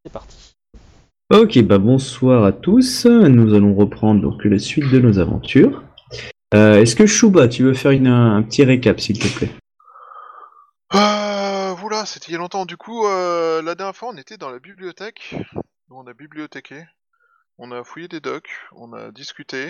c'est parti. Ok, bah bonsoir à tous. Nous allons reprendre donc la suite de nos aventures. Est-ce que Chouba, tu veux faire un petit récap, s'il te plaît? Voilà, c'était il y a longtemps. Du coup, la dernière fois, on était dans la bibliothèque. On a bibliothéqué, on a fouillé des docs, on a discuté.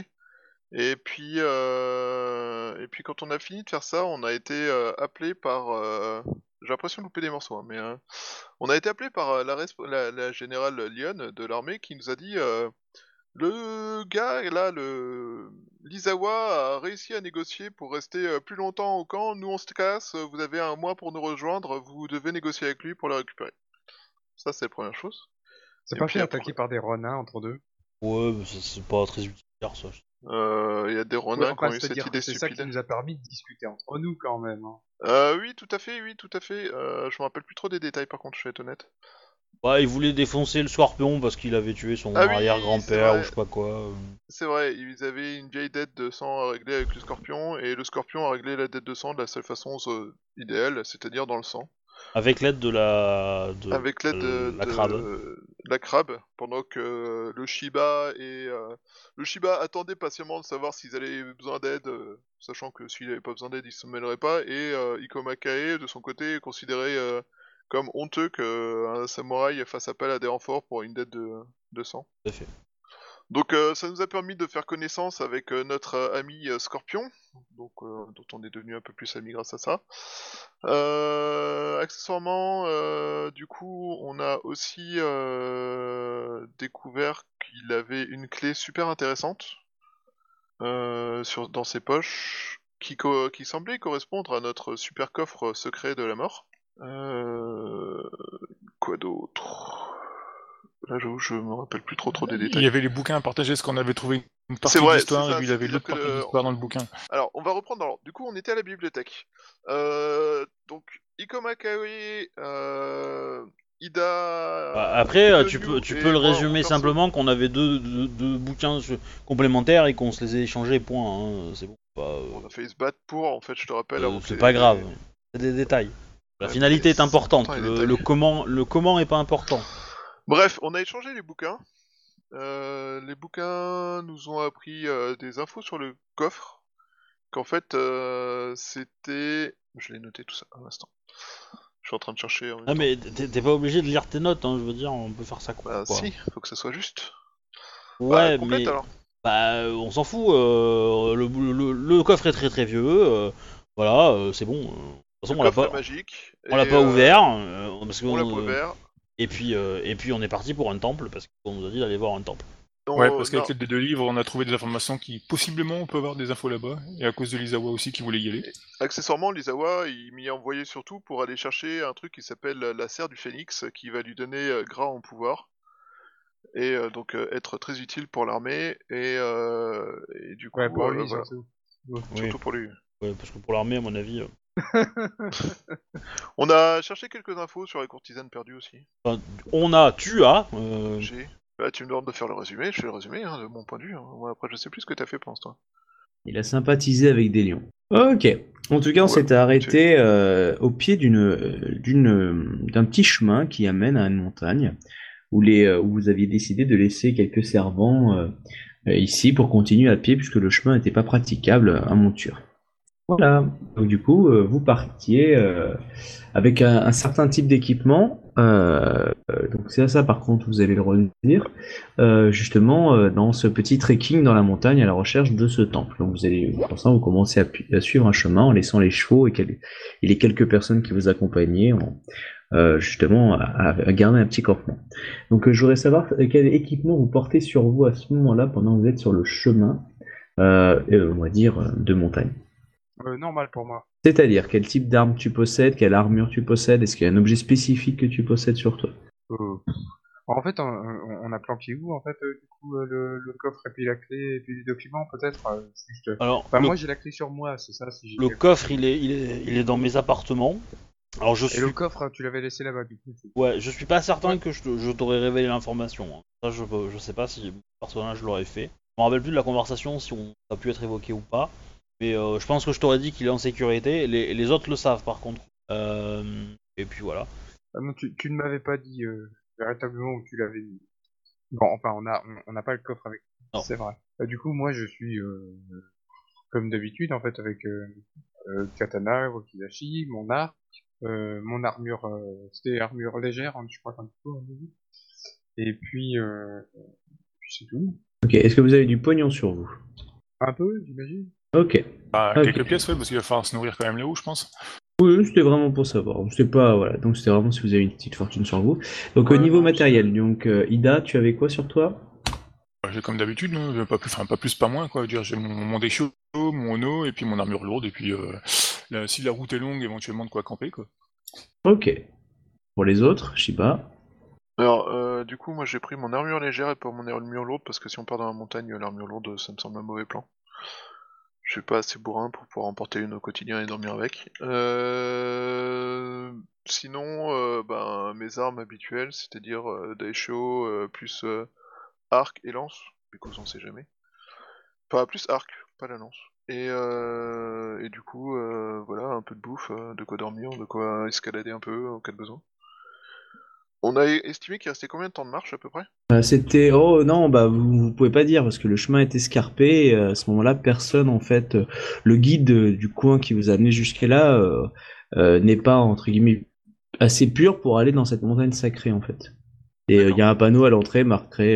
Et puis quand on a fini de faire ça, on a été appelé par... J'ai l'impression de louper des morceaux, hein, mais on a été appelé par la générale Lyon de l'armée qui nous a dit le gars, là, l'Izawa a réussi à négocier pour rester plus longtemps au camp. Nous, on se casse. Vous avez un mois pour nous rejoindre. Vous devez négocier avec lui pour le récupérer. Ça, c'est la première chose. C'est Et pas puis fait après, attaquer par des renards entre deux. Ouais, mais c'est pas très utilitaire ça. il y a des Ouais, renards qui enfin, ont eu cette c'est-à-dire idée que c'est ça qui stupide. nous a permis de discuter entre nous quand même. Hein. Oui, tout à fait, oui, tout à fait. Je me rappelle plus trop des détails, par contre, je vais être honnête. Ouais, il voulait défoncer le scorpion parce qu'il avait tué son Ah oui, c'est arrière-grand-père ou je vrai. sais pas quoi. C'est vrai, ils avaient une vieille dette de sang à régler avec le scorpion, et le scorpion a réglé la dette de sang de la seule façon idéale, c'est-à-dire dans le sang. Avec l'aide Avec l'aide la crabe. de la crabe, pendant que le Shiba attendait patiemment de savoir s'ils avaient besoin d'aide, sachant que s'il avait pas besoin d'aide, il se mêlerait pas, et Ikoma Kae, de son côté, est considéré comme honteux qu'un samouraï fasse appel à des renforts pour une dette de sang. Tout à fait. Donc ça nous a permis de faire connaissance avec notre ami Scorpion, donc dont on est devenu un peu plus amis grâce à ça. Accessoirement, du coup, on a aussi découvert qu'il avait une clé super intéressante dans ses poches, qui semblait correspondre à notre super coffre secret de la mort. Quoi d'autre? Là, j'avoue, je me rappelle plus trop des Il détails. y avait les bouquins à partager, parce qu'on avait trouvé une C'est partie vrai, c'est d'histoire, et ça, lui il avait c'est-à-dire l'autre que partie d'histoire dans le bouquin. Alors, on va reprendre dans l'ordre. Du coup, on était à la bibliothèque. Donc, Ikoma Kaori, Bah, Ida, après, Kitonyu tu peux et le moi en résumer perso. simplement qu'on avait deux bouquins complémentaires et qu'on se les ait échangés, point. Hein. C'est bon. On a failli se battre pour, en fait, je te rappelle, avant que C'est pas grave. C'est des détails. La Ouais, mais finalité est c'est important, importante. les détails. Le comment est pas important. Bref, on a échangé les bouquins. Les bouquins nous ont appris des infos sur le coffre. Qu'en fait, c'était... Je l'ai noté tout ça, un instant. Je suis en train de chercher en même Ah temps. mais t'es pas obligé de lire tes notes, hein, je veux dire, on peut faire ça Bah quoi. si, faut que ça soit juste. Bah, Ouais, complète mais alors. bah on s'en fout. Le coffre est très très vieux. Voilà, c'est bon. De toute Le façon, coffre est magique, on l'a et pas ouvert parce on l'a pas que ouvert. et puis on est parti pour un temple parce qu'on nous a dit d'aller voir un temple. Ouais, Non, parce qu'avec l'aide des deux livres, on a trouvé des informations qui, possiblement, on peut avoir des infos là-bas, et à cause de l'Isawa aussi qui voulait y aller. accessoirement, l'Izawa, il m'y a envoyé surtout pour aller chercher un truc qui s'appelle la serre du phénix, qui va lui donner gras en pouvoir, et donc être très utile pour l'armée, et du Ouais, coup, pour lui voilà, surtout. Oui, surtout pour lui. ouais, parce que pour l'armée, à mon avis, On a cherché quelques infos sur les courtisanes perdues aussi. enfin, tu as. J'ai... Bah, tu me demandes de faire le résumé, je fais le résumé, hein, de mon point de vue. Hein. Moi, après, je sais plus ce que t'as fait pendant ce temps. Il a sympathisé avec des lions. Ok. En tout cas, on Ouais, s'était arrêté au pied d'un petit chemin qui amène à une montagne où vous aviez décidé de laisser quelques servants ici pour continuer à pied puisque le chemin n'était pas praticable à monture. Voilà. Donc du coup, vous partiez avec un certain type d'équipement. Donc c'est à ça par contre vous allez le retenir. Justement dans ce petit trekking dans la montagne à la recherche de ce temple. Donc vous allez pour ça vous commencez à suivre un chemin en laissant les chevaux et les quelques personnes qui vous accompagnaient justement à garder un petit campement. Donc je voudrais savoir quel équipement vous portez sur vous à ce moment-là pendant que vous êtes sur le chemin, on va dire de montagne. Normal pour moi. C'est-à-dire, quel type d'arme tu possèdes, quelle armure tu possèdes, est-ce qu'il y a un objet spécifique que tu possèdes sur toi? Euh, En fait, on a planqué où, en fait, du coup, le coffre et puis la clé et puis les documents, peut-être juste... Alors, Enfin, moi, j'ai la clé sur moi, c'est ça, si j'ai le quelque coffre, chose. il est dans mes appartements. Alors Et le coffre, tu l'avais laissé là-bas, du coup. je suis pas certain Ouais. que je t'aurais révélé l'information. Hein. Ça, je sais pas si mon personnage l'aurait fait. Je me rappelle plus de la conversation, si on a pu être évoqué ou pas. Mais je pense que je t'aurais dit qu'il est en sécurité. Les autres le savent par contre. Et puis voilà. Ah non, tu ne m'avais pas dit... véritablement où tu l'avais mis. Bon, enfin, on n'a pas le coffre avec nous, Non. c'est vrai. Du coup, moi, je suis comme d'habitude, en fait, avec katana, wakizashi, mon arc, mon armure, c'était armure légère, hein, je crois qu'un peu, on dit. Et puis c'est tout. Ok, est-ce que vous avez du pognon sur vous? Un peu, j'imagine. Ok. Bah, Ok. quelques pièces, ouais, parce qu'il va falloir se nourrir quand même là-haut, je pense. Oui, c'était vraiment pour savoir. C'était pas, voilà. Donc c'était vraiment si vous avez une petite fortune sur vous. Donc au Ouais, niveau non, matériel, donc Ida, tu avais quoi sur toi? J'ai comme d'habitude, hein, pas plus, pas moins, quoi. Je veux dire, j'ai mon déchaud, mon ono, et puis mon armure lourde, et puis si la route est longue, éventuellement de quoi camper, quoi. Ok. Pour les autres, Shiba. Alors, du coup, moi j'ai pris mon armure légère et pas mon armure lourde parce que si on part dans la montagne, l'armure lourde ça me semble un mauvais plan. Je suis pas assez bourrin pour pouvoir emporter une au quotidien et dormir avec. Sinon, ben, mes armes habituelles, c'est-à-dire Daisho plus arc et lance, du coup on sait jamais. Enfin, plus arc, pas la lance. Et du coup, voilà, un peu de bouffe, de quoi dormir, de quoi escalader un peu en cas de besoin. On a estimé qu'il restait combien de temps de marche à peu près? C'était oh non bah vous pouvez pas dire parce que le chemin était escarpé et à ce moment-là personne en fait le guide du coin qui vous a amené jusqu'à là n'est pas entre guillemets assez pur pour aller dans cette montagne sacrée en fait. Et il y a un panneau à l'entrée marqué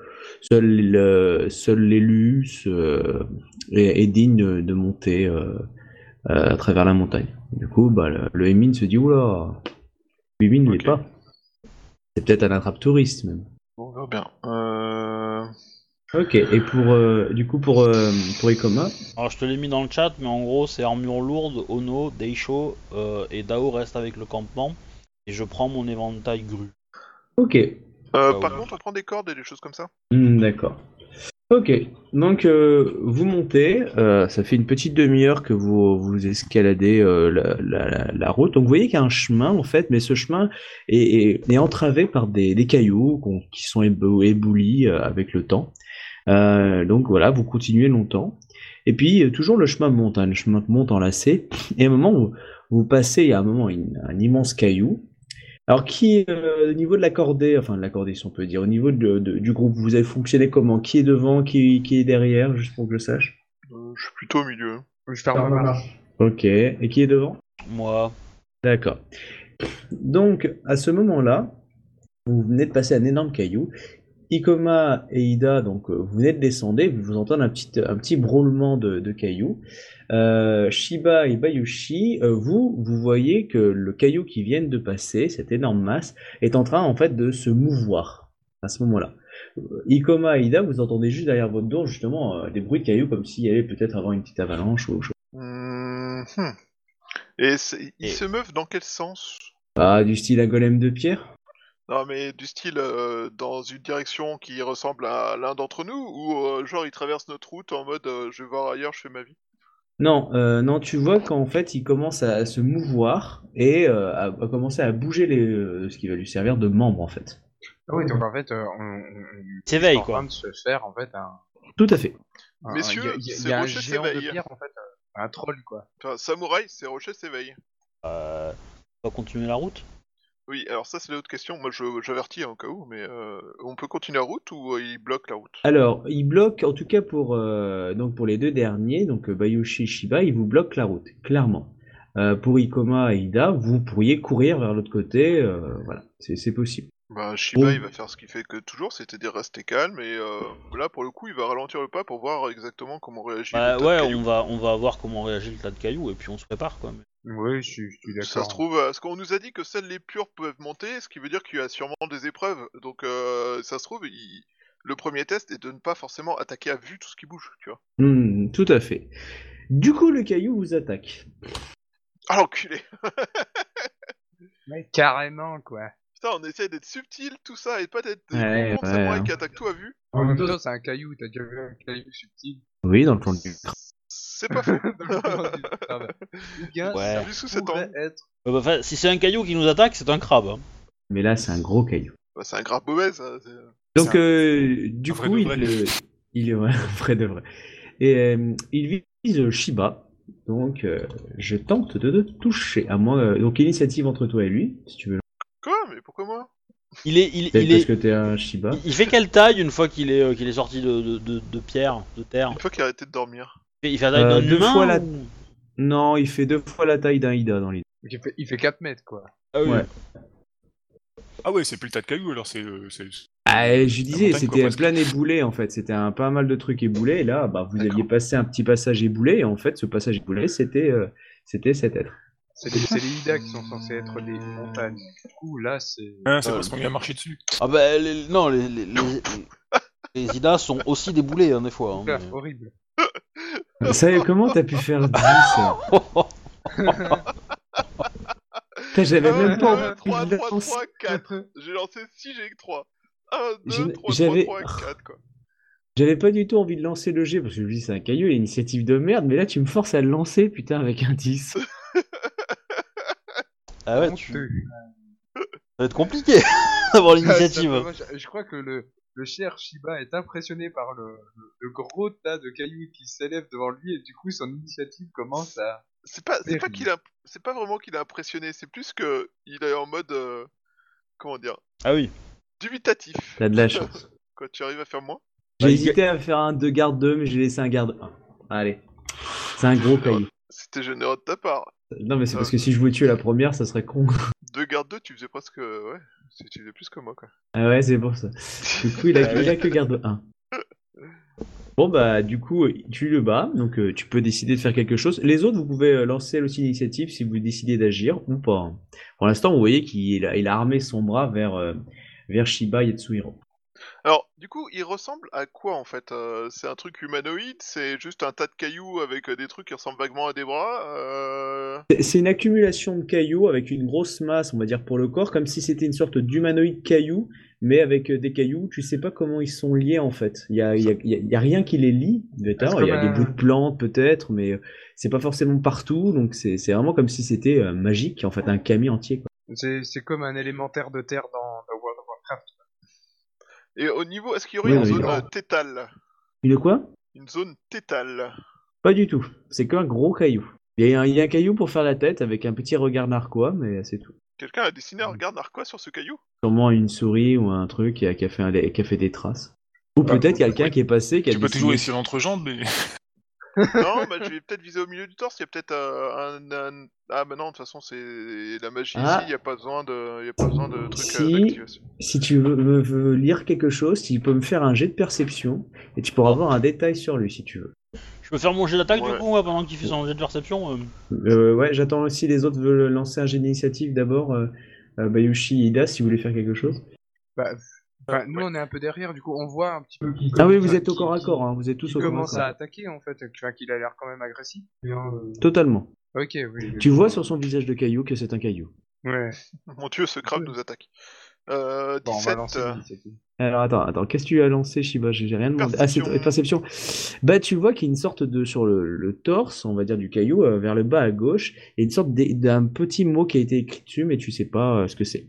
seul l'élu est digne de monter à travers la montagne. Du coup bah le Emin se dit oula, Emin ne l'est Ok. pas. C'est peut-être un attrape-touriste même. Bon, on verra bien. Ok, et du coup pour Ikoma, Alors je te l'ai mis dans le chat, mais en gros c'est armure lourde, Ono, Deisho et Dao reste avec le campement. Et je prends mon éventail grue. ok, Bah, Par ouais. contre, on prend des cordes et des choses comme ça. D'accord. Ok, donc vous montez, ça fait une petite demi-heure que vous escaladez la route. Donc vous voyez qu'il y a un chemin en fait, mais ce chemin est entravé par des cailloux qui sont éboulis avec le temps. Donc voilà, vous continuez longtemps. Et puis toujours le chemin monte, hein, le chemin monte en lacet. Et à un moment où vous passez, il y a un moment un immense caillou. Alors qui au niveau de la cordée, enfin de la cordée si on peut dire, au niveau du groupe, vous avez fonctionné comment? Qui est devant, qui est derrière, juste pour que je sache? Je suis plutôt au milieu. Je ferme ma marche. Ok, et qui est devant? Moi, D'accord. Donc à ce moment-là, vous venez de passer un énorme caillou. Ikoma et Ida, donc vous venez de descendre, vous entendez un petit broulement de cailloux. Shiba et Bayushi, vous voyez que le caillou qui vient de passer, cette énorme masse, est en train en fait de se mouvoir à ce moment-là. Ikoma et Ida, vous entendez juste derrière votre dos justement des bruits de cailloux comme s'il y allait peut-être avoir une petite avalanche ou autre chose. Et ils Et- se meuvent dans quel sens? Ah, du style un golem de pierre? Non, mais du style dans une direction qui ressemble à l'un d'entre nous, ou genre ils traversent notre route en mode je vais voir ailleurs, je fais ma vie. Non, non, tu vois qu'en fait, il commence à se mouvoir et à commencer à bouger ce qui va lui servir de membre en fait. Ah oui, donc en fait, s'éveille est en quoi. train de se faire en fait Tout à fait. Messieurs, il y ces a un rochers géant de s'éveillent. pierre en fait, un troll quoi. Enfin, samouraï, ces rochers s'éveillent. On va continuer la route. Oui, alors ça c'est l'autre question. Moi j'avertis hein, au cas où, mais on peut continuer la route ou ils bloquent la route? Alors, il bloque, en tout cas donc pour les deux derniers, donc Bayushi et Shiba, ils vous bloquent la route, clairement. Pour Ikoma et Ida, vous pourriez courir vers l'autre côté, voilà, c'est possible. Bah Shiba Bon. il va faire ce qu'il fait que toujours, c'est-à-dire rester calme et là pour le coup il va ralentir le pas pour voir exactement comment réagit Bah le tas ouais, de cailloux. on va voir comment réagit le tas de cailloux et puis on se prépare quoi. Oui, je suis d'accord. Ça se trouve, parce qu'on nous a dit que seuls les purs peuvent monter, ce qui veut dire qu'il y a sûrement des épreuves. Donc ça se trouve, le premier test est de ne pas forcément attaquer à vue tout ce qui bouge, tu vois. Tout à fait. Du coup, le caillou vous attaque. Ah l'enculé. Mais carrément quoi. Putain, on essaie d'être subtil, tout ça, et pas d'être des Ouais, bonbons de ouais, samouraï hein. qui attaquent tout à vue. En même temps, c'est un caillou, t'as déjà vu un caillou subtil. Oui, dans le fond du C'est pas faux. Ou bien, Ouais. ça Vu sous cet pourrait angle. être... Bah, enfin, si c'est un caillou qui nous attaque, c'est un crabe. Hein. Mais là, c'est un gros caillou. Bah, c'est un grave mauvais, ça. Donc, C'est du un vrai coup, de vrai. il est ouais, vrai de vrai. Et il vise Shiba. Donc, je tente de toucher. À moi, donc, initiative entre toi et lui, si tu veux. Quoi? Mais pourquoi moi? Peut-être parce que t'es un Shiba. Il fait quelle taille une fois qu'il est sorti de pierre, de terre? Une fois qu'il a arrêté de dormir. Il fait la taille d'un Deux humain fois la- ou- Non, il fait 2 fois la taille d'un Ida dans l'idée. Donc il fait 4 mètres, quoi. Ah oui. Ouais. Ah ouais, c'est plus le tas de cailloux alors, c'est. Ah, je disais, montagne, quoi, c'était presque. plein éboulé en fait. C'était pas mal de trucs éboulés. Et là, bah, vous D'accord. aviez passé un petit passage éboulé. Et en fait, ce passage éboulé, c'était cet être. C'est les Ida qui sont censés être des montagnes. Du coup, là, c'est... Ah, c'est parce qu'on lui a marché dessus. Ah bah non, les IDA sont aussi déboulés hein, des fois. Hein, Oula, mais- horrible. Ça, comment t'as pu faire 10 Putain, j'avais même pas 3, envie de 3, lancer. 3, 4. J'ai lancé 6, j'ai que 3. 1, 2, J'ai- 3, 3, j'avais- 3, 4, quoi. J'avais pas du tout envie de lancer le G parce que je me dis c'est un caillou, l'initiative de merde. Mais là, tu me forces à le lancer, putain, avec un 10. Ah ouais, Honteux. ça va être compliqué d'avoir l'initiative. Ça, moi, je crois que le cher Shiba est impressionné par le gros tas de cailloux qui s'élèvent devant lui et du coup son initiative commence à... C'est pas Terrible. qu'il a, c'est pas vraiment qu'il a impressionné, c'est plus que il est en mode, comment dire, Ah oui. dubitatif. T'as de la chance. Quoi, tu arrives à faire moins? J'ai hésité à faire un 2 garde 2, mais j'ai laissé un garde 1. Allez. C'est un gros caillou. C'était généreux de ta part. Non, mais c'est parce que si je voulais tuer la première, ça serait con. 2 garde 2, tu faisais presque, ouais, tu faisais plus que moi, quoi. Ah ouais, c'est pour ça. Du coup, il a que garde 1. Bon, bah, du coup, tu le bats, donc tu peux décider de faire quelque chose. Les autres, vous pouvez lancer aussi l'initiative si vous décidez d'agir ou pas. Hein. Pour l'instant, vous voyez qu'il a armé son bras vers Shiba Yatsuhiro. Alors, du coup, il ressemble à quoi, en fait? C'est un truc humanoïde? C'est juste un tas de cailloux avec des trucs qui ressemblent vaguement à des bras? C'est une accumulation de cailloux avec une grosse masse, on va dire, pour le corps, comme si c'était une sorte d'humanoïde caillou, mais avec des cailloux. Tu sais pas comment ils sont liés en fait. Il y a rien qui les lie. D'accord, il y a des bouts de plantes peut-être, mais c'est pas forcément partout. Donc c'est vraiment comme si c'était magique, en fait, un kami entier. Quoi. C'est comme un élémentaire de terre dans World of Warcraft. Et au niveau, est-ce qu'il y aurait Oui, une oui, zone non. tétale? Une quoi? Une zone tétale? Pas du tout. C'est qu'un gros caillou. Il y a un caillou pour faire la tête avec un petit regard narquois, mais c'est tout. Quelqu'un a dessiné un regard narquois sur ce caillou? Sûrement une souris ou un truc qui a fait des traces. Ou peut-être quelqu'un qui est passé, qui a Tu peux toujours dessiné. essayer l'entrejambe, mais. Non, bah je vais peut-être viser au milieu du torse, il y a peut-être Ah bah non, de toute façon c'est la magie Ah. ici, il y a pas besoin de trucs Si. d'activation. Si tu veux lire quelque chose, tu peux me faire un jet de perception et tu pourras avoir un détail sur lui si tu veux. Je peux faire mon jet d'attaque Ouais. du coup moi, pendant qu'il fait son jet de perception Ouais, j'attends aussi les autres veulent lancer un jet d'initiative d'abord. Bayushi et Ida, si vous voulez faire quelque chose. Bah, nous on est un peu derrière, du coup on voit un petit peu qui Ah oui, commence vous à- êtes au corps à qui- corps, hein, vous êtes tous qui au corps à commence à corps. attaquer en fait, qu'il a l'air quand même agressif. Totalement. Ok, oui. Tu vois sur son visage de caillou que c'est un caillou. Ouais. Mon dieu, ce crabe nous attaque. Bon, on va 17, lancer l'initiative. Alors attends, qu'est-ce que tu as lancé, Shiba? J'ai rien demandé. Ah, c'est Perception. perception. Bah, tu vois qu'il y a une sorte de sur le torse, on va dire du caillou, vers le bas à gauche, et une sorte d'un petit mot qui a été écrit dessus, mais tu sais pas ce que c'est.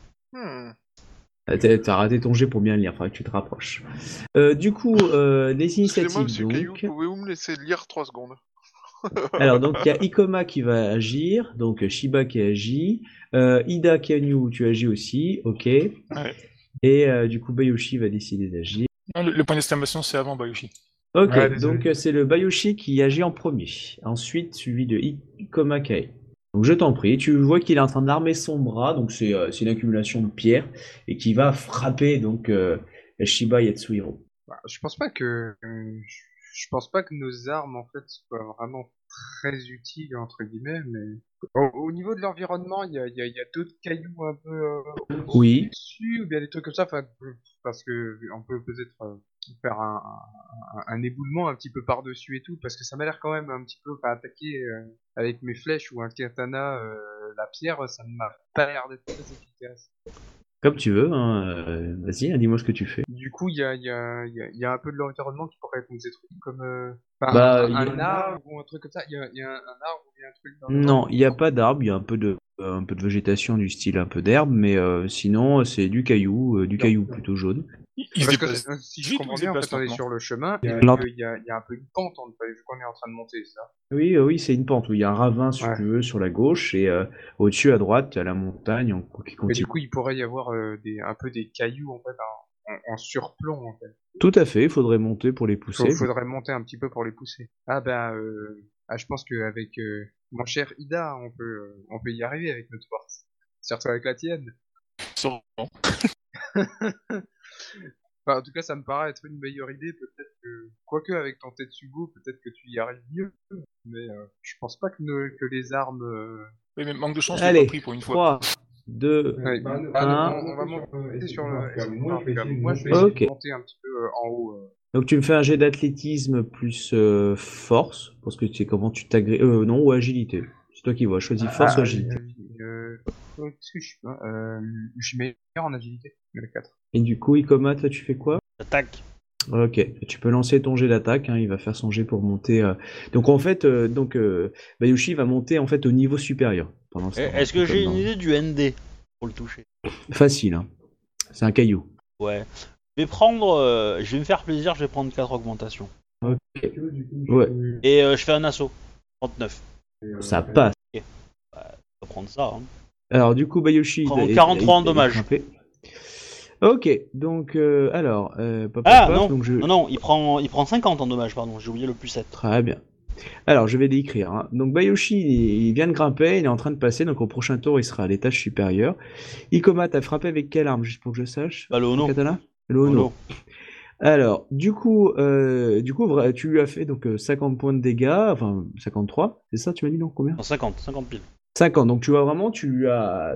T'as raté ton jet pour bien lire, faudrait que tu te rapproches. Du coup, les Excusez-moi, initiatives monsieur Caillou, donc. pouvez-vous me laisser lire 3 secondes? Alors donc il y a Ikoma qui va agir, donc Shiba qui agit, Ida Kanyu tu agis aussi, ok. Ouais. Et du coup Bayushi va décider d'agir. Non, le point d'exclamation, c'est avant Bayushi. Ok, Ouais, désolé. donc c'est le Bayushi qui agit en premier, ensuite suivi de Ikoma Kai. Donc je t'en prie, tu vois qu'il est en train d'armer son bras, donc c'est une accumulation de pierres, et qui va frapper donc Shiba Yatsuhiro. Bah, je pense pas que nos armes en fait soient vraiment très utiles entre guillemets, mais au niveau de l'environnement, il y a d'autres cailloux un peu Oui. dessus ou bien des trucs comme ça, enfin parce que on peut peut-être faire un éboulement un petit peu par dessus et tout, parce que ça m'a l'air quand même un petit peu attaquer avec mes flèches ou un katana la pierre, ça ne m'a pas l'air d'être très efficace. Comme tu veux, hein, vas-y, hein, dis-moi ce que tu fais. Du coup, il y a un peu de l'environnement qui pourrait nous être utile, comme enfin, Bah, un il y a- arbre ou un truc comme ça. Il y a un arbre ou bien un truc dans le Non, genre. il n'y a pas d'arbre, il y a un peu de un peu de végétation du style un peu d'herbe, mais sinon c'est du caillou plutôt jaune. Il se Parce que déplace si je vite ou comprends il se bien, en déplace fait, on est lentement sur le chemin et Lent- il y a un peu une pente vu qu'on est en train de monter, c'est ça. Oui, c'est une pente où il y a un ravin, si Ouais. tu veux, sur la gauche, et au-dessus à droite, tu as la montagne qui Mais continue. du coup, il pourrait y avoir un peu des cailloux en fait en surplomb en fait. Tout à fait, il faudrait monter pour les pousser. Faudrait monter un petit peu pour les pousser. Je pense qu'avec mon cher Ida, on peut y arriver avec notre force. Surtout avec la tienne. Sûrement. Enfin, en tout cas, ça me paraît être une meilleure idée. Peut-être que, quoique avec ton Tetsubo, peut-être que tu y arrives mieux. Mais je pense pas que les armes. Oui, mais manque de chance, je l'ai Allez, pas pris pour une fois. 3, 2, Ouais, on va monter sur le. Moi, je vais essayer Ok. de monter un petit peu en haut. Donc tu me fais un jet d'athlétisme plus force, parce que tu sais comment tu t'agrées... non, ou agilité. C'est toi qui vois, choisis force ou agilité. Qu'est-ce que je suis je suis meilleur en agilité. Le 4. Et du coup, Ikoma, toi tu fais quoi? Attaque. Ok, tu peux lancer ton jet d'attaque, hein, il va faire son jet pour monter... Donc en fait, Bayushi va monter en fait au niveau supérieur. Pendant ce temps, Est-ce que j'ai comme une dans- idée du ND pour le toucher? Facile, hein. C'est un caillou. Ouais. Je vais me faire plaisir, je vais prendre 4 augmentations. Ouais, Et je fais un assaut. 39. ça passe. On va prendre ça. Hein. Alors du coup, Bayushi... Prends 43 en dommages. grimpé. Ok, donc alors... Non, donc je... non, il prend 50 en dommages, pardon, j'ai oublié le plus 7. Très bien. Alors, je vais décrire. Hein. Donc, Bayoshi, il vient de grimper, il est en train de passer, donc au prochain tour, il sera à l'étage supérieur. Ikoma, t'as frappé avec quelle arme, juste pour que je sache? Bah, le Ono. Katana? Le Ono. Alors, du coup, tu lui as fait donc 50 points de dégâts, enfin 53, c'est ça, tu m'as dit, non? Combien? 50 pile. 50, donc tu vois vraiment, tu as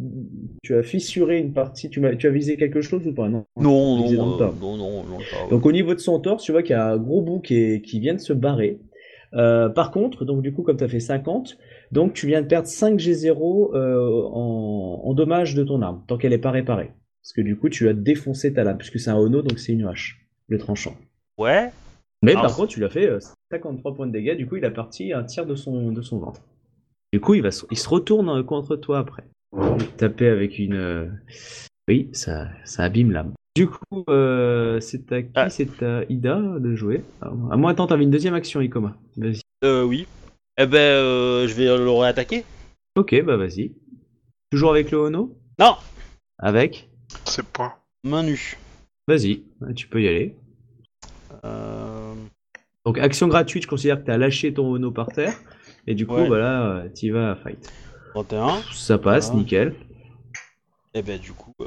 fissuré une partie, tu as visé quelque chose ou pas? Non, Non, visé dans le tas. non, pas. Donc au niveau de son torse, tu vois qu'il y a un gros bout qui vient de se barrer. Par contre, donc du coup, comme tu as fait 50, donc tu viens de perdre 5 G0 en dommages de ton arme, tant qu'elle n'est pas réparée. Parce que du coup, tu as défoncé ta lame, puisque c'est un Ono, donc c'est une hache, le tranchant. Ouais. Mais Alors, par contre, tu l'as fait 53 points de dégâts, du coup, il a parti un tiers de son ventre. Du coup, il se retourne contre toi après. Taper avec une... Oui, ça abîme l'âme. Du coup, c'est à qui? Ah. C'est à Ida de jouer. À moi, attends, t'avais une deuxième action, Ikoma. Vas-y. Oui. Eh ben, je vais le réattaquer. Ok, bah vas-y. Toujours avec le Ono? Non. Avec? C'est pas. Main nue. Vas-y, tu peux y aller. Donc, action gratuite, je considère que t'as lâché ton Ono par terre. Et du coup, Ouais. voilà, t'y vas à fight. 31. Ça passe, Voilà. nickel. Eh ben, du coup,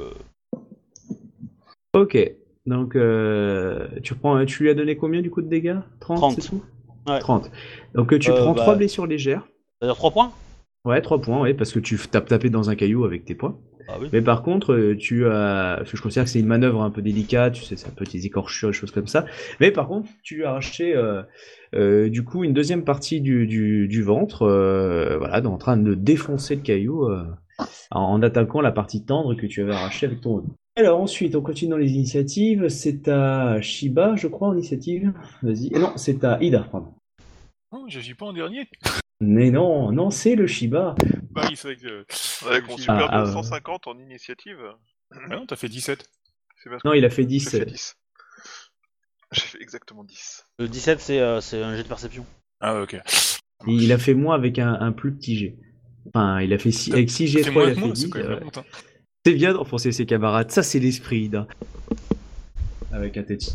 Ok, donc tu lui as donné combien du coup de dégâts? 30, 30. c'est tout? Ouais. 30. Donc tu prends 3 blessures légères. c'est-à-dire 3 points? Ouais, 3 points, ouais, parce que tu tapes tapé dans un caillou avec tes points. Ah oui. Mais par contre, parce que je considère que c'est une manœuvre un peu délicate, tu sais, c'est un peu des écorchures et choses comme ça. Mais par contre, tu lui as arraché du coup une deuxième partie du ventre, voilà, en train de défoncer le caillou en attaquant la partie tendre que tu avais arrachée avec ton... Alors ensuite, on continue dans les initiatives. C'est à Shiba, je crois, en initiative. Vas-y. Non, c'est à Ida, pardon. Oh, je suis pas en dernier. Mais non, c'est le Shiba. Bah oui, c'est vrai que... Avec mon Ah, super ah, de ouais. 150 en initiative. Ah non, t'as fait 17. C'est parce Non, que il a fait j'ai 10. fait 10. J'ai fait exactement 10. Le 17, c'est un jet de perception. Ah ouais, ok. Il a fait moins avec un plus petit G. Enfin, il a fait avec 6 G3, C'est il moins a que fait moi, 10. c'est quand même la honte. Hein. C'est bien d'enfoncer ses camarades. Ça, c'est l'esprit, Ida. Avec un tête.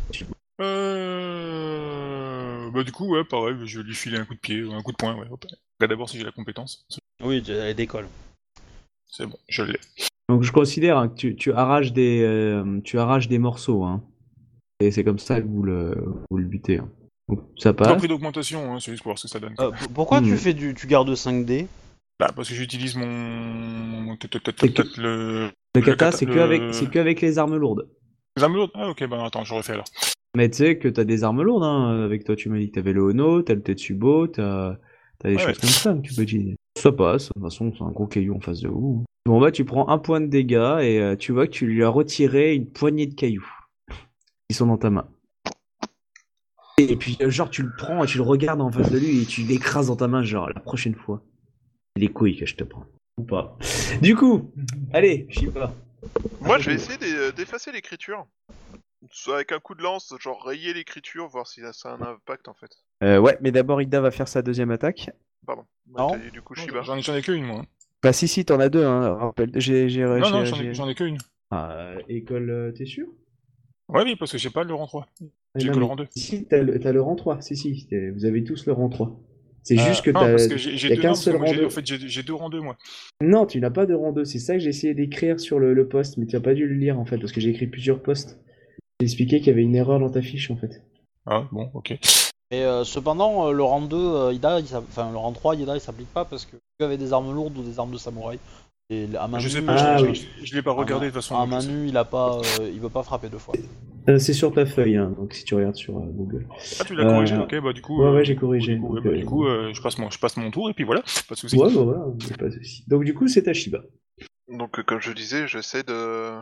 Bah du coup, ouais, pareil, je vais lui filer un coup de pied, ou un coup de poing, ouais. Hop. Regarde d'abord si j'ai la compétence. Oui, elle décolle. C'est bon, je l'ai. Donc je considère hein, que tu arraches des morceaux. Hein. Et c'est comme ça que vous le butez. Hein. Donc, ça Pas passe. pris d'augmentation, hein, c'est juste pour voir ce que ça donne. Quoi. Pourquoi Hmm. tu gardes 5D? Bah parce que j'utilise mon... Le le kata, kata- c'est le- qu'avec les armes lourdes. Les armes lourdes. Ah ok, bah attends, je refais alors. Mais tu sais que t'as des armes lourdes, hein. Avec toi, tu m'as dit que t'avais le Ono, t'as le Tetsubo, t'as des Ouais, choses ouais. comme ça que tu peux utiliser. Ça passe, de toute façon, c'est un gros caillou en face de vous. Bon, bah, tu prends un point de dégâts et tu vois que tu lui as retiré une poignée de cailloux. Ils sont dans ta main. Et puis, genre, tu le prends et tu le regardes en face de lui et tu l'écrases dans ta main, genre, la prochaine fois. C'est les couilles que je te prends. Ou pas. Du coup, allez, Shiba. Moi, je vais essayer d'effacer l'écriture. Soit avec un coup de lance, genre rayer l'écriture, voir si ça a un impact en fait. Ouais, mais d'abord Ida va faire sa deuxième attaque. Pardon. Non. T'as dit du coup Shiba. J'en ai qu'une, moi. Bah si, t'en as deux, hein, rappelle. Non, j'en ai qu'une. Ah, école, t'es sûr? Ouais, oui, parce que j'ai pas le rang 3. Ah, J'ai non, que le mais rang 2. Si, t'as le rang 3. Si, vous avez tous le rang 3. C'est juste que Non, parce que il j'ai y a deux. qu'un Non, parce que seul moi, rang 2. en fait, j'ai 2 rangs 2, moi. Non, tu n'as pas de rang 2. C'est ça que j'ai essayé d'écrire sur le poste, mais tu n'as pas dû le lire en fait, parce que j'ai écrit plusieurs postes. J'ai expliqué qu'il y avait une erreur dans ta fiche en fait. Ah, bon, ok. Et cependant, le rang 2, Ida, enfin le rang 3, Ida, il s'applique pas parce que tu avais des armes lourdes ou des armes de samouraï. Et à main Je sais nue, pas, Ah, oui. je l'ai pas regardé de toute façon. À donc main je sais. nue, il a pas, il veut pas frapper 2 fois. C'est sur ta feuille, hein, donc si tu regardes sur Google. Ah, tu l'as corrigé, Euh, ok, bah du coup. Ouais, j'ai corrigé. Du coup, donc, du coup, je passe mon tour et puis voilà, pas de soucis. ouais, bah voilà, y a pas de souci. Donc du coup, c'est ta Shiba. Donc comme je disais, j'essaie de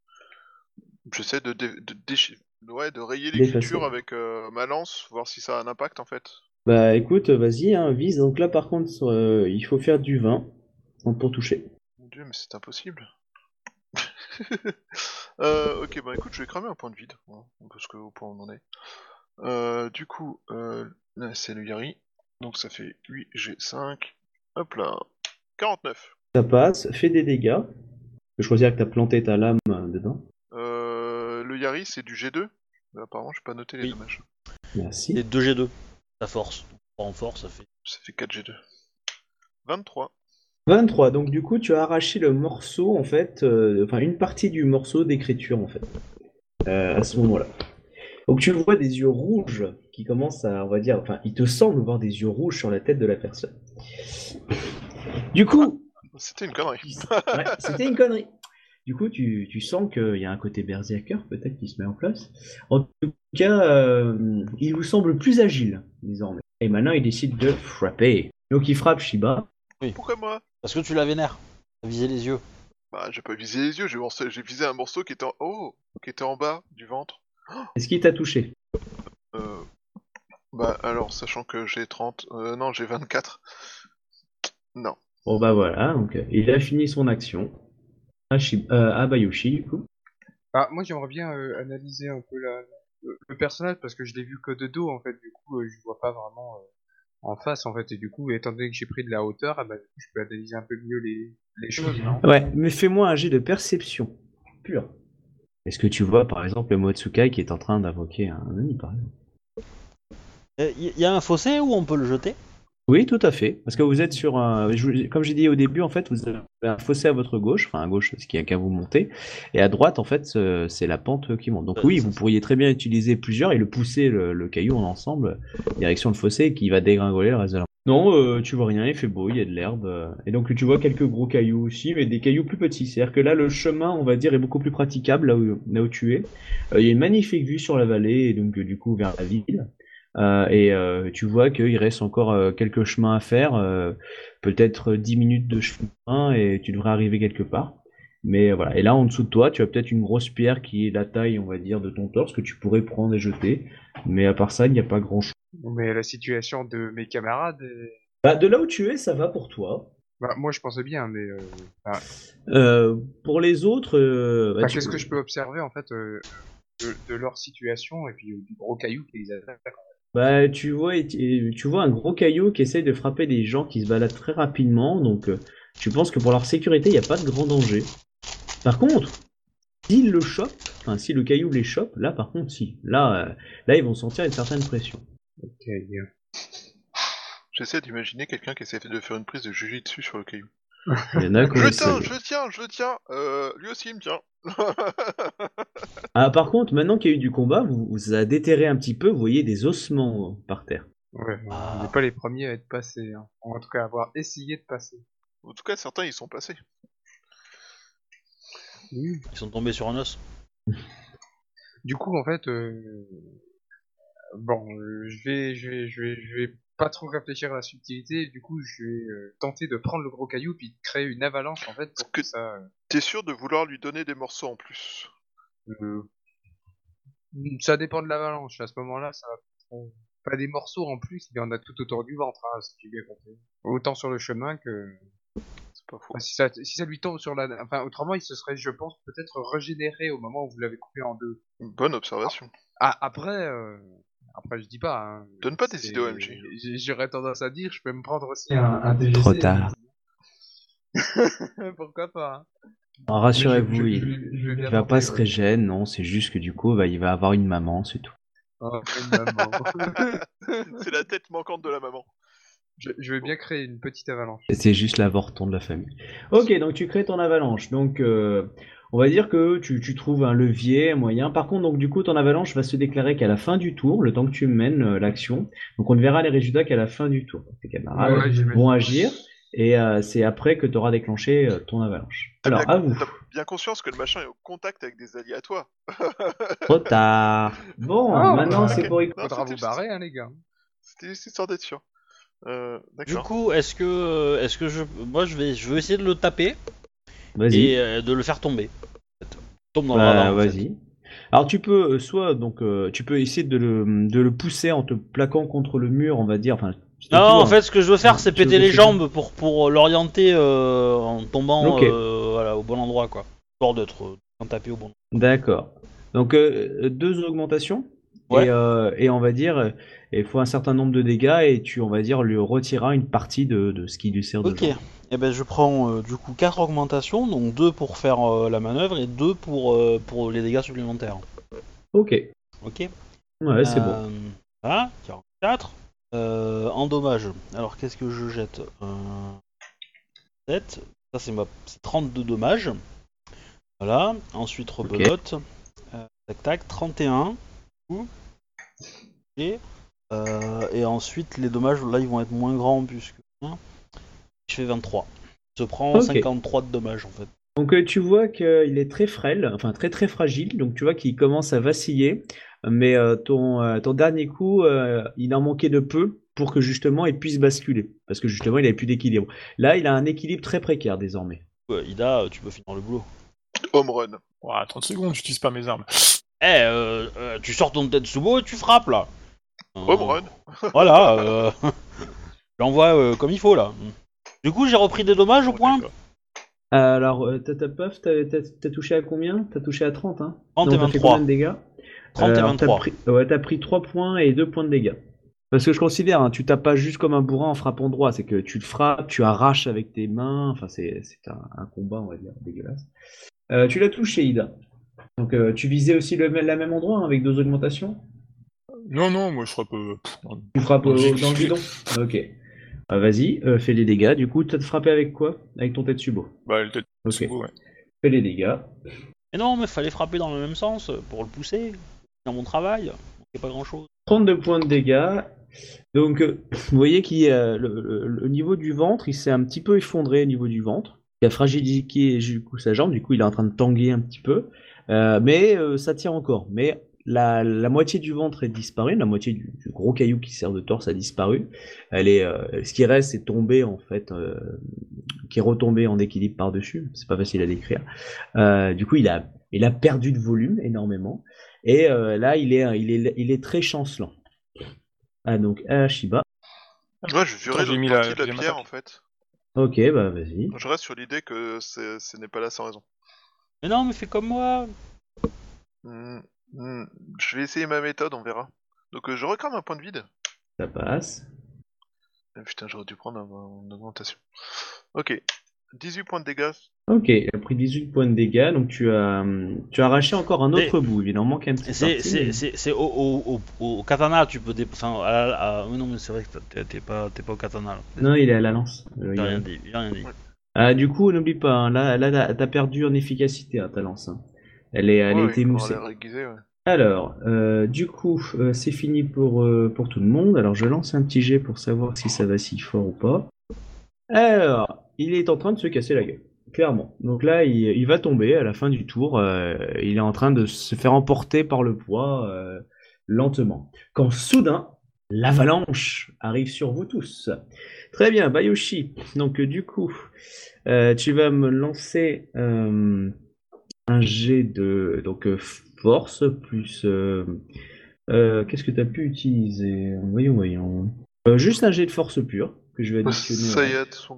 de rayer D'effacer. l'écriture avec ma lance, voir si ça a un impact en fait. Bah écoute, vas-y, hein, vise. Donc là, par contre, il faut faire du 20 pour toucher. Mon dieu, mais c'est impossible. Ok, bah écoute, je vais cramer un point de vide, hein, parce que au point où on en est. Du coup, là c'est le Yari, donc ça fait 8 G5, hop là, 49. Ça passe, fais des dégâts. Je peux choisir que t'as planté ta lame dedans. Le Yari c'est du G2, mais apparemment je pas noté les Oui. dommages. Merci. Et 2G2, ta force. 3 en force, Ça fait 4 G2. 23. 23, donc du coup tu as arraché le morceau en fait, enfin une partie du morceau d'écriture en fait, à ce moment-là. Donc tu vois des yeux rouges qui commencent à, on va dire, enfin il te semble voir des yeux rouges sur la tête de la personne. Du coup, C'était une connerie. ouais, c'était une connerie. Du coup tu sens qu'il y a un côté berserker peut-être qui se met en place. En tout cas, il vous semble plus agile désormais. Et maintenant il décide de frapper. Donc il frappe Shiba. Pourquoi moi? Parce que tu la vénères. T'as visé les yeux. Bah j'ai pas visé les yeux, j'ai visé un morceau qui était qui était en bas du ventre. Est-ce qu'il t'a touché? Bah alors, sachant que j'ai 30... non, j'ai 24. Non. Bon bah voilà, donc il a fini son action. À Bayushi, du coup. Ah, moi j'aimerais bien analyser un peu le personnage parce que je l'ai vu que de dos en fait, du coup je vois pas vraiment en face en fait, et du coup étant donné que j'ai pris de la hauteur, ah bah, du coup, je peux analyser un peu mieux les choses, non? Ouais, mais fais-moi un jet de perception pure. Est-ce que tu vois par exemple le Motsukai qui est en train d'invoquer un ami par exemple? Il y a un fossé où on peut le jeter? Oui, tout à fait. Parce que vous êtes sur un. Comme j'ai dit au début, en fait, vous avez un fossé à votre gauche, enfin à gauche, ce qui a qu'à vous monter, et à droite, en fait, c'est la pente qui monte. Donc oui, vous pourriez très bien utiliser plusieurs et le pousser le caillou en ensemble, direction le fossé, qui va dégringoler le reste de la. Non, tu vois rien, il fait beau, il y a de l'herbe, et donc tu vois quelques gros cailloux aussi, mais des cailloux plus petits. C'est-à-dire que là, le chemin, on va dire, est beaucoup plus praticable là où tu es. Il y a une magnifique vue sur la vallée, et donc du coup vers la ville. Tu vois qu'il reste encore quelques chemins à faire, peut-être 10 minutes de chemin et tu devrais arriver quelque part. Mais voilà. Et là, en dessous de toi, tu as peut-être une grosse pierre qui est la taille, on va dire, de ton torse que tu pourrais prendre et jeter. Mais à part ça, il n'y a pas grand-chose. Mais la situation de mes camarades, Bah, de là où tu es, ça va pour toi. bah, moi je pensais bien, mais Pour les autres, bah, qu'est-ce que je peux observer en fait de leur situation et puis du gros caillou qui les attaque? bah, tu vois un gros caillou qui essaye de frapper des gens qui se baladent très rapidement. Donc, tu penses que pour leur sécurité, il n'y a pas de grand danger. Par contre, s'ils le chopent, enfin si le caillou les chope, là par contre si. Là ils vont sentir une certaine pression. Ok. J'essaie d'imaginer quelqu'un qui essaie de faire une prise de jujitsu sur le caillou. Il y en a qui ont essayé. Je tiens lui aussi il me tient. Ah, par contre, maintenant qu'il y a eu du combat, vous a déterré un petit peu, vous voyez des ossements par terre. Ouais, on n'est pas les premiers à être passés, hein. En tout cas à avoir essayé de passer. En tout cas, certains ils sont passés. Oui. Ils sont tombés sur un os. Du coup, en fait, bon, je vais pas trop réfléchir à la subtilité. Du coup, je vais tenter de prendre le gros caillou puis de créer une avalanche en fait pour que ça. T'es sûr de vouloir lui donner des morceaux en plus? Ça dépend de l'avalanche. À ce moment-là, ça va pas des morceaux en plus. Il y en a tout autour du ventre, hein, si j'ai bien compris. Autant sur le chemin que. Pas faux. Enfin, si ça lui tombe sur la... Enfin, autrement, il se serait, je pense, peut-être régénéré au moment où vous l'avez coupé en deux. Bonne observation. Ah, après, je dis pas. Hein, Donne pas des idées au MJ. J'aurais tendance à dire, je peux me prendre aussi un TGC. Trop tard. Pourquoi pas, hein. Alors, rassurez-vous, Je il vais bien va pas tenter, se ouais. régénérer, non, c'est juste que du coup, il va avoir une maman, c'est tout. Oh, maman. C'est la tête manquante de la maman. Je vais bien créer une petite avalanche. C'est juste l'avorton de la famille. Ok, donc tu crées ton avalanche. Donc, on va dire que tu trouves un levier, un moyen. Par contre, donc du coup, ton avalanche va se déclarer qu'à la fin du tour, le temps que tu mènes l'action. Donc, on ne verra les résultats qu'à la fin du tour. Tes camarades Ouais, j'imagine. vont agir et c'est après que tu auras déclenché ton avalanche. Alors, à vous. T'as bien conscience que le machin est au contact avec des alliés à toi. Trop tard. Bon, Ah, maintenant bah, c'est ok. pour y... Non, Faudra c'était vous barrer, hein, les gars. C'était juste histoire d'être sûr. Du D'accord. coup, est-ce que moi je vais essayer de le taper Vas-y. et de le faire tomber. En fait. Tombe dans le ravin. en fait. Vas-y. Alors tu peux tu peux essayer de le pousser en te plaquant contre le mur, on va dire. Enfin, Non, tu vois, en fait, ce que je veux faire, Non, c'est tu veux péter les quelque chose jambes pour l'orienter en tombant Ok. voilà, au bon endroit, quoi. Histoire d'être tapé au bon endroit. D'accord. Donc 2 augmentations. Ouais. Et on va dire, il faut un certain nombre de dégâts et on va dire, lui retireras une partie de ce qui lui sert de Ok. jambe. Et ben, je prends du coup 4 augmentations, donc 2 pour faire la manœuvre et 2 pour les dégâts supplémentaires. Ok. Ok. Ouais, c'est bon. Voilà, 44. En dommage. Alors, qu'est-ce que je jette 7. Ça, c'est 32 dommages. Voilà. Ensuite, rebelote. Tac, tac. 31. Et ensuite, les dommages, là, ils vont être moins grands puisque... Je fais 23. Je prends Ok. 53 de dommages, en fait. Donc tu vois qu'il est très frêle, enfin très très fragile, donc tu vois qu'il commence à vaciller, mais ton dernier coup, il en manquait de peu pour que justement il puisse basculer, parce que justement il avait plus d'équilibre. Là, il a un équilibre très précaire désormais. Ida, tu peux finir le boulot. Home run. Ouah, 30 secondes, j'utilise pas mes armes. Tu sors ton Tetsubo et tu frappes, là. Home run. Voilà, j'envoie comme il faut, là. Du coup, j'ai repris des dommages au point. Alors, ta puff, t'as touché à combien? T'as touché à 30, hein? 30 Non, et t'as fait 23. combien de dégâts? 30 et Alors, 23. t'as pris 3 points et 2 points de dégâts. Parce que je considère, hein, tu tapes pas juste comme un bourrin en frappant droit, c'est que tu le frappes, tu arraches avec tes mains, enfin c'est un combat, on va dire, dégueulasse. Tu l'as touché, Ida. Donc tu visais aussi la même endroit, hein, avec 2 augmentations? Non, moi je frappe. Tu frappes dans le vide. dans le bidon? Ok. Vas-y, fais les dégâts. Du coup, t'as frappé avec quoi? Avec ton Tetsubo. Bah, le tête Ok. Subo, ouais. Fais les dégâts. Mais non, mais fallait frapper dans le même sens pour le pousser. Dans mon travail, c'est pas grand chose. 32 points de dégâts. Donc, vous voyez qu'il le niveau du ventre, il s'est un petit peu effondré au niveau du ventre. Il a fragilisé du coup sa jambe, du coup il est en train de tanguer un petit peu. Mais ça tient encore. Mais la moitié du ventre est disparue, la moitié du gros caillou qui sert de torse a disparu. Ce qui reste, c'est tombé en fait, qui est retombé en équilibre par-dessus. C'est pas facile à décrire. Du coup, il a perdu de volume énormément. Et là, il est très chancelant. Ah, donc Shiba. Ouais, je jurais Attends, j'ai l'autre mis partie la de la deuxième pierre attaque. en fait. Ok, bah vas-y. Je reste sur l'idée que ce n'est pas là sans raison. Mais non, mais fais comme moi. Je vais essayer ma méthode, on verra. Donc je recrame un point de vide. Ça passe. Putain, j'aurais dû prendre une augmentation. Ok. 18 points de dégâts. Ok, il a pris 18 points de dégâts, donc tu as arraché encore un autre bout. Il en manque un petit peu. C'est au katana, tu peux enfin, oui, non, mais c'est vrai que t'es pas au katana. Là. Non, il est à la lance. J'ai rien dit. Ouais. Du coup, n'oublie pas, hein, là, t'as perdu en efficacité, hein, ta lance. Hein. Elle a Ouais, été il faudra émoussée. les réguiser, ouais. Alors, du coup, c'est fini pour tout le monde. Alors, je lance un petit jet pour savoir si ça va si fort ou pas. Alors, il est en train de se casser la gueule, clairement. Donc là, il va tomber à la fin du tour. Il est en train de se faire emporter par le poids lentement. Quand soudain, l'avalanche arrive sur vous tous. Très bien, Bayoshi. Donc du coup, tu vas me lancer un jet de force plus... qu'est-ce que tu as pu utiliser? Voyons. Juste un jet de force pure. que je vais additionner. Sayat, son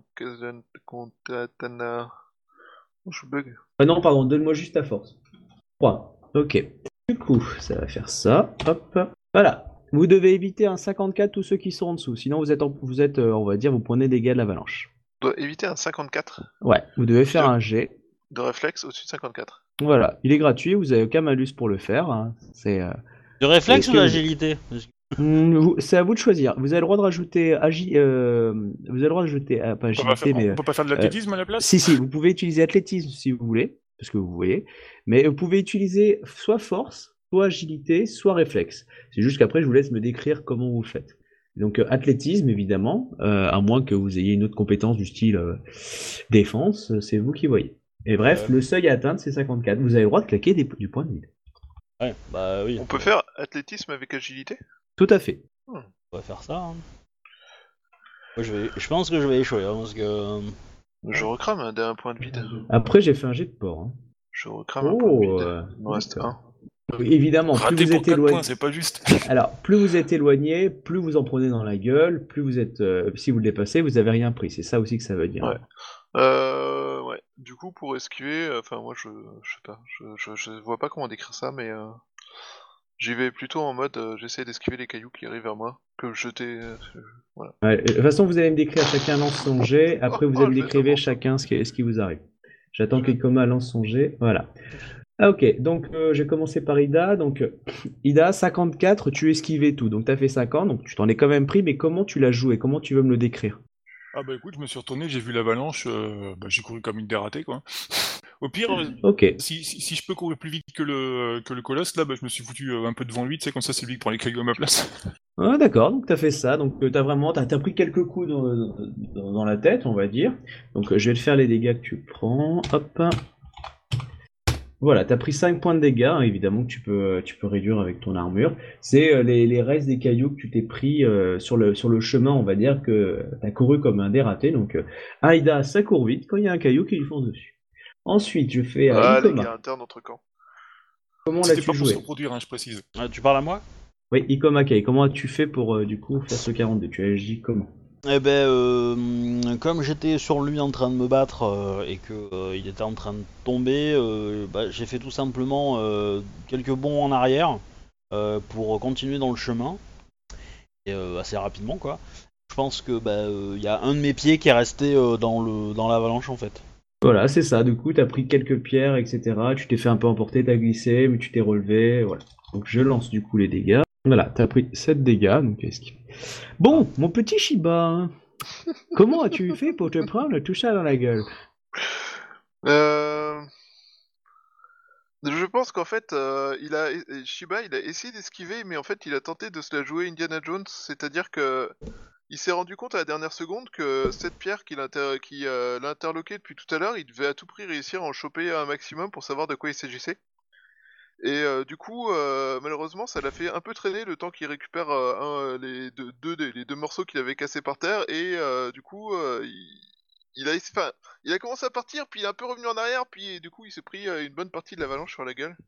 katana. Oh, je bug. Ah non, pardon, donne-moi juste ta force. 3. Ok. Du coup, ça va faire ça. Hop. Voilà. Vous devez éviter un 54 tous ceux qui sont en dessous. Sinon, vous êtes on va dire, vous prenez des dégâts de l'avalanche. On doit éviter un 54 Ouais, vous devez faire un jet. de réflexe au-dessus de 54. Voilà, il est gratuit, vous avez aucun malus pour le faire. Hein. C'est Du réflexe Est-ce ou que vous- d'agilité? c'est à vous de choisir. Vous avez le droit de rajouter vous avez le droit d'ajouter pas On peut pas agilité, faire, mais on peut pas faire de l'athlétisme à la place? si, vous pouvez utiliser athlétisme si vous voulez, parce que vous voyez, mais vous pouvez utiliser soit force, soit agilité, soit réflexe. C'est juste qu'après, je vous laisse me décrire comment vous le faites. Donc, athlétisme, évidemment, à moins que vous ayez une autre compétence du style défense, c'est vous qui voyez. Et bref, Ouais. le seuil à atteindre, c'est 54. Vous avez le droit de claquer du point de vide. Ouais, bah oui. On peut faire athlétisme avec agilité? Tout à fait. On va faire ça. Hein. Moi, je pense que je vais échouer, hein, parce que... Je recrame un point de vide. Après, j'ai fait un jet de port. Hein. Je recrame un point de vide. euh, Il me reste d'accord. un. Oui, évidemment, plus Raté vous pour êtes 4 éloigné. points, c'est pas juste. Alors, plus vous êtes éloigné, plus vous en prenez dans la gueule, plus vous êtes. Si vous le dépassez, vous avez rien pris. C'est ça aussi que ça veut dire. Ouais. Ouais. Du coup, pour esquiver, enfin, moi, je sais pas. Je vois pas comment décrire ça, mais j'y vais plutôt en mode j'essaie d'esquiver les cailloux qui arrivent vers moi, que jeter. Voilà. Ouais, de toute façon, vous allez me décrire chacun lance son jet. Après, vous allez me je vais décrire savoir. chacun ce qui vous arrive. J'attends qu'Ikoma lance son jet. Voilà. Ah, ok. Donc, j'ai commencé par Ida. Donc, Ida, 54, tu esquivais tout. Donc, t'as fait 50. Donc, tu t'en es quand même pris. Mais comment tu l'as joué? Comment tu veux me le décrire? Ah bah écoute, je me suis retourné, j'ai vu l'avalanche, j'ai couru comme une dératée, quoi. Au pire, Ok. si je peux courir plus vite que le colosse, là, je me suis foutu un peu devant lui, tu sais, comme ça c'est lui qui prend les cailloux à ma place. Ah, d'accord, donc t'as fait ça, donc t'as pris quelques coups dans la tête, on va dire. Donc je vais te faire les dégâts que tu prends. Hop. Voilà, t'as pris 5 points de dégâts, hein, évidemment que tu peux réduire avec ton armure. C'est les restes des cailloux que tu t'es pris sur le chemin, on va dire que t'as couru comme un dératé. Donc Aïda, ça court vite quand il y a un caillou qui lui fonce dessus. Ensuite, je fais Ah, les Ikoma. guerres internes entre camps. Comment C'était l'as-tu pas pour se joué? reproduire, hein, je précise. Ah, tu parles à moi? Oui, Ikoma Kei, comment as-tu fait pour du coup faire ce 42? Tu as agi comment? Eh ben, comme j'étais sur lui en train de me battre et que il était en train de tomber, j'ai fait tout simplement quelques bonds en arrière pour continuer dans le chemin et assez rapidement quoi. Je pense que il y a un de mes pieds qui est resté dans l'avalanche en fait. Voilà, c'est ça. Du coup, t'as pris quelques pierres, etc. Tu t'es fait un peu emporter, t'as glissé, mais tu t'es relevé. Voilà. Donc, je lance du coup les dégâts. Voilà, t'as pris 7 dégâts. Donc, bon, mon petit Shiba, comment as-tu fait pour te prendre tout ça dans la gueule? Je pense qu'en fait, Shiba, il a essayé d'esquiver, mais en fait, il a tenté de se la jouer Indiana Jones, c'est-à-dire que il s'est rendu compte à la dernière seconde que cette pierre qui l'a interloqué depuis tout à l'heure, il devait à tout prix réussir à en choper un maximum pour savoir de quoi il s'agissait. Et du coup, malheureusement, ça l'a fait un peu traîner le temps qu'il récupère les deux morceaux qu'il avait cassés par terre, et du coup, il a commencé à partir, puis il est un peu revenu en arrière, puis du coup, il s'est pris une bonne partie de l'avalanche sur la gueule.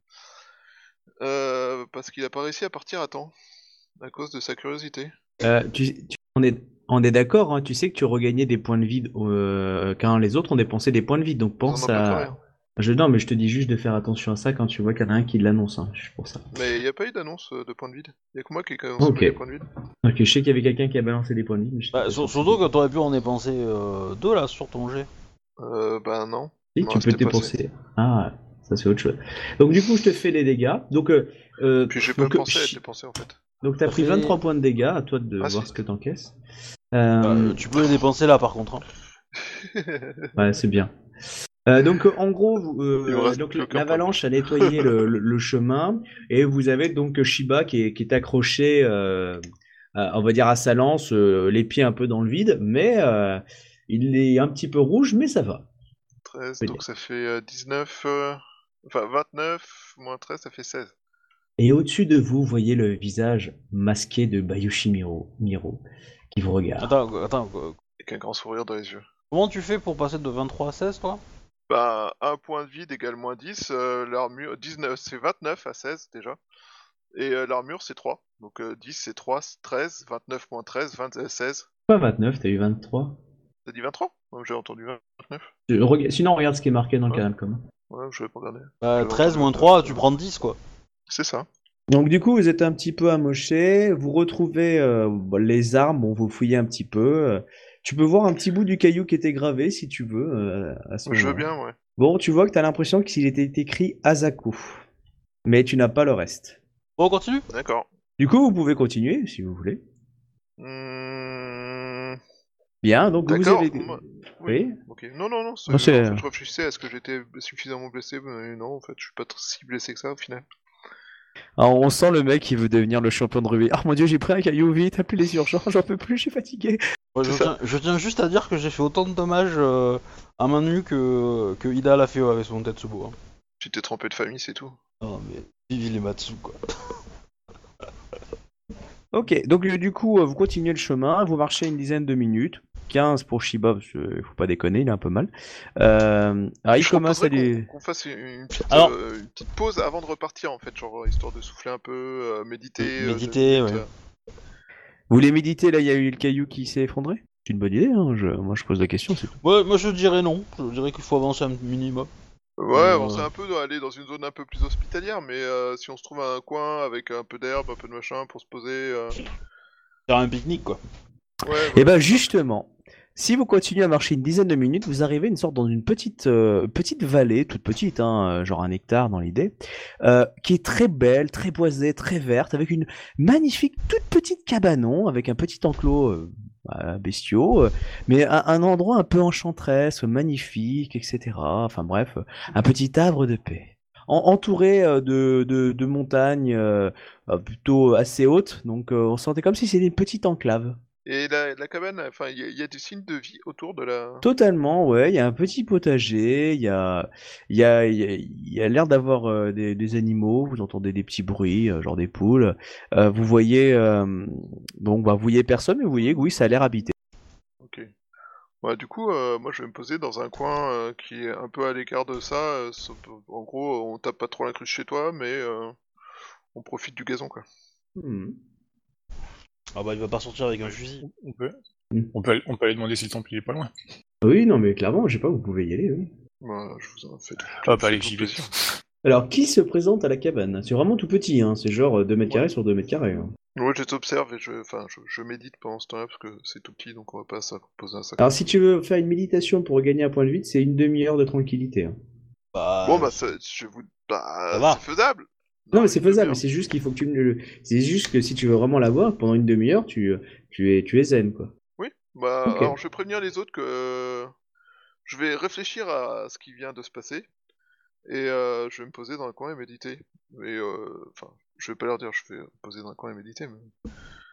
Parce qu'il a pas réussi à partir à temps, à cause de sa curiosité. On est d'accord, hein, tu sais que tu regagnais des points de vide quand les autres ont dépensé des points de vide. Donc, Ils en pense ont pas fait à. rien. Non, mais je te dis juste de faire attention à ça quand tu vois qu'il y en a un qui l'annonce. Hein, juste pour ça. Mais il n'y a pas eu d'annonce de points de vide. Il y a que moi qui ai Ok. annoncé des points de vide. Ok, je sais qu'il y avait quelqu'un qui a balancé des points de vide. Mais je sais pas Surtout que t'aurais pu en dépenser deux là sur ton jet. Non. Si, Non, tu peux c'était pas assez. dépenser. Ah, ça c'est autre chose. Donc du coup, je te fais les dégâts. Donc, Puis j'ai pas donc, pensé à les dépenser en fait. donc t'as Ça pris fait- 23 points de dégâts. À toi de Ah, voir si. ce que t'encaisses. Tu peux les dépenser là par contre. Hein. Ouais, c'est bien. Donc en gros, Il me reste donc plus aucun l'avalanche a nettoyé le chemin et vous avez donc Shiba qui est accroché, on va dire à sa lance, les pieds un peu dans le vide, mais il est un petit peu rouge, mais ça va. 13, Oui. donc ça fait 19... Enfin 29, moins 13, ça fait 16. Et au-dessus de vous, vous voyez le visage masqué de Bayushi Miro qui vous regarde. Attends, Avec un grand sourire dans les yeux. comment tu fais pour passer de 23 à 16 toi? Bah, un point de vide égale moins 10, l'armure... 19, c'est 29 à 16 déjà. Et l'armure c'est 3. Donc 10 c'est 3, 13, 29 moins 13, 16. Pas 29, t'as eu 23. T'as dit 23? Ouais, j'ai entendu 29. Sinon, regarde ce qui est marqué dans le Ouais. canal commun. Ouais, je vais pas regarder. Bah, J'avais 13 entendu moins 29, 3, tu prends 10 quoi. C'est ça. Donc du coup, vous êtes un petit peu amoché, vous retrouvez les armes, bon, vous fouillez un petit peu. Tu peux voir un petit bout du caillou qui était gravé, si tu veux, à ce Je veux moment-là. bien, ouais. Bon, tu vois que t'as l'impression qu'il était écrit Azaku, mais tu n'as pas le reste. Bon, on continue. D'accord. Du coup, vous pouvez continuer, si vous voulez. Bien, donc vous D'accord. avez... Oui. Oui. Ok. Non, Non, en c'est- fait, je réfléchissais à ce que j'étais suffisamment blessé, mais non, en fait, je suis pas si blessé que ça au final. Alors, on sent le mec qui veut devenir le champion de rugby. Ah mon dieu, j'ai pris un caillou, vite, appelez les urgences, j'en peux plus, je suis fatigué. Ouais, C'est je tiens juste à dire que j'ai fait autant de dommages à main nue que Ida l'a fait avec son Tetsubo. Hein. Tu t'es trompé de famille, c'est tout. Non mais vive les Matsu quoi. Ok, donc du coup, vous continuez le chemin, vous marchez une dizaine de minutes. 15 pour Shiba, parce qu'il faut pas déconner, il est un peu mal. Alors, il Je commence à proposerais lui... qu'on fasse une petite, Alors- une petite pause avant de repartir, en fait, genre histoire de souffler un peu, méditer. Méditer, 2 minutes, ouais. Vous voulez méditer, là, il y a eu le caillou qui s'est effondré? C'est une bonne idée, hein, moi je pose la question, c'est tout. Ouais, moi je dirais non. Je dirais qu'il faut avancer un minimum. Ouais, on sait un peu aller dans une zone un peu plus hospitalière, mais si on se trouve à un coin avec un peu d'herbe, un peu de machin pour se poser. Faire un pique-nique quoi. Ouais, Et voilà. ben justement, si vous continuez à marcher une dizaine de minutes, vous arrivez dans une petite vallée, toute petite, hein, genre 1 hectare dans l'idée, qui est très belle, très boisée, très verte, avec une magnifique toute petite cabanon, avec un petit enclos bestiaux, mais un endroit un peu enchanteresse, magnifique, etc. Enfin bref, un petit havre de paix. Entouré de montagnes plutôt assez hautes, donc on sentait comme si c'était une petite enclave. Et la cabane, enfin, il y a des signes de vie autour de la. Totalement, ouais. Il y a un petit potager, il y a l'air d'avoir des animaux. Vous entendez des petits bruits, genre des poules. Vous voyez, donc, vous voyez personne, mais vous voyez que oui, ça a l'air habité. Ok. Ouais, du coup, moi je vais me poser dans un coin qui est un peu à l'écart de ça. En gros, on tape pas trop l'incruste chez toi, mais on profite du gazon, quoi. Hmm. Ah bah il va pas sortir avec un fusil. On peut, Mm. on peut aller demander si le temple il est pas loin. Oui, non, mais clairement, je sais pas, vous pouvez y aller, oui. Voilà, je vous en fais tout. Hop, allez, j'y vais. plaisir. Alors, qui se présente à la cabane? C'est vraiment tout petit, hein. C'est genre 2 mètres carrés sur 2 mètres carrés. Hein. Ouais, je t'observe et je médite pendant ce temps-là parce que c'est tout petit, donc on va pas poser un sac. Alors, si tu veux faire une méditation pour regagner un point de vide, c'est une demi-heure de tranquillité. Hein. Bah, Bon, bah, je vous. Ça va. C'est faisable! Non, mais c'est une faisable, mais demi-heure. c'est juste qu'il faut que tu me le... C'est juste que si tu veux vraiment l'avoir, pendant une demi-heure, tu es zen, quoi. Oui, bah, Ok. alors je vais prévenir les autres que je vais réfléchir à ce qui vient de se passer et je vais me poser dans un coin et méditer. Mais enfin, je vais pas leur dire, je vais me poser dans un coin et méditer. Mais...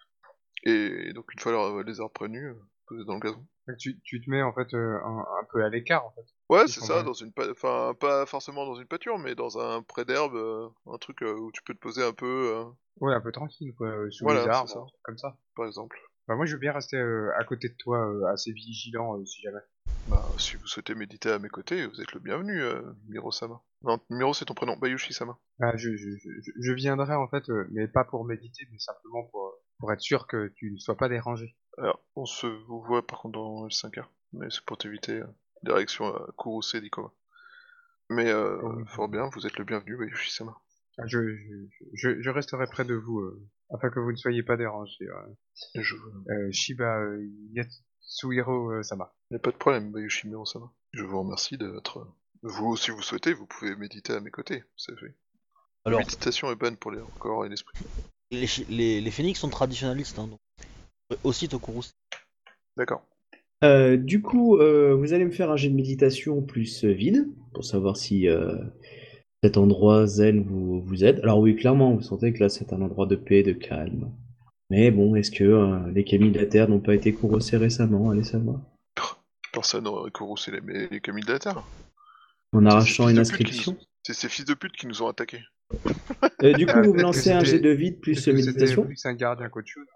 Et donc une fois les arbres prévenus, poser dans le gazon. Donc, tu te mets en fait un peu à l'écart en fait. Ouais, Ils c'est sont ça, vrais. enfin pas forcément dans une pâture, mais dans un pré d'herbe, un truc où tu peux te poser un peu, Ouais, un peu tranquille quoi, sous Voilà, les c'est arbres, ça. un truc comme ça. par exemple. Bah moi je veux bien rester à côté de toi, assez vigilant si jamais. Bah, si vous souhaitez méditer à mes côtés, vous êtes le bienvenu, Miro-sama. Non, Miro c'est ton prénom, Bayushi-sama. Ah, je viendrai en fait, mais pas pour méditer, mais simplement pour être sûr que tu ne sois pas dérangé. Alors, on se vous voit par contre dans le 5h, mais c'est pour t'éviter direction Kurose d'Ikoma. Mais fort bien, vous êtes le bienvenu, Bayushi-sama. Ah, je resterai près de vous afin que vous ne soyez pas dérangé. Et je... Shiba Yatsuhiro Sama. Y a pas de problème, Bayushi Miro-sama. Je vous remercie d'être... Vous, si vous souhaitez, vous pouvez méditer à mes côtés, c'est fait. La alors, méditation est bonne pour le corps et l'esprit. les phénix sont traditionnalistes, hein, donc aussi Tokurus. D'accord. Du coup, vous allez me faire un jet de méditation plus vide, pour savoir si cet endroit zen vous aide. Alors oui, clairement, vous sentez que là, c'est un endroit de paix, de calme. Mais bon, est-ce que les camis de la Terre n'ont pas été courrossés récemment? Allez savoir. Personne n'aurait courroucé les camis de la Terre. En C'est arrachant ces une fils de pute qui inscription. nous- C'est ces fils de pute qui nous ont attaqués. Du coup, Ah, vous me peut-être que lancez un jet c'était- de vide plus Peut-être que c'était méditation. plus un gardien qu'autre chose.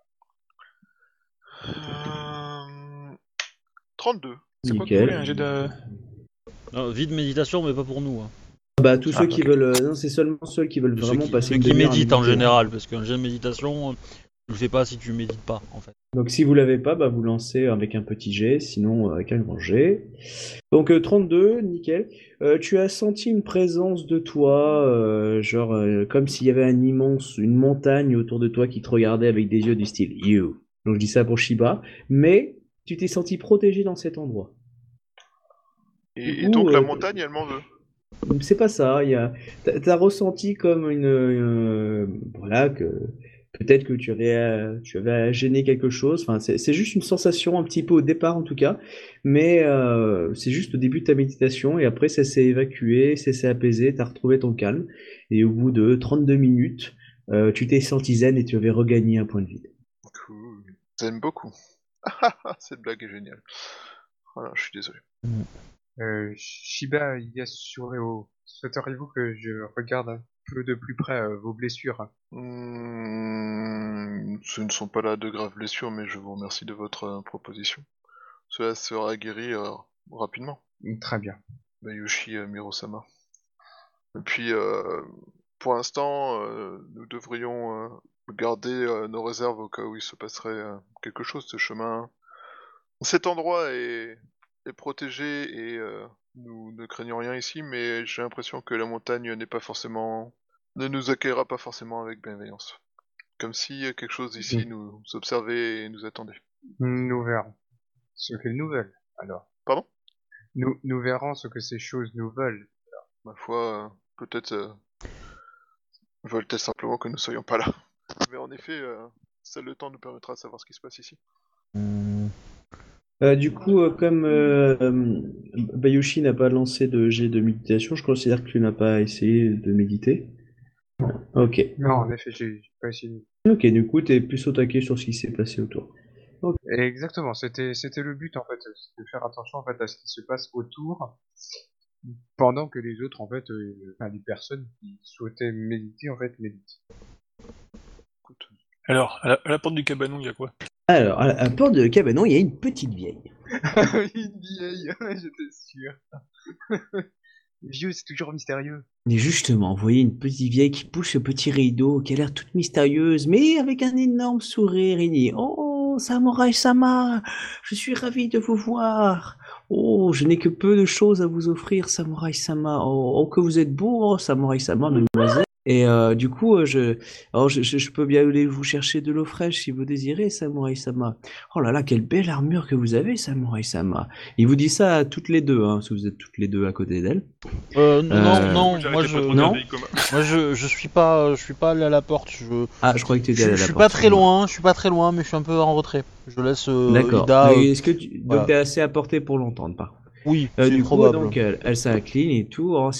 32. C'est quoi Nickel. pour un jet de... Non, vide méditation, mais pas pour nous. Hein. Bah, tous Ah, ceux qui ok. veulent. Non, c'est seulement ceux qui veulent Ceux vraiment qui, passer ceux une qui demi-heure à méditent en méditer. général, parce qu'un jet de méditation, tu le fais pas si tu médites pas, en fait. Donc si vous l'avez pas, bah vous lancez avec un petit jet, sinon avec un grand jet. Donc 32, nickel. Tu as senti une présence de toi, genre comme s'il y avait une montagne autour de toi qui te regardait avec des yeux du style You. Donc je dis ça pour Shiba, mais tu t'es senti protégé dans cet endroit. Et Ou, donc la montagne, elle m'en veut. c'est pas ça. T'as ressenti comme voilà que peut-être que tu avais à gêner quelque chose. Enfin, c'est juste une sensation un petit peu au départ en tout cas, mais c'est juste au début de ta méditation et après ça s'est évacué, ça s'est apaisé, t'as retrouvé ton calme et au bout de 32 minutes, tu t'es senti zen et tu avais regagné un point de vide. Cool. J'aime beaucoup. Cette blague est géniale. Voilà, je suis désolé. Shiba Yasuo, souhaiteriez-vous que je regarde un peu de plus près vos blessures? Ce ne sont pas là de graves blessures, mais je vous remercie de votre proposition. Cela sera guéri rapidement. Très bien. Bayushi Mirosama. Et puis, pour l'instant, nous devrions garder nos réserves au cas où il se passerait quelque chose. Ce chemin, cet endroit est protégé et nous ne craignons rien ici, mais j'ai l'impression que la montagne ne nous accueillera pas forcément avec bienveillance. Comme si quelque chose ici nous observait et nous attendait. Nous verrons ce qu'elles nous veulent, alors. Pardon ? Nous verrons ce que ces choses nous veulent. Ma foi, peut-être veulent-elles simplement que nous soyons pas là. Mais en effet, seul le temps nous permettra de savoir ce qui se passe ici. Du coup, comme Bayushi n'a pas lancé de jet de méditation, je considère que tu n'as pas essayé de méditer. Ok. Non, en effet, j'ai pas essayé. Ok, du coup, t'es plus au taquet sur ce qui s'est passé autour. Exactement, c'était le but en fait, c'était de faire attention en fait à ce qui se passe autour, pendant que les autres en fait, enfin les personnes qui souhaitaient méditer en fait méditent. Alors, à la porte du cabanon, il y a quoi? Alors, à la porte de cabanon, il y a une petite vieille. Une vieille, j'étais sûr. Vieux, c'est toujours mystérieux. Et justement, vous voyez une petite vieille qui pousse ce petit rideau, qui a l'air toute mystérieuse, mais avec un énorme sourire. Il dit: Oh, Samurai-sama, je suis ravi de vous voir. Oh, je n'ai que peu de choses à vous offrir, Samurai-sama. Oh, que vous êtes beau, oh, Samurai-sama, mademoiselle. Et du coup, je peux bien aller vous chercher de l'eau fraîche si vous désirez, Samurai-sama. Oh là là, quelle belle armure que vous avez, Samurai-sama. Il vous dit ça à toutes les deux, hein, parce que vous êtes toutes les deux à côté d'elle. Non, J'arrêtais moi pas je, trop de non. dire Veikoma. moi je suis pas allé à la porte. Ah, je croyais que tu étais allé à Je la suis porte. pas très loin, je suis pas très loin, mais je suis un peu en retrait. Je laisse D'accord. Ida. Mais est-ce que donc voilà. t'es assez à portée pour l'entendre, par contre. Oui, c'est Du coup, probable. donc elle s'incline et tout. Oh,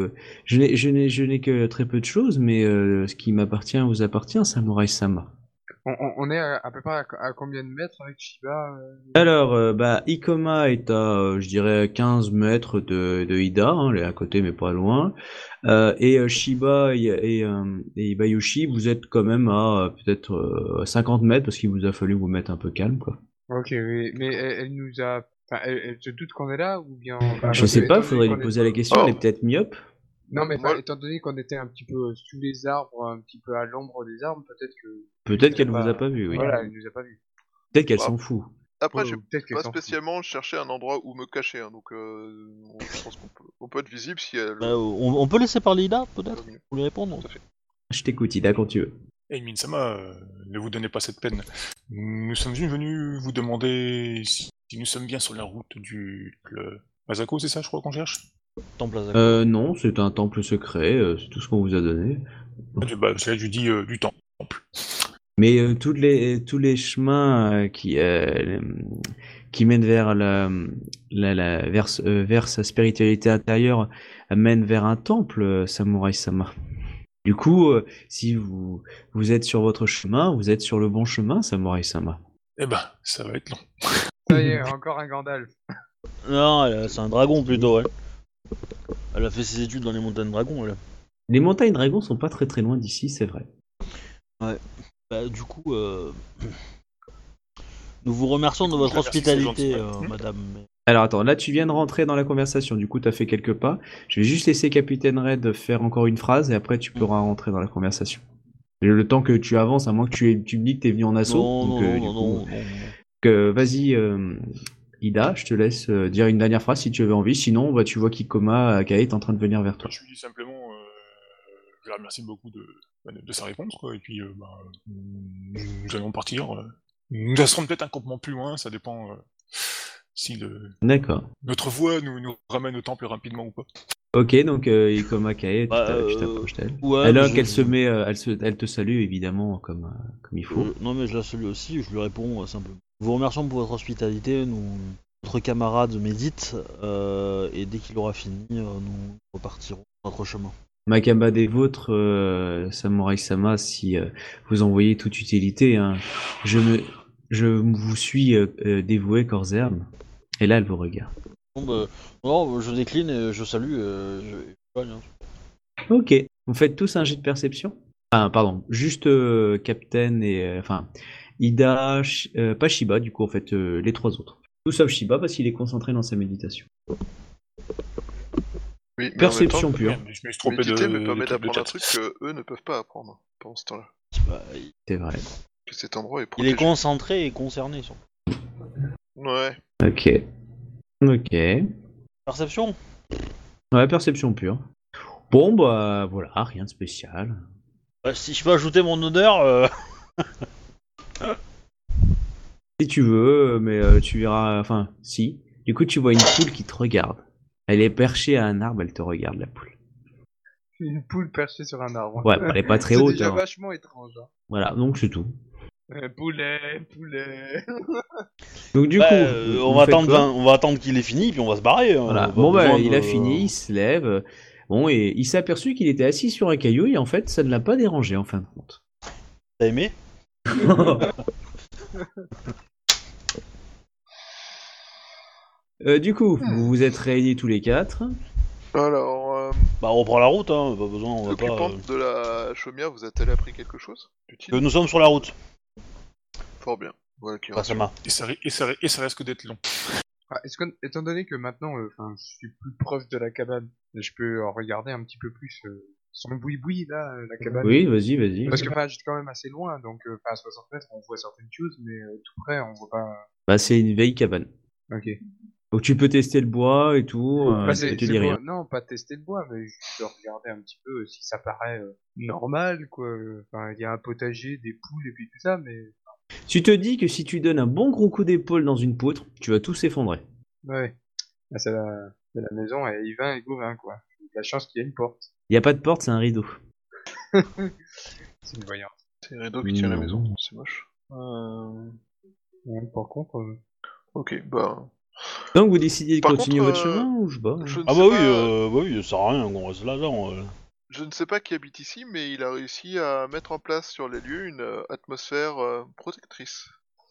je n'ai que très peu de choses, mais ce qui m'appartient vous appartient, Samurai-sama. On est à peu près à combien de mètres avec Shiba Alors, bah, Ikoma est à, je dirais, 15 mètres de Ida, hein, elle est à côté mais pas loin. Et Shiba et Bayushi, vous êtes quand même à peut-être 50 mètres parce qu'il vous a fallu vous mettre un peu calme, quoi. Ok, oui, mais elle nous a... Enfin, elle se doute qu'on est là ou bien... Je parce sais que pas, étant donné faudrait lui qu'on poser est- la question, elle est peut-être myope. Non, mais Moi- étant donné qu'on était un petit peu sous les arbres, un petit peu à l'ombre des arbres, peut-être que... Peut-être qu'elle pas- vous a pas vu, oui. Voilà, elle nous a pas vu. Peut-être qu'elle Bah, s'en fout. Après, Ouais, j'ai ou peut-être qu'elle pas s'en fout. spécialement cherché un endroit où me cacher, hein, donc je pense qu'on peut être visible si elle... Bah, on peut laisser parler Ida, peut-être, pour lui répondre. Tout à fait. Je t'écoute, Ida, quand tu veux. Hey Minsama, ne vous donnez pas cette peine. Nous sommes venus vous demander si nous sommes bien sur la route le Masako, c'est ça, je crois qu'on cherche? Temple Azak. Non, c'est un temple secret, c'est tout ce qu'on vous a donné. Bah, là, je dis du temple. Mais tous les chemins qui mènent vers vers sa spiritualité intérieure mènent vers un temple, Samurai-sama. Du coup, si vous êtes sur votre chemin, vous êtes sur le bon chemin, Samurai-sama. Eh ben, ça va être long. Ça y est, encore un Gandalf. Non, c'est un dragon plutôt, ouais. Elle a fait ses études dans les montagnes dragons, elle. Les montagnes dragons sont pas très très loin d'ici, c'est vrai. Bah, du coup, nous vous remercions de votre Merci, c'est hospitalité, gentil. madame. Alors attends, là tu viens de rentrer dans la conversation, du coup t'as fait quelques pas. Je vais juste laisser Capitaine Red faire encore une phrase et après tu pourras rentrer dans la conversation. Le temps que tu avances, à moins que tu me dis que t'es venu en assaut. Non, donc, non, du non, coup, non, non. vas-y, Ida, je te laisse dire une dernière phrase si tu avais envie. Sinon, bah, tu vois qu'Ikoma Kae est en train de venir vers toi. Je lui dis simplement, je la remercie beaucoup de sa réponse, quoi, et puis nous allons partir. Nous serons peut-être un campement plus loin, ça dépend si D'accord. notre voie nous ramène au temple rapidement ou pas. Ok, donc Ikoma Kae, Bah, tu t'approches d'elle. ouais, Alors mais qu'elle se met, elle te salue évidemment comme il faut. Non, mais je la salue aussi, je lui réponds simplement. Nous vous remercions pour votre hospitalité, notre camarade médite, et dès qu'il aura fini, nous repartirons notre chemin. Makaba des vôtres, Samurai-sama, si vous en voyez toute utilité, hein, je vous suis dévoué corps et âme. Et là, elle vous regarde. Bon, bah, non, je décline et je salue, pas bien. Ok, vous faites tous un jet de perception. Ah, pardon, juste Captain et enfin Ida, pas Shiba, du coup en fait les trois autres. Tout sauf Shiba parce qu'il est concentré dans sa méditation. Oui, mais en Perception même temps, pure, Je me suis trompé méditer me de permet truc de d'apprendre un chat. truc que eux ne peuvent pas apprendre pendant ce temps-là. Bah, c'est vrai. Que cet endroit est il protégé. est concentré et concerné. Surtout. Ouais. Ok. Ok. Perception. Ouais, perception pure. Bon bah voilà, rien de spécial. Bah, si je peux ajouter mon honneur, Si tu veux, mais tu verras. Enfin, si. Du coup, tu vois une poule qui te regarde. Elle est perchée à un arbre, elle te regarde la poule. Une poule perchée sur un arbre. Ouais, elle est pas très C'est haute. déjà Hein. vachement étrange. Hein. Voilà, donc c'est tout. Poulet, poulet. Donc du bah, coup, on vous va faites attendre, quoi on va attendre qu'il ait fini, puis on va se barrer. Voilà. Pas Bon bah besoin il de- a fini, il se lève. Bon et il s'est aperçu qu'il était assis sur un caillou et en fait ça ne l'a pas dérangé en fin de compte. T'as aimé? Du coup, vous vous êtes réunis tous les quatre. Alors, Bah, on reprend la route, hein, pas besoin, on va pas. l'occupante de la chaumière, vous a-t-elle appris quelque chose d'utile? Que nous sommes sur la route. Fort bien. Voilà qui Bah, ça m'a. Et ça risque d'être long. Ah, étant donné que maintenant, je suis plus proche de la cabane, je peux regarder un petit peu plus son boui-boui là, la cabane. Oui, vas-y, vas-y. Parce que j'étais quand même assez loin, donc à 60 mètres on voit certaines choses, mais tout près on voit pas. Bah c'est une vieille cabane. Ok. Donc tu peux tester le bois et tout. Bah, je te c'est dis rien. non, pas tester le bois, mais je peux regarder un petit peu si ça paraît normal, quoi. Enfin, il y a un potager, des poules et puis tout ça, mais Tu te dis que si tu donnes un bon gros coup d'épaule dans une poutre, tu vas tout s'effondrer. ouais. Bah, c'est la maison et Yvain et Gauvin, quoi. La chance qu'il y a une porte. Il y a pas de porte, c'est un rideau. C'est une voyante. C'est les rideaux qui tiennent la Non. maison, c'est moche. Ouais, par contre, Ok, bah... Donc vous décidez de Par continuer contre, votre chemin ou je sais pas. Je ne Ah sais bah pas... oui, ça sert à rien qu'on reste là. Je ne sais pas qui habite ici, mais il a réussi à mettre en place sur les lieux une atmosphère protectrice.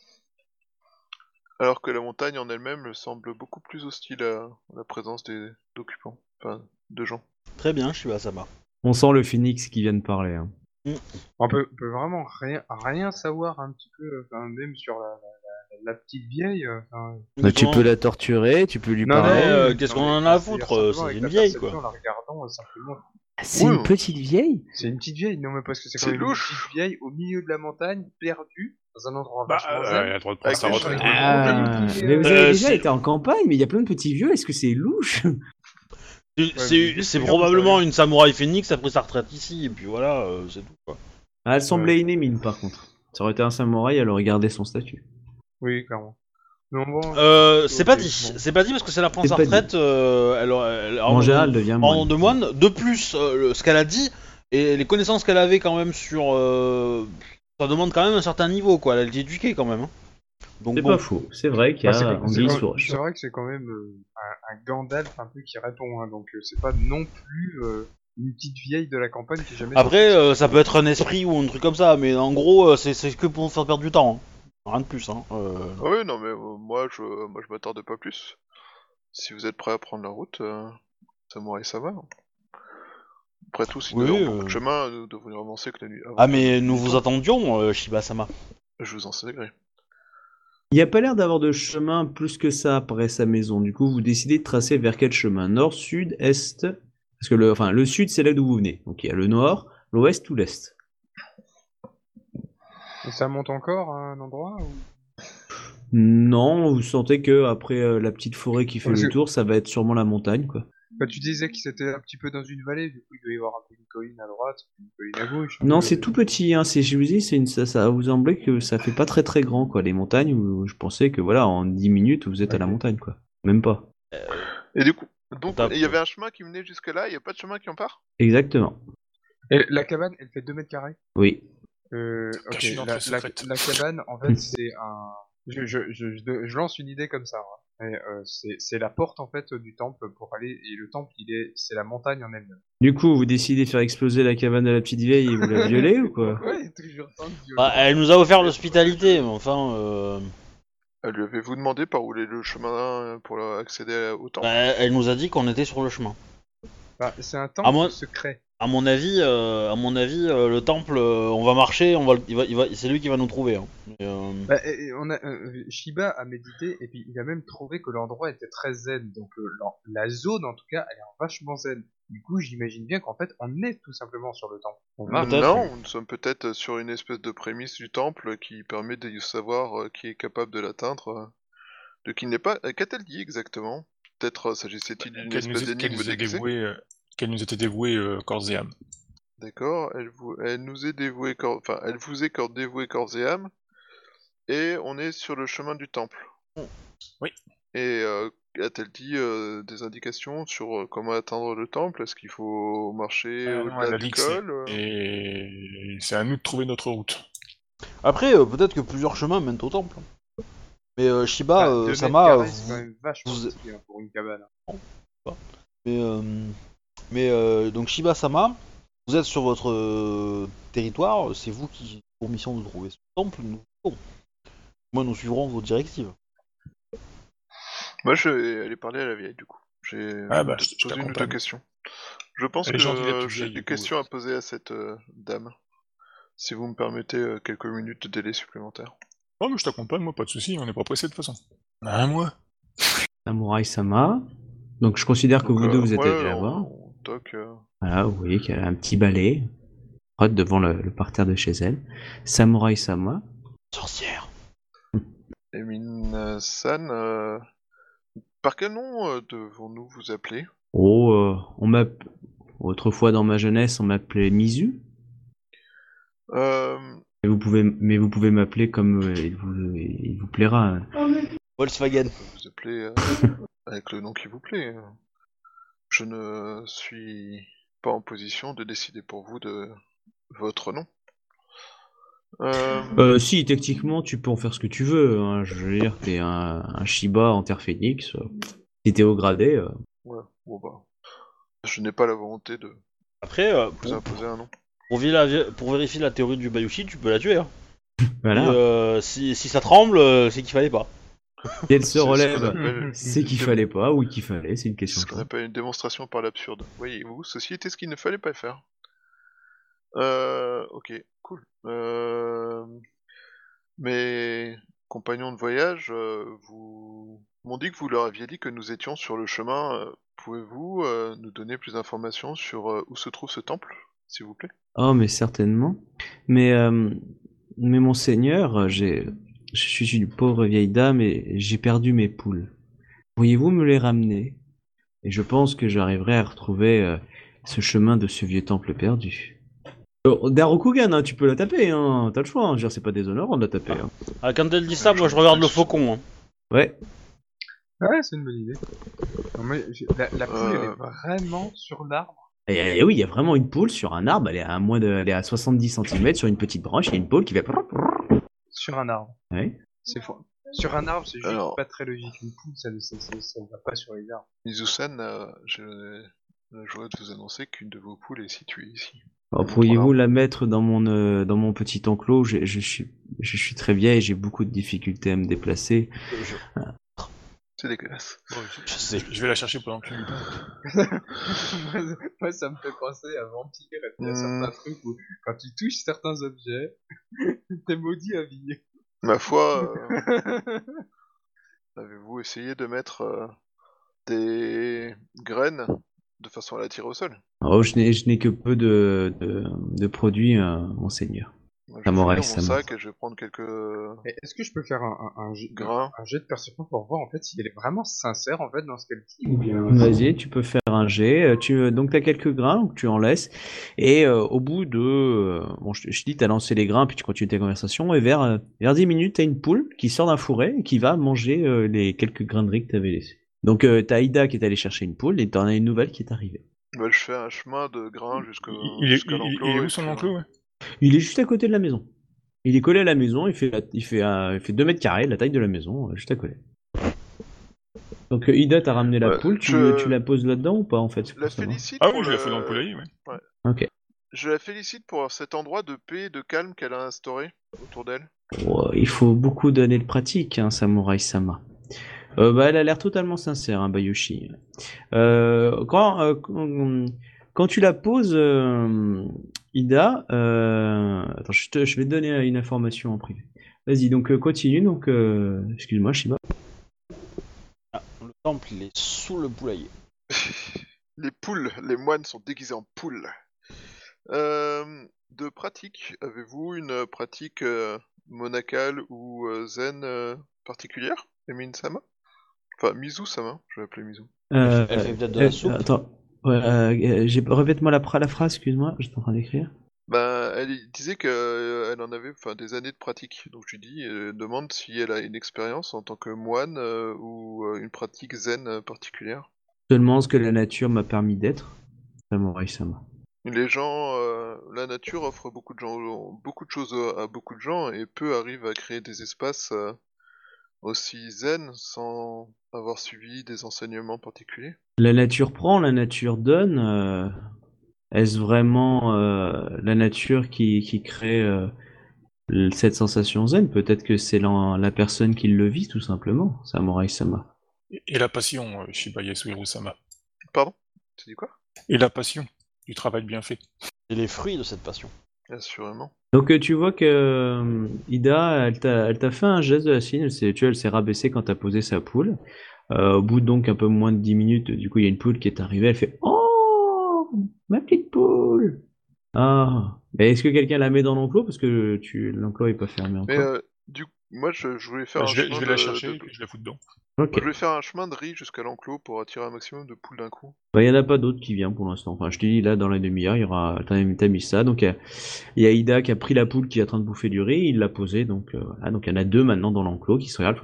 Alors que la montagne en elle-même semble beaucoup plus hostile à la présence d'occupants, enfin de gens. Très bien, je suis à Sama. On sent le phoenix qui vient de parler. Hein. on peut vraiment rien savoir un petit peu, enfin, même sur la petite vieille. Bah, tu peux la torturer, tu peux lui Non, parler. qu'est-ce non, qu'on en mais a à c'est-à-dire foutre, simplement c'est avec une la vieille, perception, quoi. En la regardant simplement. C'est Oui. une petite vieille. C'est une petite vieille, non mais parce que c'est C'est quand même louche. une petite vieille au milieu de la montagne, perdue, dans un endroit Bah, vachement elle zen. a le droit de Avec prendre sa des retraite. gens avec Ah, qui, mais vous avez déjà c'est- été en campagne, mais il y a plein de petits vieux. Est-ce que c'est louche mais C'est juste c'est dire que probablement ça- une samouraï phoenix a pris sa retraite ici, et puis voilà, c'est tout, quoi. Ah, elle semblait inémine par contre. Ça aurait été un samouraï, elle aurait gardé son statut. Oui, clairement. Non, bon, C'est ok, pas dit, bon. c'est pas dit parce que c'est la prendre sa C'est pas retraite, elle En général, elle devient en moine. de moine. De plus, ce qu'elle a dit et les connaissances qu'elle avait quand même sur, ça demande quand même un certain niveau, quoi. Elle a été éduquée quand même. Hein. Donc C'est bon, pas faux. C'est vrai qu'il y Bah, a anguille sous roche. c'est vrai que c'est quand même un Gandalf un peu qui répond, hein, donc c'est pas non plus une petite vieille de la campagne qui est jamais. après, sortie. ça peut être un esprit ou un truc comme ça, mais en gros, c'est que pour faire perdre du temps. Hein. Rien de plus. Hein. Ah oui, non mais moi je m'attarde pas plus. Si vous êtes prêts à prendre la route, Samouraï ça va. Après tout, si nous Oui, avons beaucoup de chemin, nous devrions avancer que la nuit. Ah mais nous vous attendions, Shiba-sama. Je vous en sais gré. Il n'y a pas l'air d'avoir de chemin plus que ça après sa maison. Du coup, vous décidez de tracer vers quel chemin? Nord, sud, est? Parce que le sud, c'est là d'où vous venez. Donc il y a le nord, l'ouest ou l'est. Et ça monte encore à un endroit ou... Non, vous sentez que après la petite forêt qui fait Parce le que- tour, ça va être sûrement la montagne, quoi. Bah, tu disais que c'était un petit peu dans une vallée, du coup il doit y avoir un peu une colline à droite, une colline à gauche. un Non, peu- c'est tout petit, hein. Je vous dis, ça vous semblait que ça fait pas très très grand, quoi. Les montagnes, où je pensais que voilà, en 10 minutes, vous êtes à la Ok. montagne, quoi. Même pas. Et du coup, donc Tape. il y avait un chemin qui menait jusque là, il y a pas de chemin qui en part? Exactement. Et la cabane, elle fait 2 mètres carrés. Oui. Ok, Cache une entrée secrète. la cabane, en fait, c'est un... Je lance une idée comme ça. Hein. Et, c'est la porte, en fait, du temple pour aller... Et le temple, c'est la montagne en elle-même. Du coup, vous décidez de faire exploser la cabane de la petite vieille et vous la violez ou quoi? Ouais, toujours tant de Bah, elle nous a offert l'hospitalité, mais enfin, Lui avez-vous demandé par où est le chemin pour accéder au temple? bah, elle nous a dit qu'on était sur le chemin. Bah, c'est un À temple moi- secret. À mon avis, le temple, on va marcher, c'est lui qui va nous trouver. Hein. Mais, Bah, Shiba a médité et puis il a même trouvé que l'endroit était très zen. Donc la zone en tout cas, elle est vachement zen. Du coup, j'imagine bien qu'en fait, on est tout simplement sur le temple. On marche. peut-être. Non, nous sommes peut-être sur une espèce de prémisse du temple qui permet de savoir qui est capable de l'atteindre, de qui n'est pas. Qu'a-t-elle dit exactement? Peut-être s'agissait-il d'une espèce d'énigme déguisée? Qu'elle nous était dévouée corps et âme. D'accord, elle nous est dévouée enfin, elle vous est dévouée corps et âme, et on est sur le chemin du temple. Oui. Et a-t-elle dit des indications sur comment atteindre le temple? Est-ce qu'il faut marcher Non, au-delà elle a du dit que col? c'est à nous de trouver notre route. Après, peut-être que plusieurs chemins mènent au temple. Mais Shiba, 2 mètres Sama, carrés, c'est quand même vachement vous- petit hein, pour une cabane. donc Shiba Sama, vous êtes sur votre territoire, c'est vous qui avez pour mission de trouver ce temple. Nous suivrons vos directives. Moi, je vais aller parler à la vieille, du coup. J'ai Ah bah, posé je une ou deux t'accompagne. questions. Je pense Elle est gentille, la que petite j'ai vieille, des du coup, questions à poser à cette dame. Si vous me permettez quelques minutes de délai supplémentaire. Oh, mais je t'accompagne, moi, pas de soucis, on n'est pas pressé de toute façon. Un mois. Samurai Sama. Donc je considère que Donc, vous deux vous êtes ouais, allés la voir. on toque. Voilà, vous voyez qu'elle a un petit balai devant le parterre de chez elle. Samurai Sama. Sorcière. Emin-san, par quel nom devons-nous vous appeler? Oh, autrefois dans ma jeunesse, on m'appelait Mizu. Euh, Mais vous pouvez m'appeler comme il vous plaira. Volkswagen. vous appelez avec le nom qui vous plaît. Je ne suis pas en position de décider pour vous de votre nom. Si, techniquement, tu peux en faire ce que tu veux. Hein. Je veux dire, t'es un Shiba en Terre Phoenix. Si t'es au gradé. Ouais, bon bah. Je n'ai pas la volonté de Après, vous imposer un nom. pour vérifier la théorie du Bayushi, tu peux la tuer. Hein. Voilà. Et, si ça tremble, c'est qu'il fallait pas. Si elle se C'est ce qu'on relève, appelle c'est qu'il fallait pas, ou qu'il fallait, c'est une question ce de qu'on choix. appelle une démonstration par l'absurde. Voyez-vous, ceci était ce qu'il ne fallait pas faire. Ok, cool. Mes compagnons de voyage, vous m'ont dit que vous leur aviez dit que nous étions sur le chemin. Pouvez-vous nous donner plus d'informations sur où se trouve ce temple, s'il vous plaît? Oh, mais certainement. Mais monseigneur, je suis une pauvre vieille dame et j'ai perdu mes poules. Pourriez-vous me les ramener? Et je pense que j'arriverai à retrouver ce chemin de ce vieux temple perdu. Darukugan, hein, tu peux la taper, hein, t'as le choix, hein. Je veux dire, c'est pas déshonorant de la taper. Hein. Ah, quand elle dit ça, moi je regarde le faucon. Hein. Ouais. Ouais, c'est une bonne idée. Non, mais la poule, elle est vraiment sur l'arbre. Et oui, il y a vraiment une poule sur un arbre, elle est à 70 cm sur une petite branche, il y a une poule qui va... Sur un arbre. Ouais. C'est faux. Sur un arbre, c'est juste Alors. pas très logique. Une poule, ça ne va pas sur les arbres. Mizu-san, j'ai la joie de vous annoncer qu'une de vos poules est située ici. Alors, pourriez-vous la mettre dans mon petit enclos? Je suis très vieille, j'ai beaucoup de difficultés à me déplacer. C'est dégueulasse. Je sais. Je vais la chercher pendant que tu me parles. Moi, ça me fait penser à Vampire et puis à certains trucs où, quand tu touches certains objets, t'es maudit à vie. Ma foi, avez-vous essayé de mettre des graines de façon à la tirer au sol? Oh, je n'ai que peu de produits, monseigneur. Moi, Je vais fouiller Samurai dans mon Sama. sac et je vais prendre quelques Et est-ce que je peux faire grains. un jet de perception pour voir en fait si elle est vraiment sincère en fait dans ce qu'elle dit ou bien. Vas-y, tu peux faire un jet. Donc tu as quelques grains, donc tu en laisses. Et au bout de... bon, je te dis, tu as lancé les grains, puis tu continues ta conversation. Et vers 10 minutes, tu as une poule qui sort d'un fourré et qui va manger les quelques grains de riz que tu avais laissés. Donc tu as Ida qui est allée chercher une poule et tu en as une nouvelle qui est arrivée. Bah, je fais un chemin de grains jusqu'à Il l'enclos. est où et son puis, enclos, ouais? Il est juste à côté de la maison. Il est collé à la maison, il fait 2 mètres carrés, la taille de la maison, juste à côté. Donc Ida, t'as ramené la Ouais, poule, tu la poses là-dedans ou pas en fait? Je la félicite Ah pour oui, je la fous dans le poulailler, ouais. Ok. Je la félicite pour cet endroit de paix et de calme qu'elle a instauré autour d'elle. Oh, il faut beaucoup d'années de pratique, hein, Samurai Sama. Elle a l'air totalement sincère, hein, Bayushi. Quand tu la poses, Ida, attends, je vais te donner une information en privé. Vas-y, donc continue. Donc, excuse-moi, Shiba. Ah, le temple, il est sous le poulailler. Les moines sont déguisés en poules. De pratique, avez-vous une pratique monacale ou zen particulière, Emin-sama? Enfin, Mizu-sama, je vais appeler Mizu. Elle fait peut-être de la soupe. Attends, ouais, répète-moi la phrase, excuse-moi, j'étais en train d'écrire. Ben, elle disait qu'elle en avait des années de pratique. Donc je lui dis, demande si elle a une expérience en tant que moine ou une pratique zen particulière. Seulement ce que la nature m'a permis d'être, Samurai Sama. Les gens, la nature offre beaucoup de choses à beaucoup de gens et peu arrivent à créer des espaces aussi zen sans avoir suivi des enseignements particuliers. La nature prend, la nature donne. Est-ce vraiment la nature qui crée cette sensation zen? Peut-être que c'est la personne qui le vit tout simplement, Samurai Sama. Et la passion, Shiba Yasuhiro-sama. Pardon? Tu dis quoi? Et la passion du travail bien fait. Et les fruits de cette passion. Assurément. Donc tu vois que Ida, elle t'a fait un geste de la signe, elle s'est rabaissée quand t'as posé sa poule. Au bout de donc un peu moins de 10 minutes, du coup il y a une poule qui est arrivée, elle fait «Oh, ma petite poule!» Ah, mais est-ce que quelqu'un la met dans l'enclos? Parce que l'enclos est pas fermé Mais encore. moi je voulais faire un Je chemin vais la chercher et puis je la fous dedans. Moi, Ok. je vais faire un chemin de riz jusqu'à l'enclos pour attirer un maximum de poules d'un coup. Bah, il y en a pas d'autre qui vient pour l'instant. Enfin, je te dis, là, dans la demi-heure, il y aura, t'as mis ça. Donc, il y a Ida qui a pris la poule qui est en train de bouffer du riz, il l'a posée. Donc, voilà. Donc, il y en a deux maintenant dans l'enclos qui se regardent.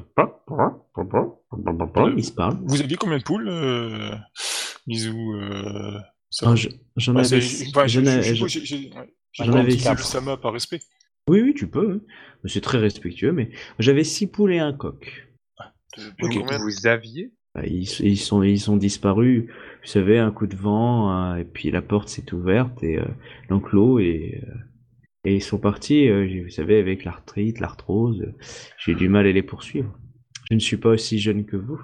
Ils se parlent. Vous aviez combien de poules, Mizu Non, Sama? j'en Bah, avais, je suppose j'en avais le 6. Sama par respect. Oui, tu peux. Hein. C'est très respectueux, mais j'avais 6 poules et un coq. Ok. Combien de- Vous aviez Bah, ils sont disparus. Vous savez, un coup de vent, et puis la porte s'est ouverte et l'enclos et ils sont partis. Vous savez, avec l'arthrite, l'arthrose, j'ai du mal à les poursuivre. Je ne suis pas aussi jeune que vous.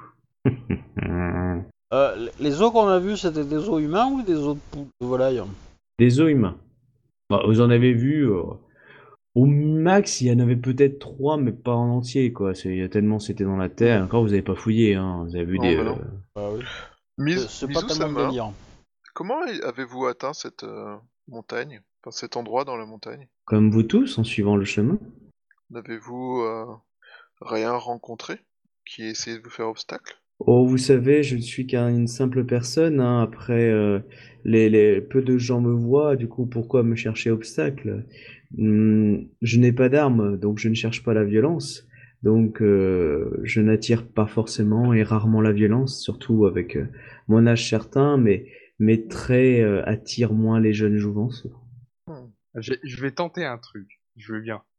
Les os qu'on a vus, c'était des os humains ou des os de volaille? Des os humains. Bah, vous en avez vu. Au max, il y en avait peut-être 3, mais pas en entier, quoi. Tellement c'était dans la terre. Encore, vous avez pas fouillé, hein. Vous avez vu Non, des. bah non. Bah oui. Mizu- C'est pas tellement le Mizu-sama, délire. comment avez-vous atteint cette montagne, enfin cet endroit dans la montagne? Comme vous tous, en suivant le chemin. N'avez-vous rien rencontré qui ait essayé de vous faire obstacle? Oh, vous savez, je ne suis qu'une simple personne, hein. Après, peu de gens me voient, du coup, pourquoi me chercher obstacle? Je n'ai pas d'armes, donc je ne cherche pas la violence. Donc, je n'attire pas forcément et rarement la violence, surtout avec mon âge certain, mais mes traits attirent moins les jeunes jouvences. Je vais tenter un truc. Je veux bien.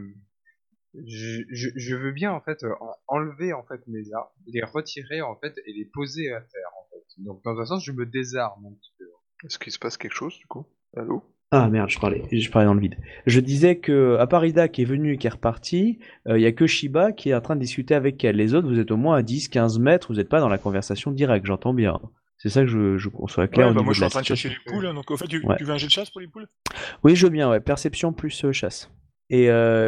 Je veux bien en fait enlever en fait mes armes, les retirer en fait et les poser à terre en fait. Donc dans un sens je me désarme un petit peu. Est-ce qu'il se passe quelque chose du coup? Allô? Ah merde, je parlais dans le vide. Je disais que, à part Ida qui est venue et qui est repartie, il y a que Shiba qui est en train de discuter avec elle. Les autres, vous êtes au moins à 10-15 mètres, vous n'êtes pas dans la conversation directe, j'entends bien. C'est ça que qu'on soit clair au Ouais, bah niveau moi je de suis la en train de chercher situation. les poules, hein, donc au fait tu Ouais. veux un jet de chasse pour les poules? Oui, je veux bien, ouais. Perception plus chasse. Et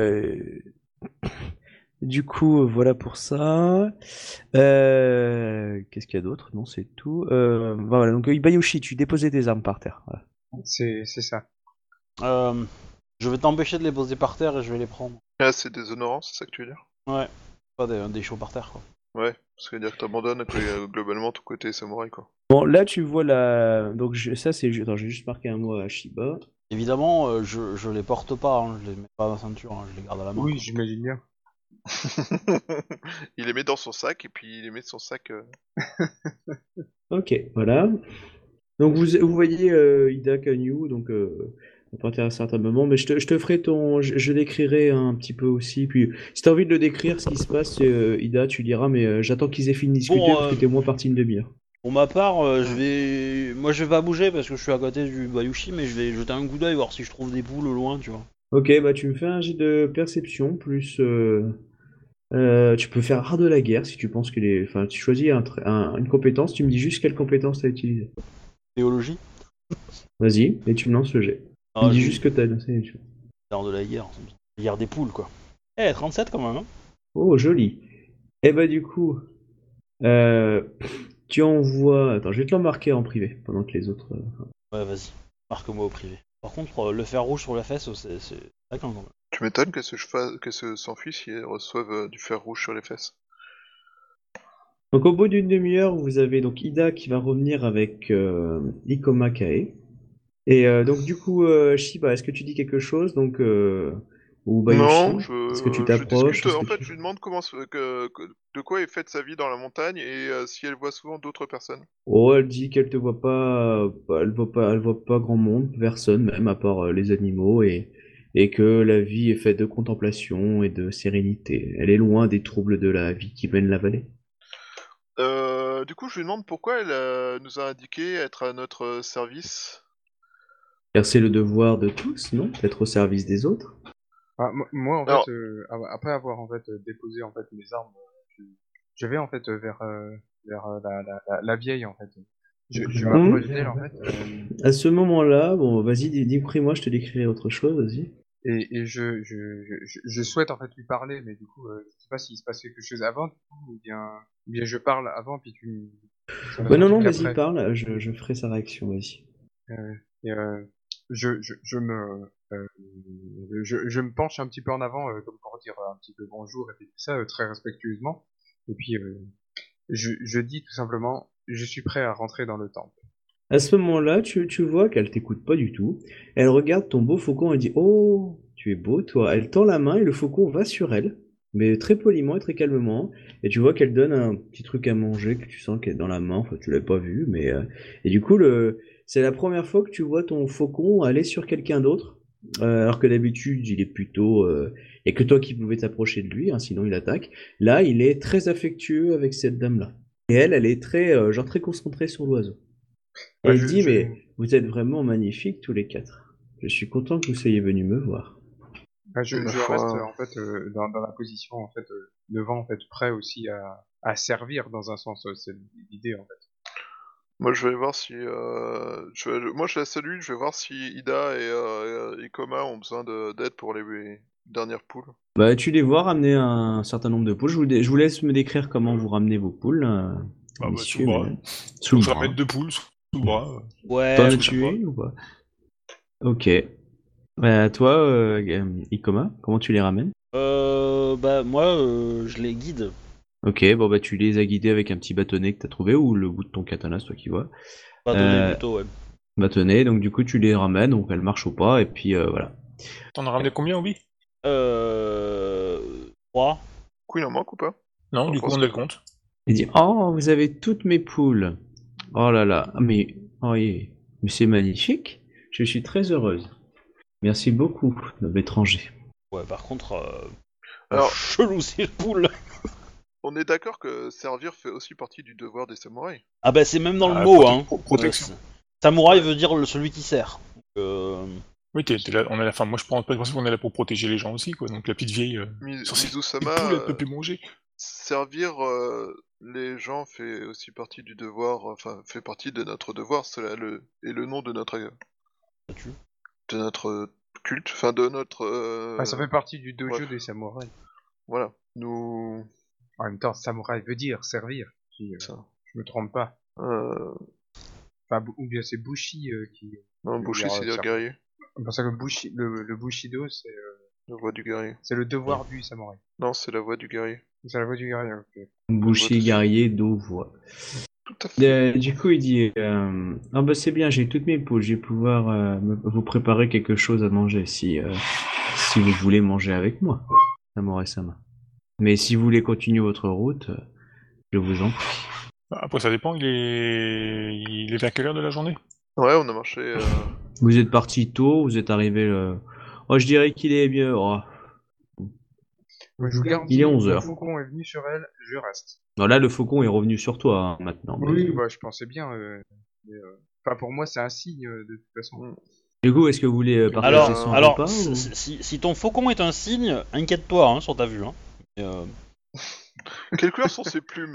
du coup, voilà pour ça. Qu'est-ce qu'il y a d'autre? Non, c'est tout. Voilà, donc Ibayoshi, tu déposais tes armes par terre. Voilà. C'est ça. Euh, Je vais t'empêcher de les poser par terre et je vais les prendre. Ah, c'est déshonorant, c'est ça que tu veux dire? Ouais. Pas des chauds par terre, quoi. Ouais, parce que dire que t'abandonnes globalement ton côté samouraï, quoi. Bon, là, tu vois la. Donc, ça, c'est. Attends, j'ai juste marqué un mot à Shiba. Évidemment, je les porte pas, hein, je les mets pas à ma ceinture, hein, je les garde à la main. Oui, quoi. j'imagine bien. Il les met dans son sac, et puis il les met de son sac... Ok, voilà. Donc, vous voyez Ida Kanyu, donc. À partir d'un certain moment, mais je te ferai ton. Je décrirai un petit peu aussi. Puis, si t'as envie de le décrire, ce qui se passe, Ida, tu liras, mais j'attends qu'ils aient fini de discuter Bon, parce que t'es moins parti une demi-heure. Pour ma part, moi je vais pas bouger parce que je suis à côté du Bayushi, mais je vais jeter un coup d'œil voir si je trouve des poules au loin, tu vois. Ok, bah tu me fais un jet de perception plus. Tu peux faire art de la guerre si tu penses que les. Enfin, tu choisis une compétence, tu me dis juste quelle compétence t'as utilisée. Théologie. Vas-y, et tu me lances le jet. Tu Ah, me dis j'ai juste que t'as lancé. l'art de la guerre, la guerre des poules, quoi. 37 quand même, hein. Oh, joli. Et bah du coup, euh, tu envoies. Attends, je vais te l'embarquer en privé pendant que les autres. Ouais, vas-y, marque-moi au privé. Par contre, le fer rouge sur la fesse, c'est d'accord quand même. Tu m'étonnes que ce s'enfuit s'ils reçoivent du fer rouge sur les fesses. Donc au bout d'une demi-heure, vous avez donc Ida qui va revenir avec Ikoma Kae. Et donc du coup, Shiba, est-ce que tu dis quelque chose donc ou Non, Bayushi? Est-ce que tu je t'approches? discute. Est-ce En que fait, tu... je lui demande de quoi est faite sa vie dans la montagne et si elle voit souvent d'autres personnes. Oh, elle dit qu'elle te voit pas, elle voit pas grand monde, personne même à part les animaux et que la vie est faite de contemplation et de sérénité. Elle est loin des troubles de la vie qui mène la vallée. Du coup, je lui demande pourquoi elle nous a indiqué être à notre service. Car c'est le devoir de tous, non? D'être au service des autres. Ah, moi, en Alors, fait, après avoir en fait déposé en fait mes armes, je vais en fait vers la vieille en fait. Je m'approche d'elle en fait À ce moment-là, bon, vas-y, décris-moi, je te décrirai autre chose, vas-y. et je souhaite en fait lui parler, mais du coup, je sais pas s'il se passe quelque chose avant, du coup, ou bien je parle avant puis ça va Ouais, non, sortir non, vas-y, qu'après. parle, je ferai sa réaction, vas-y. Et, je me penche un petit peu en avant, comme pour dire un petit peu bonjour et puis tout ça, très respectueusement. Et puis, je dis tout simplement, je suis prêt à rentrer dans le temple. À ce moment-là, tu vois qu'elle t'écoute pas du tout. Elle regarde ton beau faucon et dit: Oh, tu es beau, toi. Elle tend la main et le faucon va sur elle, mais très poliment et très calmement. Et tu vois qu'elle donne un petit truc à manger que tu sens qu'elle est dans la main. Enfin, tu l'as pas vu, mais. Et du coup, c'est la première fois que tu vois ton faucon aller sur quelqu'un d'autre. Alors que d'habitude, il est plutôt. Il y a que toi qui pouvais t'approcher de lui, hein, sinon il attaque. Là, il est très affectueux avec cette dame-là. Et elle est très, genre très concentrée sur l'oiseau. Et Bah, elle dit, mais vous êtes vraiment magnifiques tous les quatre. Je suis content que vous soyez venus me voir. Ma je foi, reste en fait dans la position en fait devant en fait prêt aussi à servir dans un sens, c'est l'idée en fait. moi je vais voir si... moi je la salue, je vais voir si Ida et Ikoma ont besoin d'aide pour les dernières poules. Bah, tu les vois ramener un certain nombre de poules. Je vous laisse me décrire comment vous ramenez vos poules, Bah, sous le messieurs, bras. mesdames. Sous Donc le je bras. ramène 2 poules sous le bras. Ouais, T'en as sous le chapeau. tué ou pas? Ok. Bah, toi, Ikoma, comment tu les ramènes? bah moi, je les guide. Ok, bon bah tu les as guidés avec un petit bâtonnet que t'as trouvé ou le bout de ton katana, c'est toi qui vois. Pas donné Euh, plutôt, ouais. Bâtonnet, donc du coup tu les ramènes, donc elles marchent au pas et puis voilà. T'en as ramené combien, Obi? 3. Du coup, il en manque ou pas? Non, Je du coup pense on que a le non. compte. Il dit: Oh, vous avez toutes mes poules. Oh là là, mais, oh, mais c'est magnifique. Je suis très heureuse. Merci beaucoup, noble étranger. Ouais, par contre, Alors, chelou ces poules. on est d'accord que servir fait aussi partie du devoir des samouraïs. Ah bah c'est même dans le Ah, mot, hein. protection. Samouraï veut dire celui qui sert. Donc, Oui, t'es là, on est là, enfin, moi je prends pas le principe qu'on est là pour protéger les gens aussi, quoi. Donc la petite vieille, sur ses Mizu-sama, poules, elle peut plus manger. servir les gens fait aussi partie du devoir, enfin fait partie de notre devoir, et le nom de notre culte, enfin de notre... Enfin, ça fait partie du dojo bref. des samouraïs. Voilà, nous... En même temps, samouraï veut dire servir. Si, Ça. je me trompe pas. Euh... Enfin, ou bien c'est Bushi qui Non, veut Bushi, c'est dire servir. guerrier. Parce que le Bushido, La voix du guerrier. c'est le devoir du samouraï. Non, c'est la voix du guerrier. C'est la voix du guerrier, ok. Boucher, dessus. guerrier, dos, voix. Tout à fait. Du coup, il dit ah bah c'est bien, j'ai toutes mes poules, je vais pouvoir vous préparer quelque chose à manger si vous voulez manger avec moi, Samurai-sama. Mais si vous voulez continuer votre route, je vous en prie. Après, ça dépend, il est vers quelle heure de la journée? Ouais, on a marché. Vous êtes parti tôt, vous êtes arrivé. Oh, je dirais qu'il est bien. Oh. Moi, je vous garantis, Il est 11 le heures. faucon est venu sur elle, je reste. Non, là, le faucon est revenu sur toi hein, maintenant. mais- Oui, bah je pensais bien. Enfin, pour moi, c'est un signe de toute façon. Du coup, est-ce que vous voulez partager Alors, son alors repas ou- si ton faucon est un signe, inquiète-toi hein, sur ta vue. Hein. Et, Quelles couleurs sont ses plumes?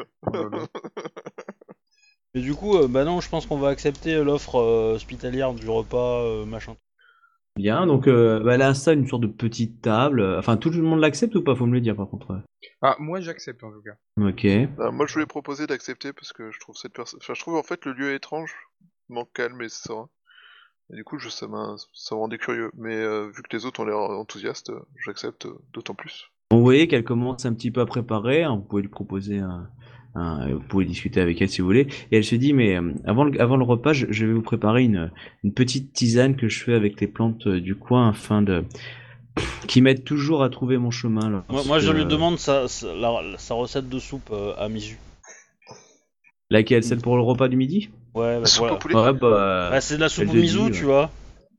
mais du coup, bah non, je pense qu'on va accepter l'offre hospitalière du repas machin. Bien, donc bah, elle installe une sorte de petite table. Enfin, tout le monde l'accepte ou pas? Faut me le dire par contre. Ah, moi j'accepte en tout cas. Ok. Moi, je voulais proposer d'accepter parce que je trouve cette personne. Enfin, je trouve en fait le lieu étrange, manque calme et serein. Et du coup, ça me rendait curieux. Mais vu que les autres ont l'air enthousiastes, j'accepte d'autant plus. Bon, vous voyez qu'elle commence un petit peu à préparer. Hein, vous pouvez lui proposer vous pouvez discuter avec elle si vous voulez. Et elle se dit, mais avant le repas, je vais vous préparer une petite tisane que je fais avec les plantes du coin afin de qui m'aident toujours à trouver mon chemin. Moi, je lui demande sa recette de soupe à Misu. Laquelle? Celle pour le repas du midi? Ouais, bah, Soupe voilà. au poulet. Ouais, bah. Bah, c'est de la soupe elle au te miso, dit, tu ouais. vois.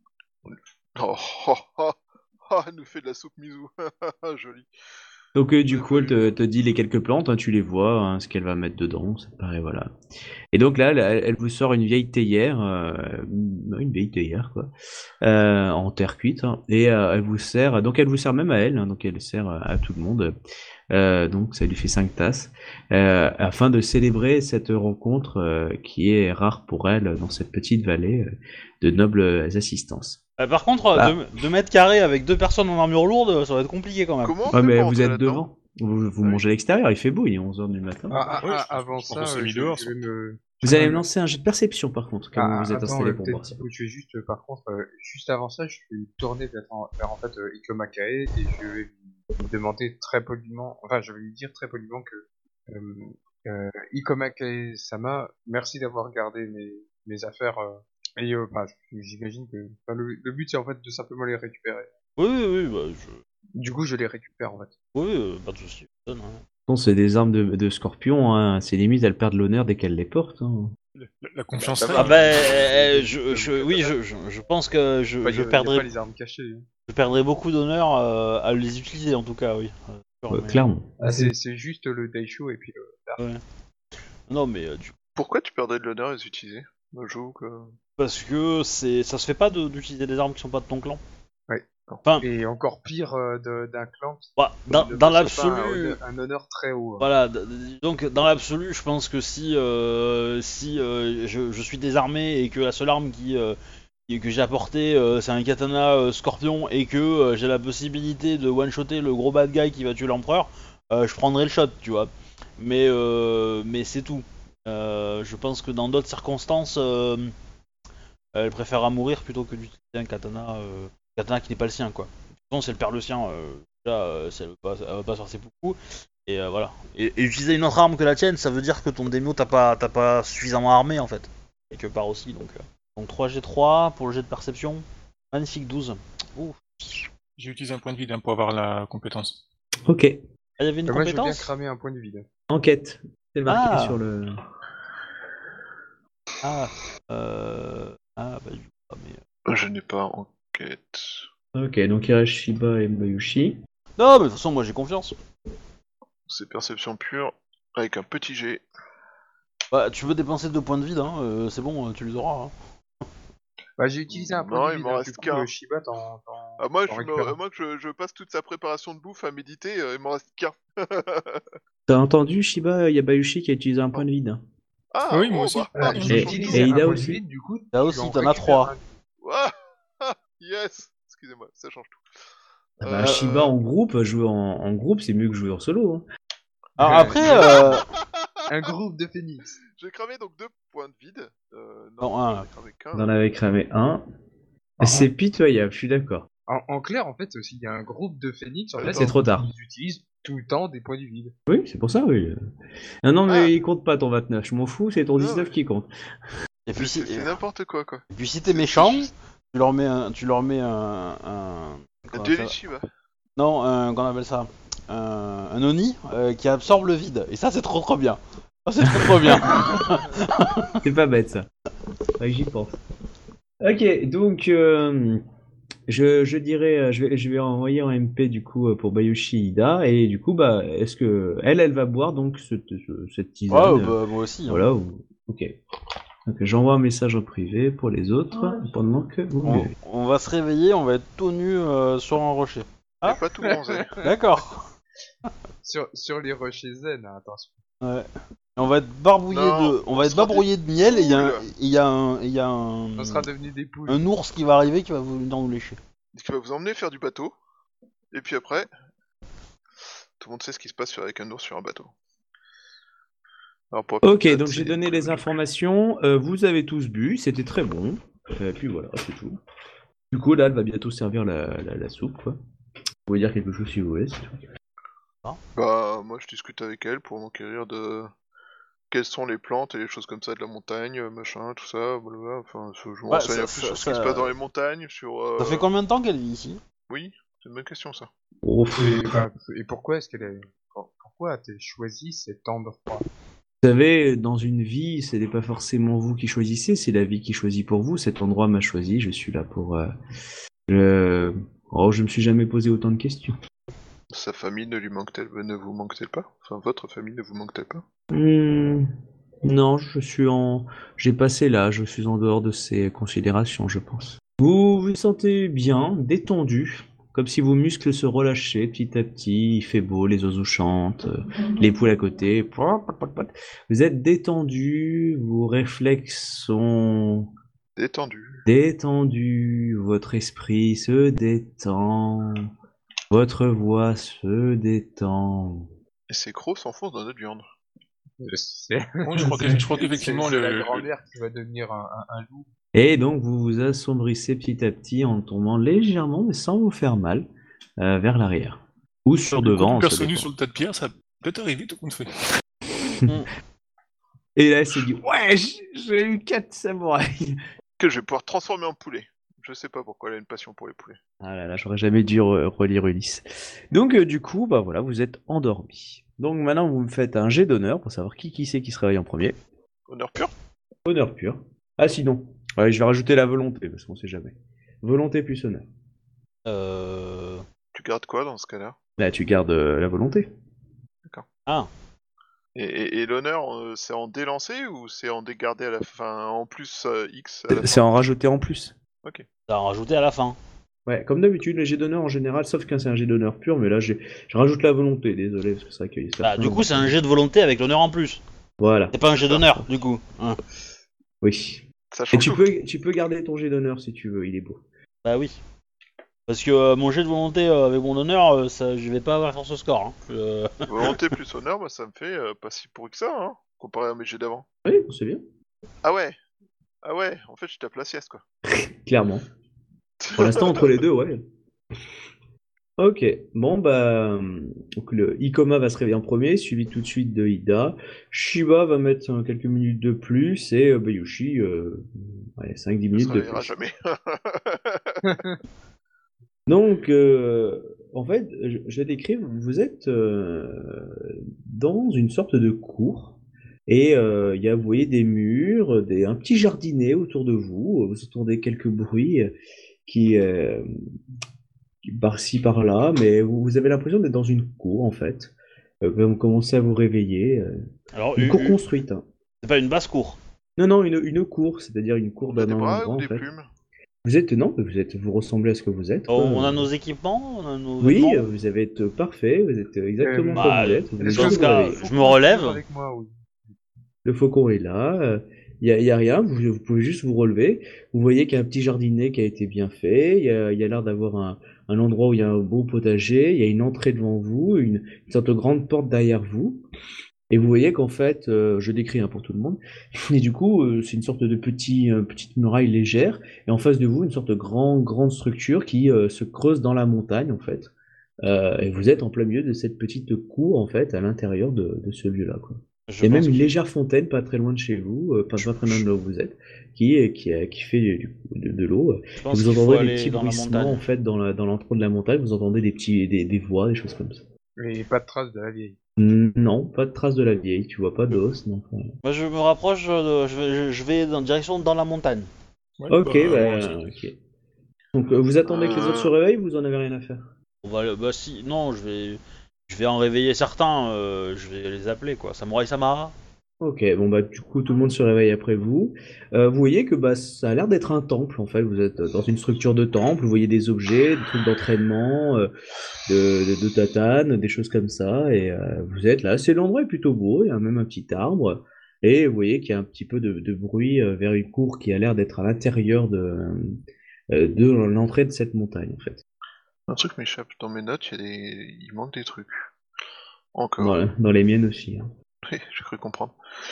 Oh, oh, oh, oh, elle nous fait de la soupe miso. Joli. Donc du Ouais, coup, elle bah, te dit les quelques plantes, hein, tu les vois, hein, ce qu'elle va mettre dedans, ça paraît, voilà. Et donc là, elle vous sort une vieille théière, une vieille théière quoi, en terre cuite, hein, et elle vous sert, donc elle vous sert même à elle, hein, donc elle sert à tout le monde. Donc ça lui fait 5 tasses, afin de célébrer cette rencontre qui est rare pour elle dans cette petite vallée de nobles assistances. Par contre, Bah. 2 mètres carrés avec 2 personnes en armure lourde, ça va être compliqué quand même. Comment on Ouais, fait mais pour vous rentrer êtes là-dedans? devant, vous Oui. mangez à l'extérieur, il fait beau, il est 11h du matin. Oui, Avant je pense ça, qu'on s'est mis je dehors, vais me. Vous allez me lancer un jet de perception par contre, quand vous êtes attends, installé pour voir peut-être ça. qu'il faut que je vais juste, par contre, juste avant ça, je vais me tourner vers en fait Ikomakae et je vais lui demander très poliment, enfin, je vais lui dire très poliment que Ikomakae-sama, merci d'avoir gardé mes affaires. Et bah, j'imagine que enfin, le but c'est en fait de simplement les récupérer. Oui, bah, Du coup, je les récupère en fait. oui, pas de soucis. Hein. Bon, c'est des armes de scorpion, hein. C'est limite, elles perdent l'honneur dès qu'elles les portent. Hein. La confiance Bah, règne. Ah bah, je pense que je Enfin, y a pas perdrai les armes cachées. Hein. je perdrai beaucoup d'honneur à les utiliser en tout cas, oui. Sûr, mais- Clairement. Ah, c'est juste le Daisho et puis Non mais Pourquoi tu perdrais de l'honneur à les utiliser? Mojo, quoi. parce que ça se fait pas d'utiliser des armes qui sont pas de ton clan. Ouais. Enfin, et encore pire d'un clan qui bah, ne dans possède pas l'absolu, un honneur très haut. Hein. voilà. Donc dans l'absolu, je pense que si je suis désarmé et que la seule arme que j'ai apportée c'est un katana scorpion et que j'ai la possibilité de one-shotter le gros bad guy qui va tuer l'empereur, je prendrai le shot, tu vois. Mais c'est tout. Je pense que dans d'autres circonstances, elle préférera mourir plutôt que d'utiliser un katana qui n'est pas le sien, quoi. De toute façon, si elle perd le sien, déjà, elle va pas se faire ses coups. Et voilà. Et utiliser une autre arme que la tienne, ça veut dire que ton démo t'as pas suffisamment armé en fait. Quelque part aussi, donc 3G3 pour le jet de perception. Magnifique 12. Ouh. J'ai utilisé un point de vide hein, pour avoir la compétence. Ok. Ah, il y avait une Moi, je veux bien compétence. cramer un point de vide. Enquête. C'est marqué Ah. sur le. Ah. Bah du coup, mais... Je n'ai pas enquête. Ok, donc il reste Shiba et Bayushi. Non, mais de toute façon, moi j'ai confiance. C'est perception pure avec un petit G. Bah, tu veux dépenser 2 points de vide, hein, c'est bon, tu les auras. Hein. Bah, j'ai utilisé un point Non, de il vide. m'en Hein, reste du coup, qu'un. Shiba, Moi, t'en récupères un. que je passe toute sa préparation de bouffe à méditer, il m'en reste qu'un. T'as entendu, Shiba? Il y a Bayushi qui a utilisé un point de vide. Ah, Oui, moi aussi. Bah, J'ai Et- utilisé et un Ida point de aussi. vide, du coup. Là tu aussi, en t'en as récupères 3. ah, yes. Excusez-moi, ça change tout. Ah bah, Shiba en groupe, jouer en groupe, c'est mieux que jouer en solo. Hein. Alors après, Un groupe de phénix. J'ai cramé donc 2 points de vide. Non, Non, un. j'en ai cramé qu'un. On en avait cramé un. C'est pitoyable, je suis d'accord. En clair, en fait, s'il y a un groupe de phénix, en fait, C'est trop tard. ils utilisent tout le temps des points du vide. Oui, c'est pour ça, oui. Non, mais Ah. il compte pas ton 29, je m'en fous, c'est ton Non, 19 mais- qui compte. Et puis si, C'est n'importe quoi. et puis si t'es méchant, tu leur mets un Un comment duel ça- ici, va. non, qu'on appelle ça, un oni qui absorbe le vide. Et ça c'est trop bien. Ça c'est trop bien. C'est pas bête ça. Ouais, j'y pense. Ok, donc je dirais, je vais envoyer en MP du coup pour Bayushi Ida et du coup bah est-ce que elle va boire donc cette tisane. Ouais, bah, moi aussi. hein. Voilà. Ok. Donc j'envoie un message en privé pour les autres pendant que vous buvez. On va se réveiller, on va être tout nu sur un rocher. Ah. Ah. Pas tout bronzé. D'accord. Sur les rochers zen, hein, attention. Ouais. Et on va être barbouillé Non, de, on on va être sera barbouillé de miel et il y a, poules. il y a un, il y a un, On sera devenus des poules. un ours qui va arriver qui va vous venir nous lécher. Qui va vous emmener faire du bateau. Et puis après, tout le monde sait ce qui se passe avec un ours sur un bateau. Alors, pour la Ok, petite donc date, j'ai c'est- donné les informations. Vous avez tous bu, c'était très bon. Et puis voilà, c'est tout. Du coup là, elle va bientôt servir la soupe quoi. Vous pouvez dire quelque chose si vous voulez. C'est tout. Bah, moi je discute avec elle pour m'enquérir de quelles sont les plantes et les choses comme ça de la montagne, machin, tout ça, blablabla. Enfin, je me renseigne ça- un peu ça- sur ce qui se ça- passe dans les montagnes, sur. Ça fait combien de temps qu'elle vit ici? Oui, c'est une bonne question ça. Oh, Et pourquoi est-ce qu'elle a... Pourquoi a-t-elle choisi cet endroit? Vous savez, dans une vie, ce n'est pas forcément vous qui choisissez, c'est la vie qui choisit pour vous. Cet endroit m'a choisi, je suis là pour. Oh, je me suis jamais posé autant de questions. Sa famille ne vous manque-t-elle pas? Enfin, votre famille ne vous manque-t-elle pas? Non, j'ai passé là, je suis en dehors de ces considérations, je pense. Vous vous sentez bien, détendu, comme si vos muscles se relâchaient petit à petit, il fait beau, les oiseaux chantent, les poules à côté. Vous êtes détendu, vos réflexes sont Détendu. détendus, votre esprit se détend, votre voix se détend. Et ses crocs s'enfoncent dans notre viande. Je sais. Oui, je crois qu'effectivement, c'est la le- grand-mère qui va devenir un loup. Et donc vous vous assombrissez petit à petit en tombant légèrement, mais sans vous faire mal, vers l'arrière. Ou sur devant, ça personne dépend. sur le tas de pierres, ça peut arriver tout compte fait. Et là, elle s'est dit, ouais, j'ai eu 4 samouraïs. Que je vais pouvoir transformer en poulet. Je sais pas pourquoi elle a une passion pour les poulets. Ah là là, j'aurais jamais dû relire Ulysse. Donc du coup, bah voilà, vous êtes endormi. Donc maintenant, vous me faites un jet d'honneur pour savoir qui c'est qui se réveille en premier. Honneur pur? Honneur pur. Ah sinon, ouais, je vais rajouter la volonté, parce qu'on sait jamais. Volonté plus honneur. Tu gardes quoi dans ce cas-là? Là, tu gardes la volonté. Ah. Et l'honneur, c'est en délancé ou c'est en dégardé à la fin, en plus X à la C'est fin? en rajouter en plus. Ça a rajouté à la fin. Ouais, comme d'habitude, les jets d'honneur en général, sauf quand c'est un jet d'honneur pur, mais là, je rajoute la volonté, désolé, parce que c'est vrai qu'il y a Bah, certains- du coup, c'est un jet de volonté avec l'honneur en plus. Voilà, C'est pas un jet d'honneur, du coup. Hein. oui. Ça Et change tout. tu peux garder ton jet d'honneur si tu veux, il est beau. Bah oui. Parce que mon jet de volonté avec mon honneur, ça, je vais pas avoir sur ce score. Hein. Volonté plus honneur, bah, ça me fait pas si pourri que ça, hein, comparé à mes jets d'avant. Oui, c'est bien, Ah ouais, en fait, je tape la sieste, quoi. clairement. Pour l'instant, entre les deux, ouais. Ok, bon bah, donc le Ikoma va se réveiller en premier, suivi tout de suite de Ida. Shiba va mettre quelques minutes de plus et Bayushi, ouais, 5-10 Il minutes se de réveillera plus. jamais. Donc, en fait, je décris, vous êtes dans une sorte de cour et il y a, vous voyez, des murs, un petit jardinet autour de vous. Vous entendez quelques bruits qui par-ci par-là, mais vous avez l'impression d'être dans une cour en fait. Vous commencez à vous réveiller. Alors, Une cour construite. Hein. c'est pas une basse cour. Non, une cour, c'est-à-dire une cour On a d'un des bras endroit ou en des fait. plumes? Vous ressemblez à ce que vous êtes. quoi. On a nos équipements, on a nos Oui, vêtements. vous avez été parfait, vous êtes exactement bah, comme vous êtes. Vous dans êtes ce juste cas, réveillé. je me relève. Avec moi, oui. Le faucon est là, y a rien, vous pouvez juste vous relever. Vous voyez qu'il y a un petit jardinet qui a été bien fait, il y a l'air d'avoir un endroit où il y a un beau potager, il y a une entrée devant vous, une sorte de grande porte derrière vous. Et vous voyez qu'en fait, je décris pour tout le monde, et du coup, c'est une sorte de petite muraille légère, et en face de vous, une sorte de grande structure qui se creuse dans la montagne, en fait. Et vous êtes en plein milieu de cette petite cour, en fait, à l'intérieur de ce lieu-là, quoi. Je Il y a même pense une qu'il légère fontaine pas très loin de chez vous, pas très loin de là où vous êtes, qui fait de l'eau. je Et pense vous qu'il faut entendez des aller petits dans la bruissements, en montagne. fait, dans l'entrée de la montagne, vous entendez des voix, des choses comme ça. Et pas de traces de la vieille. Non, pas de traces de la vieille, tu vois pas d'os, non. Moi, je me rapproche, je vais dans direction dans la montagne. Ouais, Ok, moi aussi. ok. Donc vous attendez que les autres se Euh, réveillent ou vous en avez rien à faire? Bah si, non, je vais en réveiller certains. Je vais les appeler quoi. Samurai Sama. Ok, bon bah du coup tout le monde se réveille après vous. Vous voyez que bah ça a l'air d'être un temple en fait. Vous êtes dans une structure de temple. Vous voyez des objets, des trucs d'entraînement, de tatane, des choses comme ça. Et vous êtes là. C'est l'endroit est plutôt beau. Il y a même un petit arbre. Et vous voyez qu'il y a un petit peu de bruit vers une cour qui a l'air d'être à l'intérieur de l'entrée de cette montagne en fait. Un truc m'échappe dans mes notes, il manque des trucs. Dans, Encore. dans les miennes aussi, hein. Oui, j'ai cru comprendre.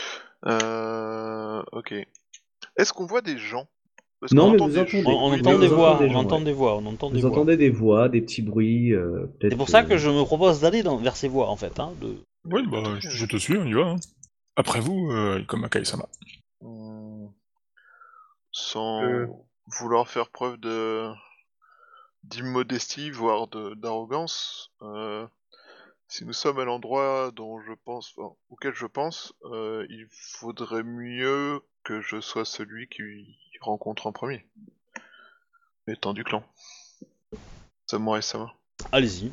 Ok. Est-ce qu'on voit des gens? Parce qu'on Non, mais entend vous des entendez. On bruits entend Mais des vous de... voix, entendez des on gens, entend ouais. des voix, on entend des Vous voix. entendez des voix, des petits bruits, C'est peut-être. pour ça que je me propose d'aller vers ces voix en fait. Hein, Oui, bah, je te suis, on y va. Hein. Après vous, comme Akai-sama. Hmm, Euh, sans vouloir faire preuve de d'immodestie, voire d'arrogance, si nous sommes à l'endroit dont je pense, enfin, auquel je pense, il faudrait mieux que je sois celui qui rencontre en premier, étant du clan. Samurai Sama. Allez-y,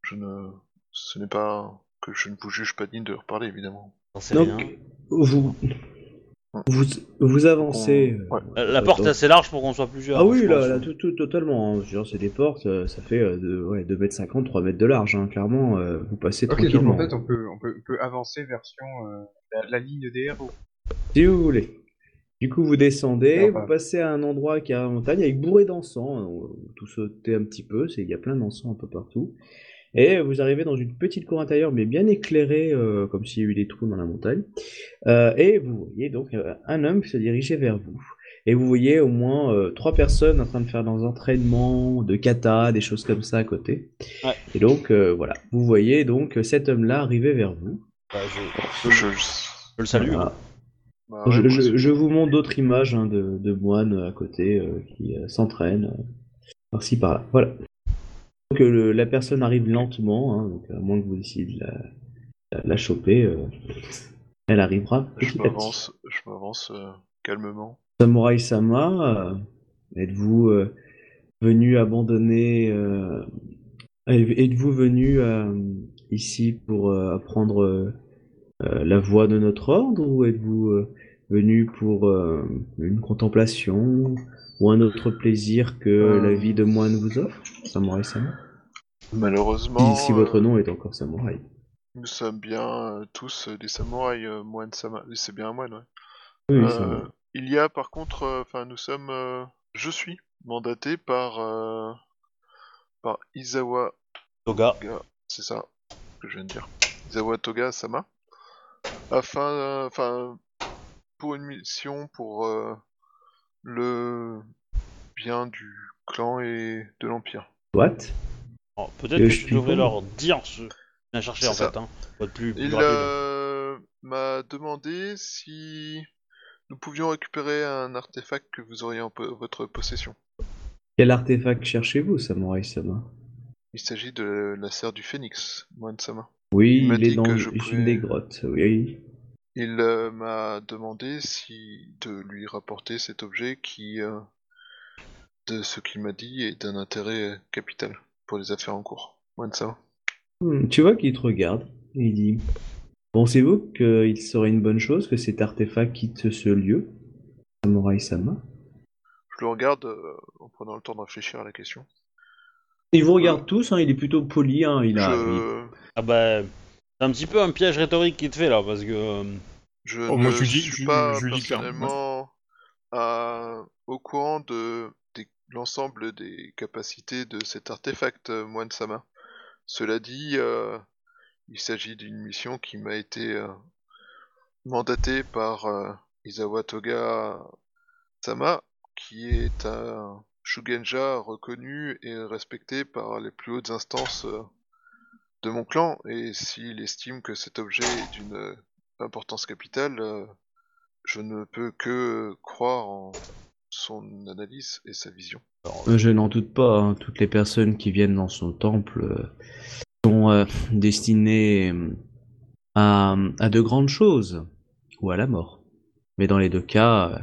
Ce n'est pas que je ne vous juge pas digne de reparler, évidemment. j'en sais rien. Donc, vous, Hmm. vous, vous Donc avancez. ouais. La porte est assez large pour qu'on soit plusieurs, Ah hein, je oui, pense. là, totalement, hein. Je veux dire, c'est des portes, ça fait ouais, 2,50 m, 3 mètres de large, hein. Clairement, vous passez Ok, donc en tranquillement. fait on peut avancer version la ligne des héros. Si vous voulez. Du coup, vous descendez, vous Enfin, passez à un endroit qui est à la montagne avec bourré d'encens, hein. Tout sauter un petit peu, il y a plein d'encens un peu partout. Et vous arrivez dans une petite cour intérieure, mais bien éclairée, comme s'il y a eu des trous dans la montagne. Et vous voyez donc un homme se diriger vers vous. Et vous voyez au moins 3 personnes en train de faire des entraînements de kata, des choses comme ça à côté. Ouais. Et donc voilà, vous voyez donc cet homme-là arriver vers vous. Bah, Je... je le salue. Voilà. Hein. Bah ouais, Je, moi je- aussi. je vous montre d'autres images, hein, de moines à côté qui s'entraînent par-ci par-là. Voilà. Donc la personne arrive lentement, hein, donc à moins que vous décidiez de la choper, elle arrivera petit à petit. Je m'avance calmement. Samurai Sama, êtes-vous venu abandonner, êtes-vous venu ici pour apprendre la voie de notre ordre ou êtes-vous venu pour une contemplation ou un autre plaisir que la vie de moine vous offre, Samurai Sama? Si Malheureusement, votre nom est encore Samurai. nous sommes bien tous des samouraïs, moine Sama. C'est bien un moine, ouais. Oui, c'est vrai. Il y a par contre, enfin nous sommes, je suis mandaté par Izawa Toga. Toga, c'est ça que je viens de dire. Izawa Toga Sama, afin, enfin pour une mission pour le bien du clan et de l'empire. What? Alors, peut-être que Je tu puis devrais pas. leur dire ce que tu viens chercher C'est en ça. fait. Hein. Pour être plus Il rapide. m'a demandé si nous pouvions récupérer un artefact que vous auriez en votre possession. Quel artefact cherchez-vous, Samurai Sama? Il s'agit de la serre du phénix, moine Sama. Oui, Il m'a il est dit dans que je une des pouvais. grottes, oui. Il m'a demandé si de lui rapporter cet objet qui, de ce qu'il m'a dit, est d'un intérêt capital pour les affaires en cours. Moine Sama. Tu vois qu'il te regarde et il dit: Pensez-vous qu'il serait une bonne chose que cet artefact quitte ce lieu, Samurai Sama? Je le regarde en prenant le temps de réfléchir à la question. Il vous regarde tous, hein, il est plutôt poli, hein, Ah bah, c'est un petit peu un piège rhétorique qui te fait là, parce que Je Oh, moi, ne suis je pas lui dis clairement. Ouais. personnellement au courant de l'ensemble des capacités de cet artefact, moine Sama. Cela dit, il s'agit d'une mission qui m'a été mandaté par Izawa Toga Sama, qui est un Shugenja reconnu et respecté par les plus hautes instances de mon clan, et s'il estime que cet objet est d'une importance capitale, je ne peux que croire en son analyse et sa vision. Je n'en doute pas, hein, toutes les personnes qui viennent dans son temple sont destinées à de grandes choses, ou à la mort. Mais dans les deux cas,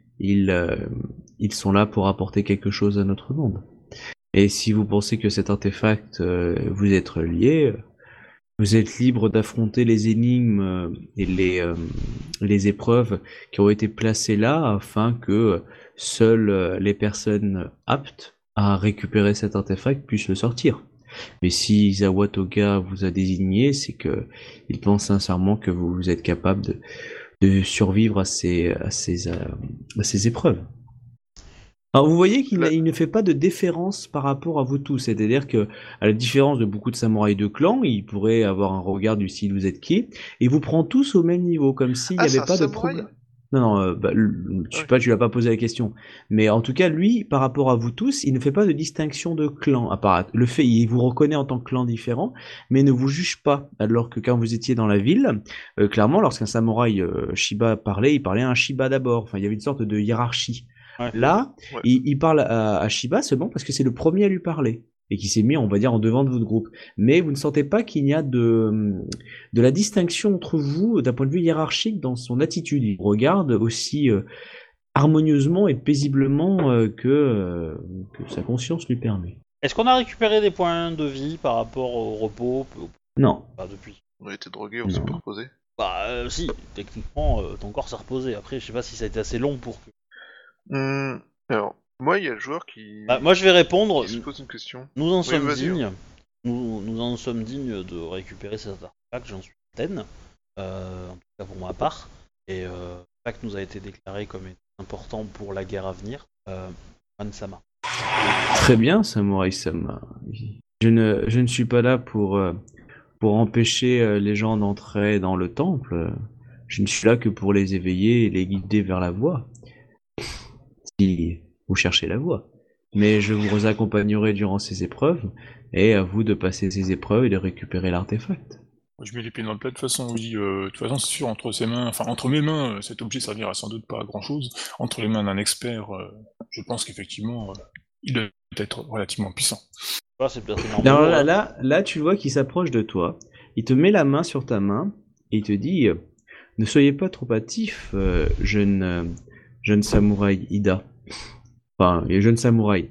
ils sont là pour apporter quelque chose à notre monde. Et si vous pensez que cet artefact vous êtes lié, vous êtes libre d'affronter les énigmes et les épreuves qui ont été placées là afin que seules les personnes aptes à récupérer cet artefact puissent le sortir. Mais si Izawa Toga vous a désigné, c'est que il pense sincèrement que vous êtes capable de survivre à ces épreuves. Alors vous voyez qu'il ne fait pas de déférence par rapport à vous tous, c'est-à-dire que, à la différence de beaucoup de samouraïs de clan, il pourrait avoir un regard du style vous êtes qui, et il vous prend tous au même niveau, comme s'il n'y avait pas de problème. Non, je sais pas, tu l'as pas posé la question, mais en tout cas lui, par rapport à vous tous, il ne fait pas de distinction de clan, à part le fait, il vous reconnaît en tant que clan différent, mais ne vous juge pas, alors que quand vous étiez dans la ville, clairement, lorsqu'un samouraï Shiba parlait, il parlait à un Shiba d'abord, enfin il y avait une sorte de hiérarchie. Ouais. Là, il parle à Shiba seulement parce que c'est le premier à lui parler et qui s'est mis, on va dire, en devant de votre groupe. Mais vous ne sentez pas qu'il y a de la distinction entre vous d'un point de vue hiérarchique dans son attitude. Il regarde aussi harmonieusement et paisiblement que sa conscience lui permet. Est-ce qu'on a récupéré des points de vie par rapport au repos? Non. Pas depuis. On a été drogués, on s'est pas reposé. Bah si, techniquement, ton corps s'est reposé. Après, je sais pas si ça a été assez long pour que... Alors, moi, il y a le joueur qui... Bah, moi, je vais répondre. qui se pose une question. Nous en Oui, sommes vas-y, dignes. Nous en sommes dignes de récupérer cet artefact, j'en suis certaine. En tout cas pour ma part. Et l'artefact nous a été déclaré comme étant important pour la guerre à venir. Mansama. Très bien, Samurai Sama. Je ne suis pas là pour empêcher les gens d'entrer dans le temple. Je ne suis là que pour les éveiller et les guider vers la voie. Si vous cherchez la voie. Mais je vous accompagnerai durant ces épreuves, et à vous de passer ces épreuves et de récupérer l'artefact. Je mets les pieds dans le plat, de toute façon, oui. De toute façon, c'est sûr, entre mes mains, cet objet servira sans doute pas à grand chose. Entre les mains d'un expert, je pense qu'effectivement, il doit être relativement puissant. Ah, c'est peut-être énorme. Alors là, tu vois qu'il s'approche de toi, il te met la main sur ta main, et il te dit ne soyez pas trop hâtif, jeune samouraï Ida. Enfin, jeune samouraï.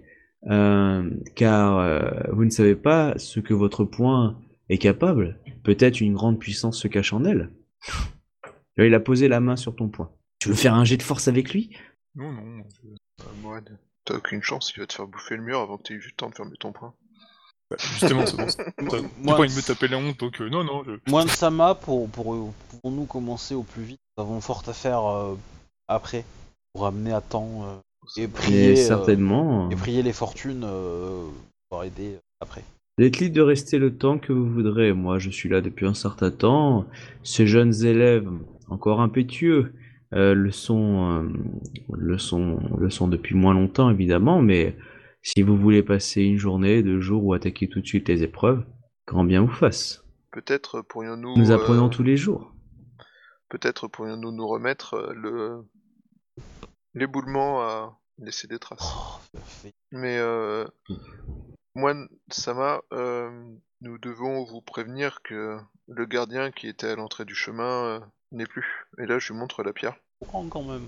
Car vous ne savez pas ce que votre poing est capable. Peut-être une grande puissance se cache en elle. Il a posé la main sur ton poing. Tu veux faire un jet de force avec lui? Non. Moine, t'as aucune chance, il va te faire bouffer le mur avant que t'aies eu le temps de fermer ton poing. Bah, justement, c'est bon. J'ai pas envie de me taper la honte, donc non. Moi, Sama, pour nous commencer au plus vite, nous avons fort à faire après, pour amener à temps et prier, certainement. et prier les fortunes pour aider après. Vous êtes libre de rester le temps que vous voudrez. Moi, je suis là depuis un certain temps. Ces jeunes élèves, encore impétueux, le sont depuis moins longtemps, évidemment, mais si vous voulez passer une journée, 2 jours ou attaquer tout de suite les épreuves, grand bien vous fasse. Peut-être pourrions-nous... Nous apprenons tous les jours. Peut-être pourrions-nous nous remettre l'éboulement à laisser des traces. Mais Moine Sama, nous devons vous prévenir que le gardien qui était à l'entrée du chemin n'est plus. Et là, je lui montre la pierre. Quand même.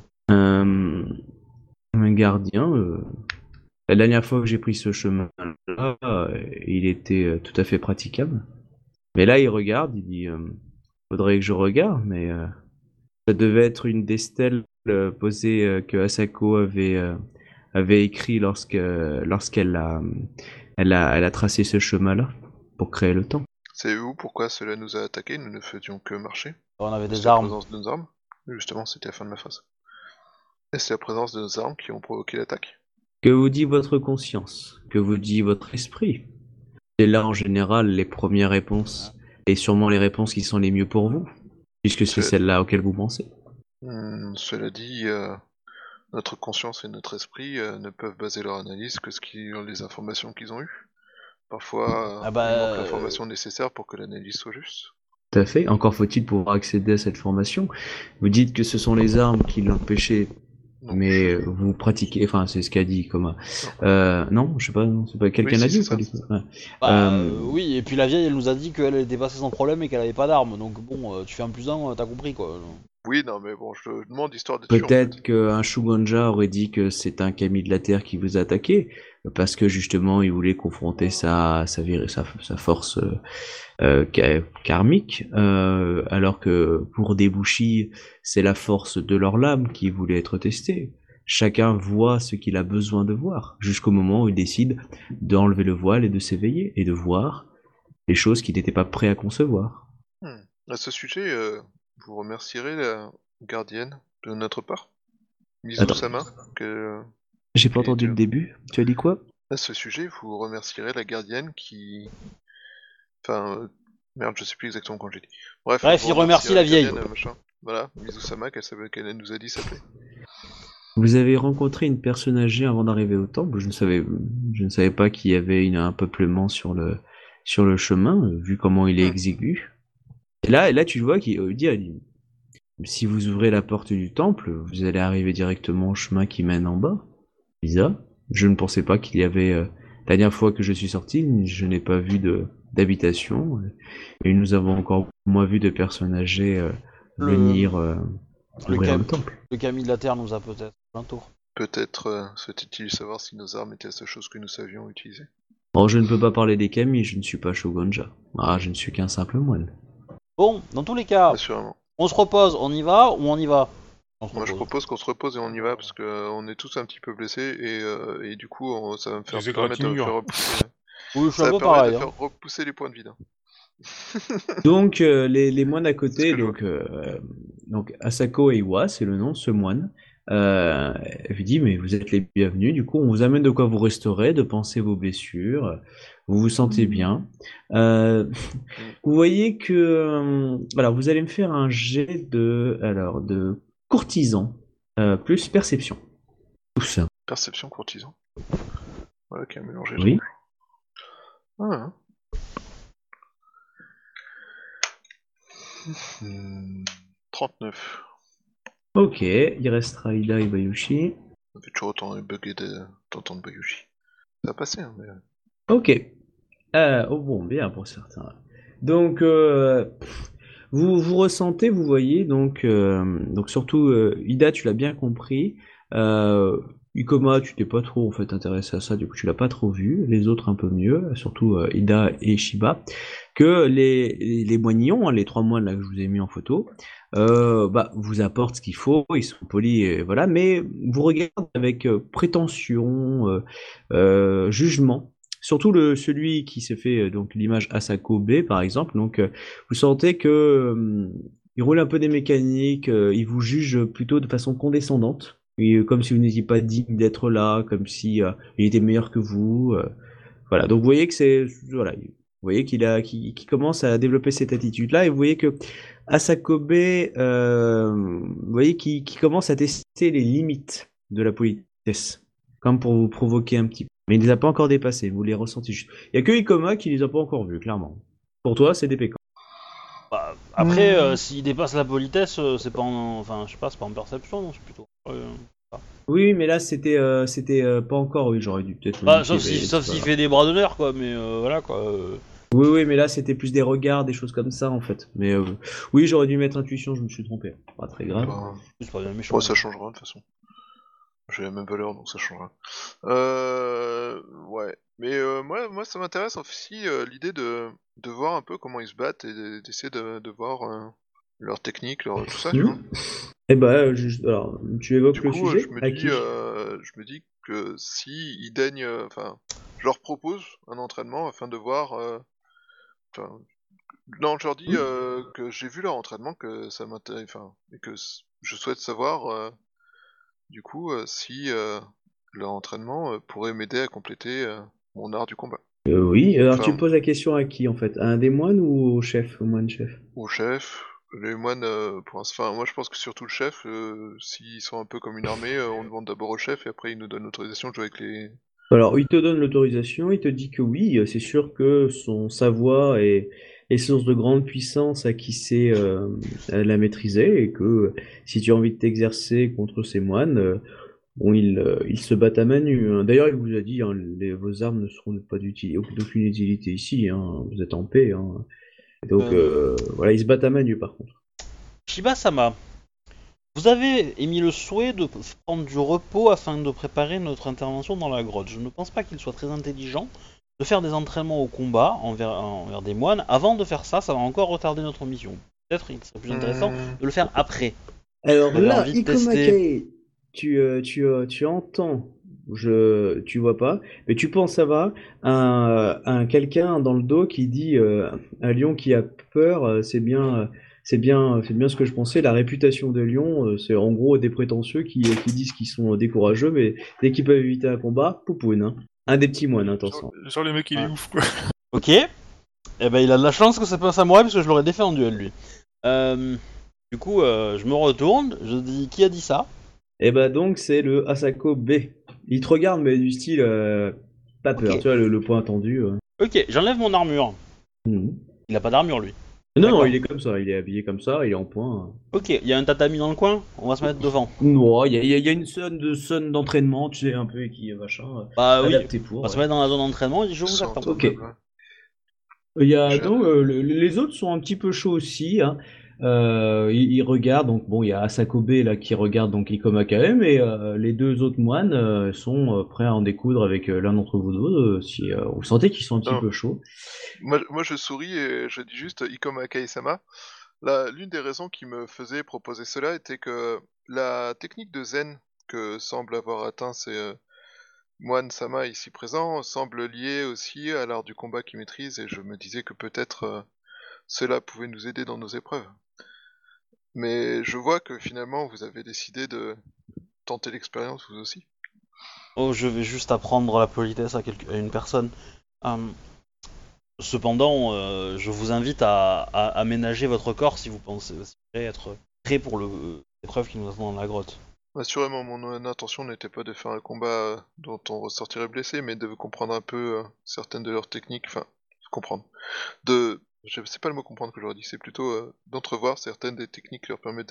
Un gardien. La dernière fois que j'ai pris ce chemin-là, il était tout à fait praticable. Mais là, il regarde, il dit faudrait que je regarde, mais ça devait être une des stèles posées que Asako avait écrit lorsqu'elle a tracé ce chemin-là pour créer le temps. Savez-vous pourquoi cela nous a attaqués? Nous ne faisions que marcher. On avait des C'est la armes. présence de nos armes. Justement, c'était la fin de ma phrase. Et c'est la présence de nos armes qui ont provoqué l'attaque. Que vous dit votre conscience? Que vous dit votre esprit? C'est là en général les premières réponses, et sûrement les réponses qui sont les mieux pour vous. puisque c'est C'est- celle-là auquel vous pensez. Cela dit, notre conscience et notre esprit ne peuvent baser leur analyse que les informations qu'ils ont eues. Parfois, Ah bah, il manque l'information nécessaire pour que l'analyse soit juste. Tout à fait. Encore faut-il pouvoir accéder à cette formation. Vous dites que ce sont les armes qui l'empêchaient, Non, mais je- vous pratiquez. Enfin, c'est ce qu'a dit Coma. Non. Non, je sais pas. Non, c'est pas quelqu'un Oui, l'a si, dit ou c'est pas ça. du coup. Ouais. bah, Euh, oui, et puis la vieille, elle nous a dit qu'elle était passée sans problème et qu'elle avait pas d'arme. Donc bon, tu fais un plus un, t'as compris quoi. Oui, non, mais bon, je te demande histoire d'être sûr, en Peut-être fait. qu'un Shugonja aurait dit que c'est un Kami de la Terre qui vous a attaqué, parce que justement il voulait confronter sa force karmique, alors que pour des Bushi, c'est la force de leur lame qui voulait être testée. Chacun voit ce qu'il a besoin de voir, jusqu'au moment où il décide d'enlever le voile et de s'éveiller, et de voir les choses qu'il n'était pas prêt à concevoir. À ce sujet, vous remercierez la gardienne de notre part, Attends, Mizu-sama, que... j'ai pas qui entendu était- le début. Tu as dit quoi? À ce sujet, vous remercierez la gardienne qui... Enfin, merde, je sais plus exactement quand j'ai dit. Bref, Bref, vous il remercie la remercierez vieille. gardienne, machin. Voilà, Mizu-sama, qu'elle nous a dit s'appeler. Vous avez rencontré une personne âgée avant d'arriver au temple. Je ne savais pas qu'il y avait un peuplement sur le chemin, vu comment il est exigu. Et là, tu vois qu'il dit, si vous ouvrez la porte du temple, vous allez arriver directement au chemin qui mène en bas. Bizarre. Je ne pensais pas qu'il y avait. La dernière fois que je suis sorti, je n'ai pas vu d'habitation. Et nous avons encore moins vu de personnes âgées venir Le, ouvrir cam... le temple. le Camille de la Terre nous a peut-être bientôt. Peut-être souhaitait-il savoir si nos armes étaient la seule chose que nous savions utiliser. Bon, je ne peux pas parler des kami, je ne suis pas Shogunja. Ah, je ne suis qu'un simple moine. Bon, dans tous les cas, Assurément. on se repose, on y va ou on y va? On se Moi, je repose. propose qu'on se repose et on y va, parce que on est tous un petit peu blessés, et du coup, ça va me faire Des permettre de égratignures. faire repousser... Oui, je suis Ça un va peu permettre pareil. de Hein. faire repousser les points de vide. Donc, les moines à C'est ce côté, que je donc Asako et Iwa, c'est le nom de ce moine, lui dit, mais vous êtes les bienvenus, du coup, on vous amène de quoi vous restaurer, de penser vos blessures, vous vous sentez bien. Vous voyez que, alors, vous allez me faire un jet de courtisan, plus perception. Tous. Perception courtisan. Voilà qui a mélangé Oui. le truc. 39. Ok, il restera Ida et Bayushi. Ça fait toujours autant bugger d'entendre Bayushi. Ça va passer, hein, mais... Ok. Oh bon, bien pour certains. Donc, vous ressentez, vous voyez, donc surtout, Ida, tu l'as bien compris. Ikoma, tu t'es pas trop en fait intéressé à ça, du coup tu l'as pas trop vu. Les autres un peu mieux, surtout Ida et Shiba. Que les moignons, hein, les 3 moines là que je vous ai mis en photo, vous apportent ce qu'il faut, ils sont polis, et voilà, mais vous regardez avec prétention, jugement. Surtout celui qui se fait donc l'image Asako B par exemple. Donc vous sentez que il roule un peu des mécaniques, il vous juge plutôt de façon condescendante, et, comme si vous n'étiez pas digne d'être là, comme si il était meilleur que vous. Voilà. Donc vous voyez que vous voyez qu'il commence à développer cette attitude-là, et vous voyez que Asako B, vous voyez qu'il commence à tester les limites de la politesse, comme pour vous provoquer un petit peu. Mais il les a pas encore dépassés, vous les ressentez juste. Il y a que Ikoma qui les a pas encore vus, clairement. Pour toi, c'est des pécans. Bah, après, s'il dépasse la politesse, c'est pas en... Enfin, je sais pas, c'est pas en perception, non, c'est plutôt... Oui, mais là, c'était pas encore, oui, j'aurais dû peut-être le Bah, noter, mais sauf c'est s'il pas fait des bras d'honneur, quoi, mais voilà, quoi. Oui, oui, mais là, c'était plus des regards, des choses comme ça, en fait. Mais oui, j'aurais dû mettre intuition, je me suis trompé. Pas très grave. Bah, C'est pas bien méchant. ouais, ça changera de toute façon. J'ai la même valeur, donc ça changera. Ouais. Mais moi, ça m'intéresse aussi l'idée de voir un peu comment ils se battent et d'essayer de voir leur technique, tout ça, tu vois. Eh ben, alors, tu évoques Du le coup, sujet je à qui me dis que si ils daignent, enfin, je leur propose un entraînement afin de voir, enfin, non, je leur dis que j'ai vu leur entraînement, que ça m'intéresse, enfin, et que je souhaite savoir, du coup, si leur entraînement pourrait m'aider à compléter mon art du combat. Oui, alors tu Enfin, poses la question à qui, en fait? À un des moines ou au chef, au moine chef? au chef, Les moines, moi je pense que surtout le chef, s'ils sont un peu comme une armée, on demande d'abord au chef et après il nous donne l'autorisation de jouer avec les... Alors, il te donne l'autorisation, il te dit que oui, c'est sûr que sa voix est source de grande puissance à qui sait la maîtriser, et que si tu as envie de t'exercer contre ces moines, bon, ils se battent à main nue, hein. D'ailleurs, il vous a dit, hein, vos armes ne seront pas d'aucune utilité ici, hein, vous êtes en paix, hein. Donc, voilà, ils se battent à main nue par contre. Shiba-sama, vous avez émis le souhait de prendre du repos afin de préparer notre intervention dans la grotte. Je ne pense pas qu'il soit très intelligent de faire des entraînements au combat envers des moines. Avant de faire ça, ça va encore retarder notre mission. Peut-être qu'il serait plus intéressant de le faire après. Alors J'avais là, envie de Ikomake, tu entends, tu vois pas, mais tu penses ça va, un quelqu'un dans le dos qui dit un lion qui a peur, c'est bien ce que je pensais. La réputation de Lyon, c'est en gros des prétentieux qui disent qu'ils sont décourageux, mais dès qu'ils peuvent éviter un combat, poupoune, hein. Un des petits moines, attention. Genre le mec il est Ouais. ouf quoi. Ok. Eh ben il a de la chance que c'est pas un samouraï parce que je l'aurais défait en duel lui. Du coup, je me retourne, je dis qui a dit ça? Et bah donc c'est le Asako B. Il te regarde, mais du style pas peur, Ok. tu vois, le point tendu. Ok, j'enlève mon armure. Mhm. Il a pas d'armure lui. Non, D'accord. il est comme ça, il est habillé comme ça, il est en point. Ok, il y a un tatami dans le coin, on va se mettre devant. Non, il y a une zone d'entraînement, tu sais, un peu qui machin, Bah oui, adapté pour. on va se Ouais. mettre dans la zone d'entraînement et je vous Sans attends. entendre, Ok. ouais. Il y a Je- donc les autres sont un petit peu chauds aussi, hein. Ils regardent, donc bon, il y a Asako B là qui regarde donc Ikoma KM, et les deux autres moines sont prêts à en découdre avec l'un d'entre vous deux, si vous sentez qu'ils sont un petit Oh. peu chauds. Moi je souris et je dis juste Ikoma Kai-sama. L'une des raisons qui me faisait proposer cela était que la technique de zen que semble avoir atteint ces moines Sama ici présents semble liée aussi à l'art du combat qu'ils maîtrisent et je me disais que peut-être cela pouvait nous aider dans nos épreuves. Mais je vois que finalement vous avez décidé de tenter l'expérience vous aussi. Oh, je vais juste apprendre la politesse à une personne. Cependant, je vous invite à aménager votre corps si vous pensez être prêt pour l'épreuve qui nous attend dans la grotte. Assurément, mon intention n'était pas de faire un combat dont on ressortirait blessé, mais de comprendre un peu certaines de leurs techniques, enfin, comprendre. C'est pas le mot comprendre que j'aurais dit, c'est plutôt d'entrevoir certaines des techniques qui leur permettent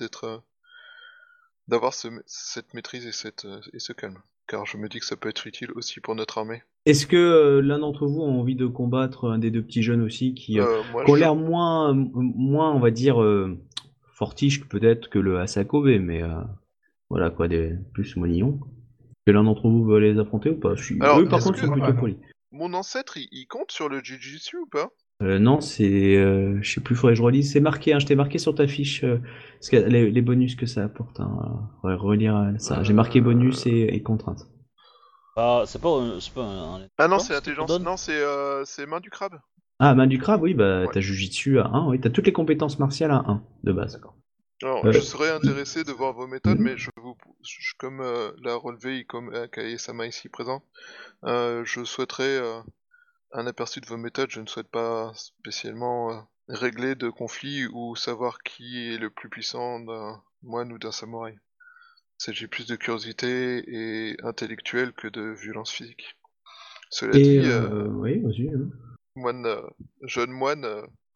d'avoir cette maîtrise et ce calme. Car je me dis que ça peut être utile aussi pour notre armée. Est-ce que l'un d'entre vous a envie de combattre un des deux petits jeunes aussi qui Moi, ont l'air moins, on va dire, fortiches peut-être que le Asako B, mais voilà quoi, plus mognons. Que l'un d'entre vous veut les affronter ou pas? Alors, Eux par est-ce contre que sont plutôt non. polis. mon ancêtre, il compte sur le Jiu-Jitsu ou pas? Non, c'est, je sais plus, faudrait que je relise. C'est marqué, hein, je t'ai marqué sur ta fiche parce que les bonus que ça apporte, hein. Faudrait relire ça. J'ai marqué bonus et contraintes. Ah, c'est pas un Ah non, ce c'est que tu intelligence. donnes Non, c'est main du crabe. Ah, main du crabe, oui, bah Ouais. t'as Jujitsu à 1, oui, t'as toutes les compétences martiales à 1 de base. Alors, Euh, je serais intéressé de voir vos méthodes, Mhm. mais comme l'a relevé comme Kae-sama ici présent, je souhaiterais un aperçu de vos méthodes. Je ne souhaite pas spécialement régler de conflits ou savoir qui est le plus puissant d'un moine ou d'un samouraï. J'ai plus de curiosité et intellectuelle que de violence physique. Cela Et dit, oui, vas-y, hein. jeune moine,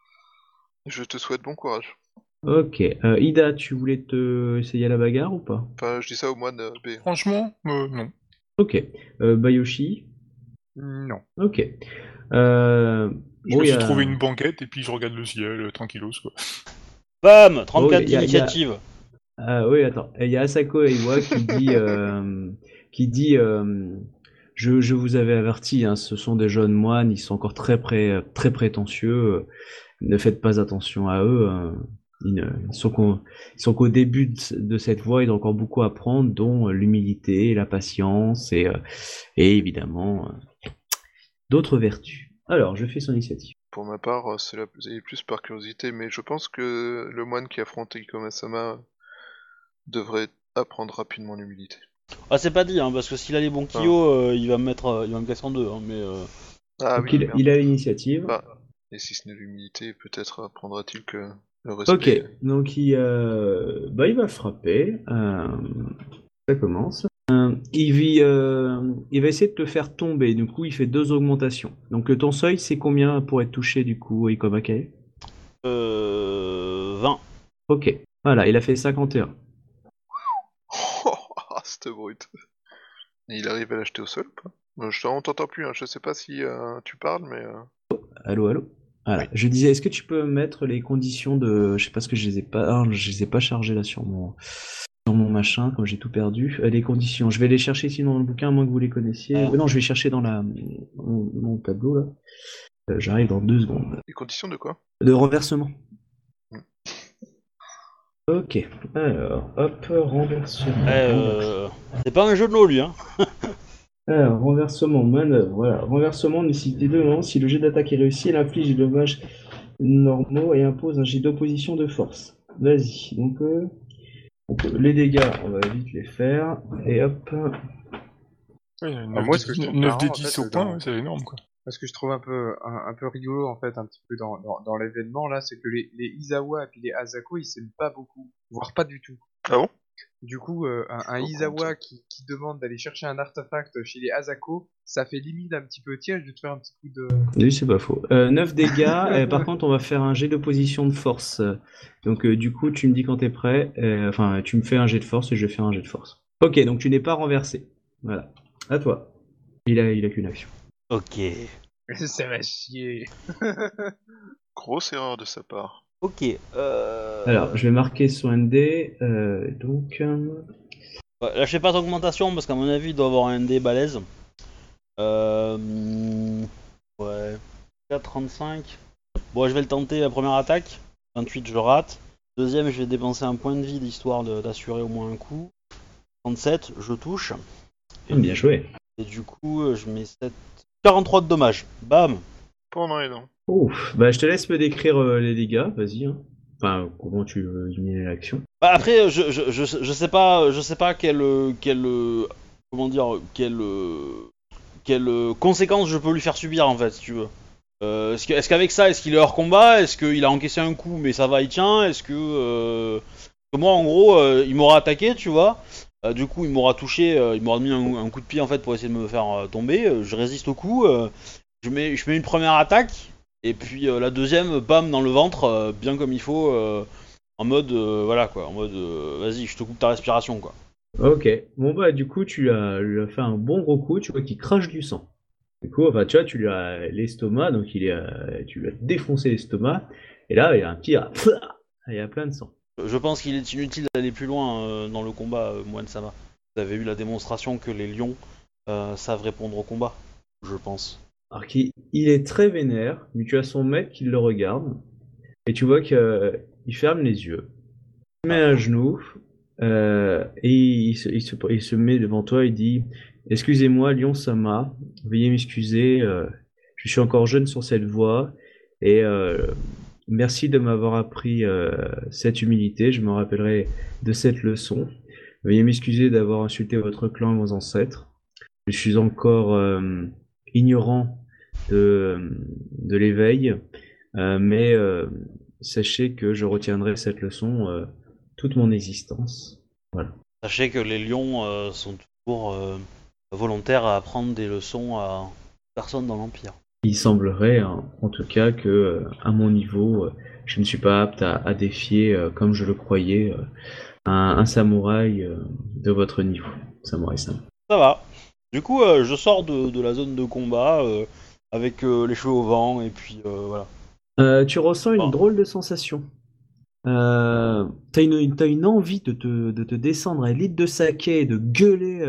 je te souhaite bon courage. Ok, Ida, tu voulais te essayer à la bagarre ou pas? Enfin, je dis ça au moine B. Franchement, non. Ok, Bayoshi, Non. ok. Je Bon, me il y suis a... trouvé une banquette et puis je regarde le ciel, tranquillos quoi. Bam 34 Oh, y a- d'initiative. Oui, attends. Il y a Asako Eiwa qui dit, je vous avais averti, hein, ce sont des jeunes moines, ils sont encore très prétentieux. Ne faites pas attention à eux. Ils sont qu'au début de cette voie, ils ont encore beaucoup à apprendre, dont l'humilité, la patience et évidemment d'autres vertus. Alors, je fais son initiative. Pour ma part, cela est plus par curiosité, mais je pense que le moine qui affronte Ikoma-sama devrait apprendre rapidement l'humilité. Ah, c'est pas dit, hein, parce que s'il a les bons Kyo, il va me casser en deux, hein, mais Ah Donc oui, merde. il a l'initiative. Bah, et si ce n'est l'humilité, peut-être apprendra-t-il que Le Ok, respect. donc il va frapper. Ça commence. Il va essayer de te faire tomber. Du coup, il fait 2 augmentations. Donc ton seuil, c'est combien pour être touché du coup, Ikomake? 20. Ok, voilà, il a fait 51. Ah, cette brute. Et il arrive à l'acheter au sol ou pas? On t'entend plus, hein. Je sais pas si tu parles, mais... Allô, allô? Voilà. Oui. Je disais, est-ce que tu peux mettre les conditions de... Je sais pas ce que je les ai pas... Ah, je les ai pas chargées là sur mon machin, comme j'ai tout perdu. Les conditions, je vais les chercher ici dans le bouquin, à moins que vous les connaissiez. Ah. Non, je vais chercher dans mon tableau là. J'arrive dans 2 secondes. Les conditions de quoi? De renversement. Hmm. Ok, alors, hop, renversement. C'est pas un jeu de mots, lui, hein. Alors, renversement, manœuvre, voilà. Renversement nécessite des 2 moments. Si le jet d'attaque est réussi, elle inflige des dommages normaux et impose un jet d'opposition de force. Vas-y, donc les dégâts, on va vite les faire. Et hop. Ouais, moi, ce que je trouve 9 marrant, des en 10 fait, au point, ouais, c'est énorme, quoi. Parce que je trouve un peu rigolo en fait un petit peu dans l'événement là, c'est que les Izawa et puis les Asako ils s'aiment pas beaucoup, voire pas du tout. Ah bon? Du coup, un pas au Izawa courant de qui demande d'aller chercher un artefact chez les Asako, ça fait limite un petit peu tiens, je vais te faire un petit coup de. Oui, c'est pas faux. 9 dégâts. Par contre, on va faire un jet d'opposition de force. Donc, du coup, tu me dis quand t'es prêt. Enfin, tu me fais un jet de force et je vais faire un jet de force. Ok, donc tu n'es pas renversé. Voilà. À toi. Il a qu'une action. Ok. Ça va chier. Grosse erreur de sa part. Ok. Alors, je vais marquer son ND. Donc. Ouais, lâchez pas d'augmentation parce qu'à mon avis, il doit avoir un dé balèze. Ouais. 4,35. Bon, je vais le tenter la première attaque. 28, je rate. Deuxième, je vais dépenser un point de vie histoire d'assurer au moins un coup. 37, je touche. Bien joué. Et du coup, je mets 7... 43 de dommages. Bam. Pendant les dents. Ouf. Bah, je te laisse me décrire les dégâts. Vas-y. Hein. Enfin, comment tu veux éliminer l'action. Bah après, je sais pas comment dire, quelle conséquence je peux lui faire subir en fait, si tu veux. Est-ce qu'avec ça, est-ce qu'il est hors combat? Est-ce qu'il a encaissé un coup mais ça va, il tient? Que moi en gros, il m'aura attaqué, tu vois. Du coup, il m'aura touché, il m'aura mis un coup de pied en fait pour essayer de me faire tomber. Je résiste au coup. Je mets une première attaque et puis la deuxième, bam dans le ventre, bien comme il faut. En mode, voilà quoi, en mode, vas-y, je te coupe ta respiration quoi. Ok. Bon, bah, du coup, lui as fait un bon gros coup. Tu vois qu'il crache du sang. Du coup, enfin, tu vois, tu lui as l'estomac, donc tu lui as défoncé l'estomac. Et là, il y a un petit. Il y a plein de sang. Je pense qu'il est inutile d'aller plus loin dans le combat, Moine Sama. Vous avez eu la démonstration que les lions savent répondre au combat, je pense. Alors qu'il est très vénère, mais tu as son maître qui le regarde. Et tu vois qu'il ferme les yeux. Il met un genou. Et il se met devant toi et dit: Excusez-moi, Lion Sama, veuillez m'excuser, je suis encore jeune sur cette voie, et merci de m'avoir appris cette humilité, je me rappellerai de cette leçon. Veuillez m'excuser d'avoir insulté votre clan et vos ancêtres. Je suis encore ignorant de l'éveil, mais sachez que je retiendrai cette leçon toute mon existence. Voilà. Sachez que les lions sont toujours volontaires à apprendre des leçons à personne dans l'Empire. Il semblerait, en tout cas, que à mon niveau, je ne suis pas apte à défier, comme je le croyais, un samouraï de votre niveau, samouraï Sam. Ça va. Du coup, je sors de la zone de combat avec les cheveux au vent et puis voilà. Tu ressens une drôle de sensation. T'as une envie de te descendre à litre de saké et de gueuler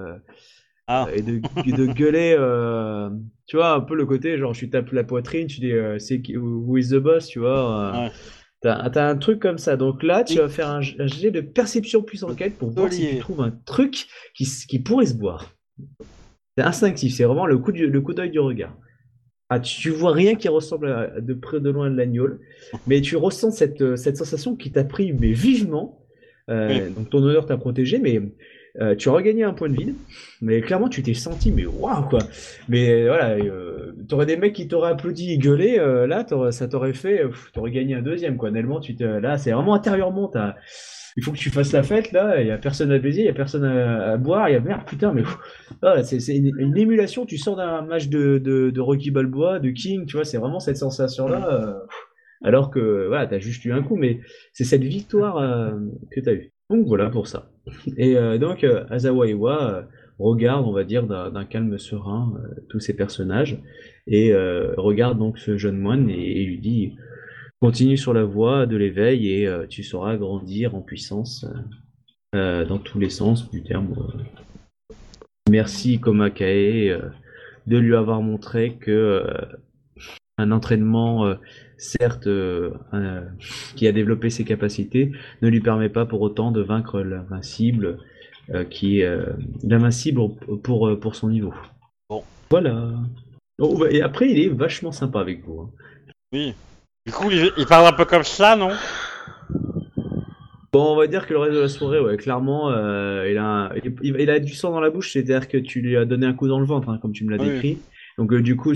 et de gueuler tu vois un peu le côté genre tu tapes la poitrine, tu dis who is the boss, tu vois. Ouais. T'as un truc comme ça, donc là tu vas faire un jet de perception plus enquête pour voir si tu trouves un truc qui pourrait se boire. C'est instinctif, c'est vraiment le coup d'œil du regard. Ah, tu vois rien qui ressemble de près ou de loin de l'agnole, mais tu ressens cette sensation qui t'a pris mais vivement. Oui. Donc ton honneur t'a protégé, mais Tu as regagné un point de vie, mais clairement tu t'es senti, mais waouh quoi. Mais voilà, t'aurais des mecs qui t'auraient applaudi et gueulé, là ça t'aurait fait, t'aurais gagné un deuxième quoi. Tellement là c'est vraiment intérieurement, il faut que tu fasses la fête là, il y a personne à baiser, il y a personne à boire, il y a merde putain, mais voilà, c'est une émulation. Tu sors d'un match de Rocky Balboa, de King, tu vois, c'est vraiment cette sensation là. Alors que voilà, t'as juste eu un coup, mais c'est cette victoire que t'as eue. Donc voilà pour ça. Et donc Azawa Iwa regarde, on va dire, d'un calme serein tous ces personnages et regarde donc ce jeune moine et lui dit continue sur la voie de l'éveil et tu sauras grandir en puissance dans tous les sens du terme. Merci Komakae de lui avoir montré que un entraînement, certes, qui a développé ses capacités, ne lui permet pas pour autant de vaincre l'invincible, qui est l'invincible pour son niveau. Bon. Voilà. Oh, bah, et après, il est vachement sympa avec vous. Hein. Oui. Du coup, il parle un peu comme ça, non? Bon, on va dire que le reste de la soirée, ouais, clairement, il a du sang dans la bouche, c'est-à-dire que tu lui as donné un coup dans le ventre, hein, comme tu me l'as Oui. décrit. Donc du coup,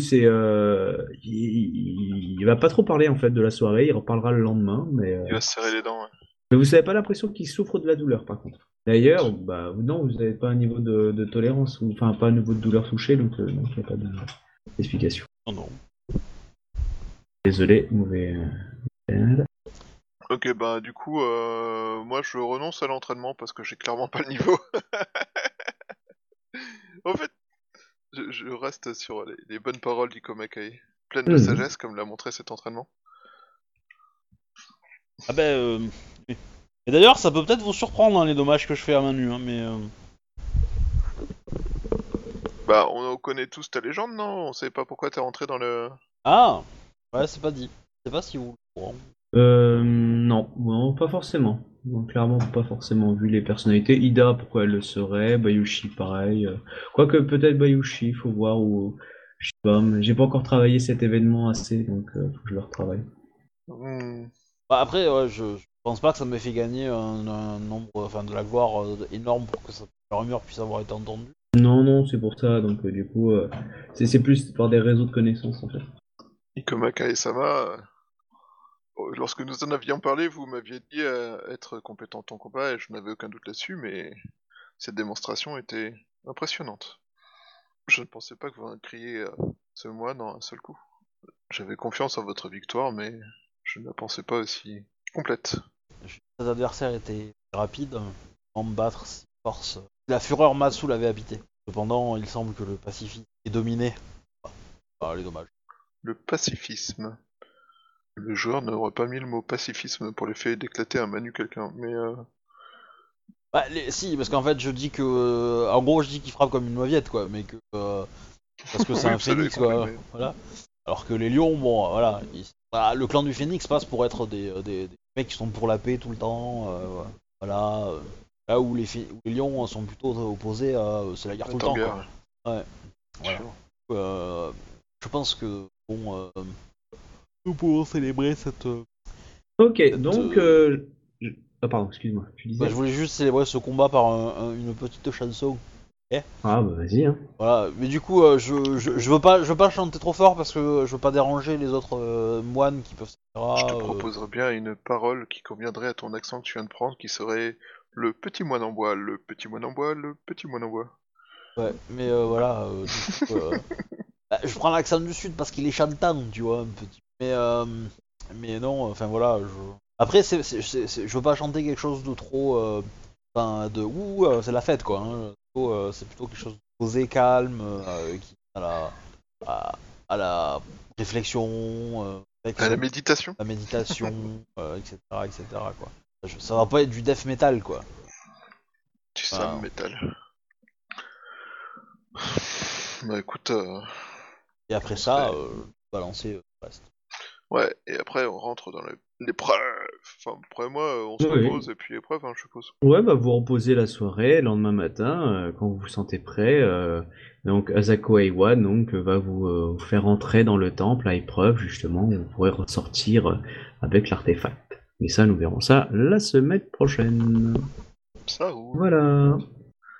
il va pas trop parler en fait de la soirée, il reparlera le lendemain, Il va se serrer les dents. Ouais. mais vous avez pas l'impression qu'il souffre de la douleur par contre. D'ailleurs, bah non, vous n'avez pas un niveau de tolérance, enfin pas un niveau de douleur touché, donc non, il n'y a pas d'explication. Non, non. Désolé, mauvais. Ok, bah du coup, moi je renonce à l'entraînement parce que j'ai clairement pas le niveau. En fait, je reste sur les bonnes paroles d'Ikomakai, pleine de sagesse comme l'a montré cet entraînement. Ah ben, oui. Et d'ailleurs, ça peut peut-être vous surprendre, hein, les dommages que je fais à main nue, hein, mais... Bah, on connaît tous ta légende, non? On sait pas pourquoi t'es rentré dans le... Ah! Ouais, c'est pas dit. Je sais pas si vous... Non, non, pas forcément. Non, clairement, pas forcément. Vu les personnalités, Ida, pourquoi elle le serait, Bayushi, pareil. Quoique peut-être Bayushi, faut voir où. Je sais pas, mais j'ai pas encore travaillé cet événement assez, donc faut que je le retravaille. Bah, après, ouais, je pense pas que ça m'ait fait gagner un nombre, enfin, de la gloire énorme pour que la rumeur puisse avoir été entendue. Non, non, c'est pour ça, donc du coup, c'est plus par des réseaux de connaissances en fait. Ikomakai-sama, lorsque nous en avions parlé, vous m'aviez dit être compétent en combat et je n'avais aucun doute là-dessus, mais cette démonstration était impressionnante. Je ne pensais pas que vous criez ce moine en un seul coup. J'avais confiance en votre victoire, mais je ne la pensais pas aussi complète. Cet adversaire était rapide, en me battre si force. La fureur Matsu l'avait habité. Cependant, il semble que le pacifisme est dominé. Ah, les dommages. Le pacifisme. Le joueur n'aurait pas mis le mot pacifisme pour l'effet d'éclater à main nue quelqu'un, mais Bah, si, parce qu'en fait, je dis que... en gros, je dis qu'il frappe comme une mauviette, quoi, mais que... parce que c'est Oui, un ça l'avait phénix, quoi, compris, mais- voilà. Alors que les lions, bon, voilà, voilà, le clan du phénix passe pour être des mecs qui sont pour la paix tout le temps, voilà. Là où où les lions sont plutôt opposés à... c'est la guerre tout le temps, guerre. quoi. Ouais, voilà. Je pense que, bon... nous pouvons célébrer cette... Ok, donc, ah pardon, excuse-moi, tu disais. Bah, je voulais juste célébrer ce combat par une petite chanson. Ah bah vas-y, hein. Voilà, mais du coup, je veux pas chanter trop fort parce que je veux pas déranger les autres moines qui peuvent. Je te proposerais bien une parole qui conviendrait à ton accent que tu viens de prendre, qui serait le petit moine en bois, le petit moine en bois, le petit moine en bois. Ouais, mais voilà, du coup, bah, je prends l'accent du sud parce qu'il est chantant, tu vois, un petit. Mais non, enfin voilà. Après, je veux pas chanter quelque chose de trop, enfin, de ouh, c'est la fête quoi. Hein. C'est plutôt quelque chose de posé, calme, qui à la réflexion, À la méditation. la méditation, etc., quoi. Ça va pas être du death metal quoi. Tu Voilà. sam metal. Bah écoute, Et après ça, balancer le reste. ouais, et après on rentre dans l'épreuve. Enfin, après moi, on se Oui. repose et puis épreuve, hein, je suppose. Ouais, bah vous reposez la soirée, le lendemain matin, quand vous vous sentez prêt, donc Asako Aiwa donc, va vous faire entrer dans le temple à épreuve, justement, où vous pourrez ressortir avec l'artefact. Et ça, nous verrons ça la semaine prochaine. Ça roule. Voilà.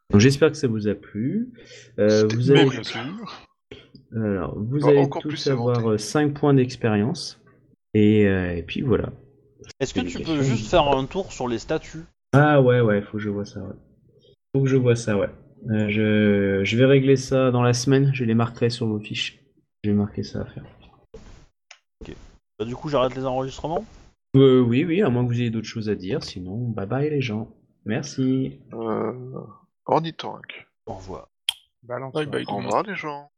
Donc j'espère que ça vous a plu. C'était Vous Mais allez, bien sûr. alors, vous Bah, allez encore plus tous avoir éventé. 5 points d'expérience. Et puis voilà. Est-ce que tu peux Éducation. juste faire un tour sur les statuts? Ah ouais, faut que je vois ça, ouais. Faut que je vois ça, ouais. Je vais régler ça dans la semaine, je les marquerai sur vos fiches. Je vais marquer ça à faire. Bah, du coup, j'arrête les enregistrements? Oui, à moins que vous ayez d'autres choses à dire, sinon, bye bye les gens. Merci. Ornithorynque. Au revoir. Balance. Bye bye tout Au le monde. revoir les gens.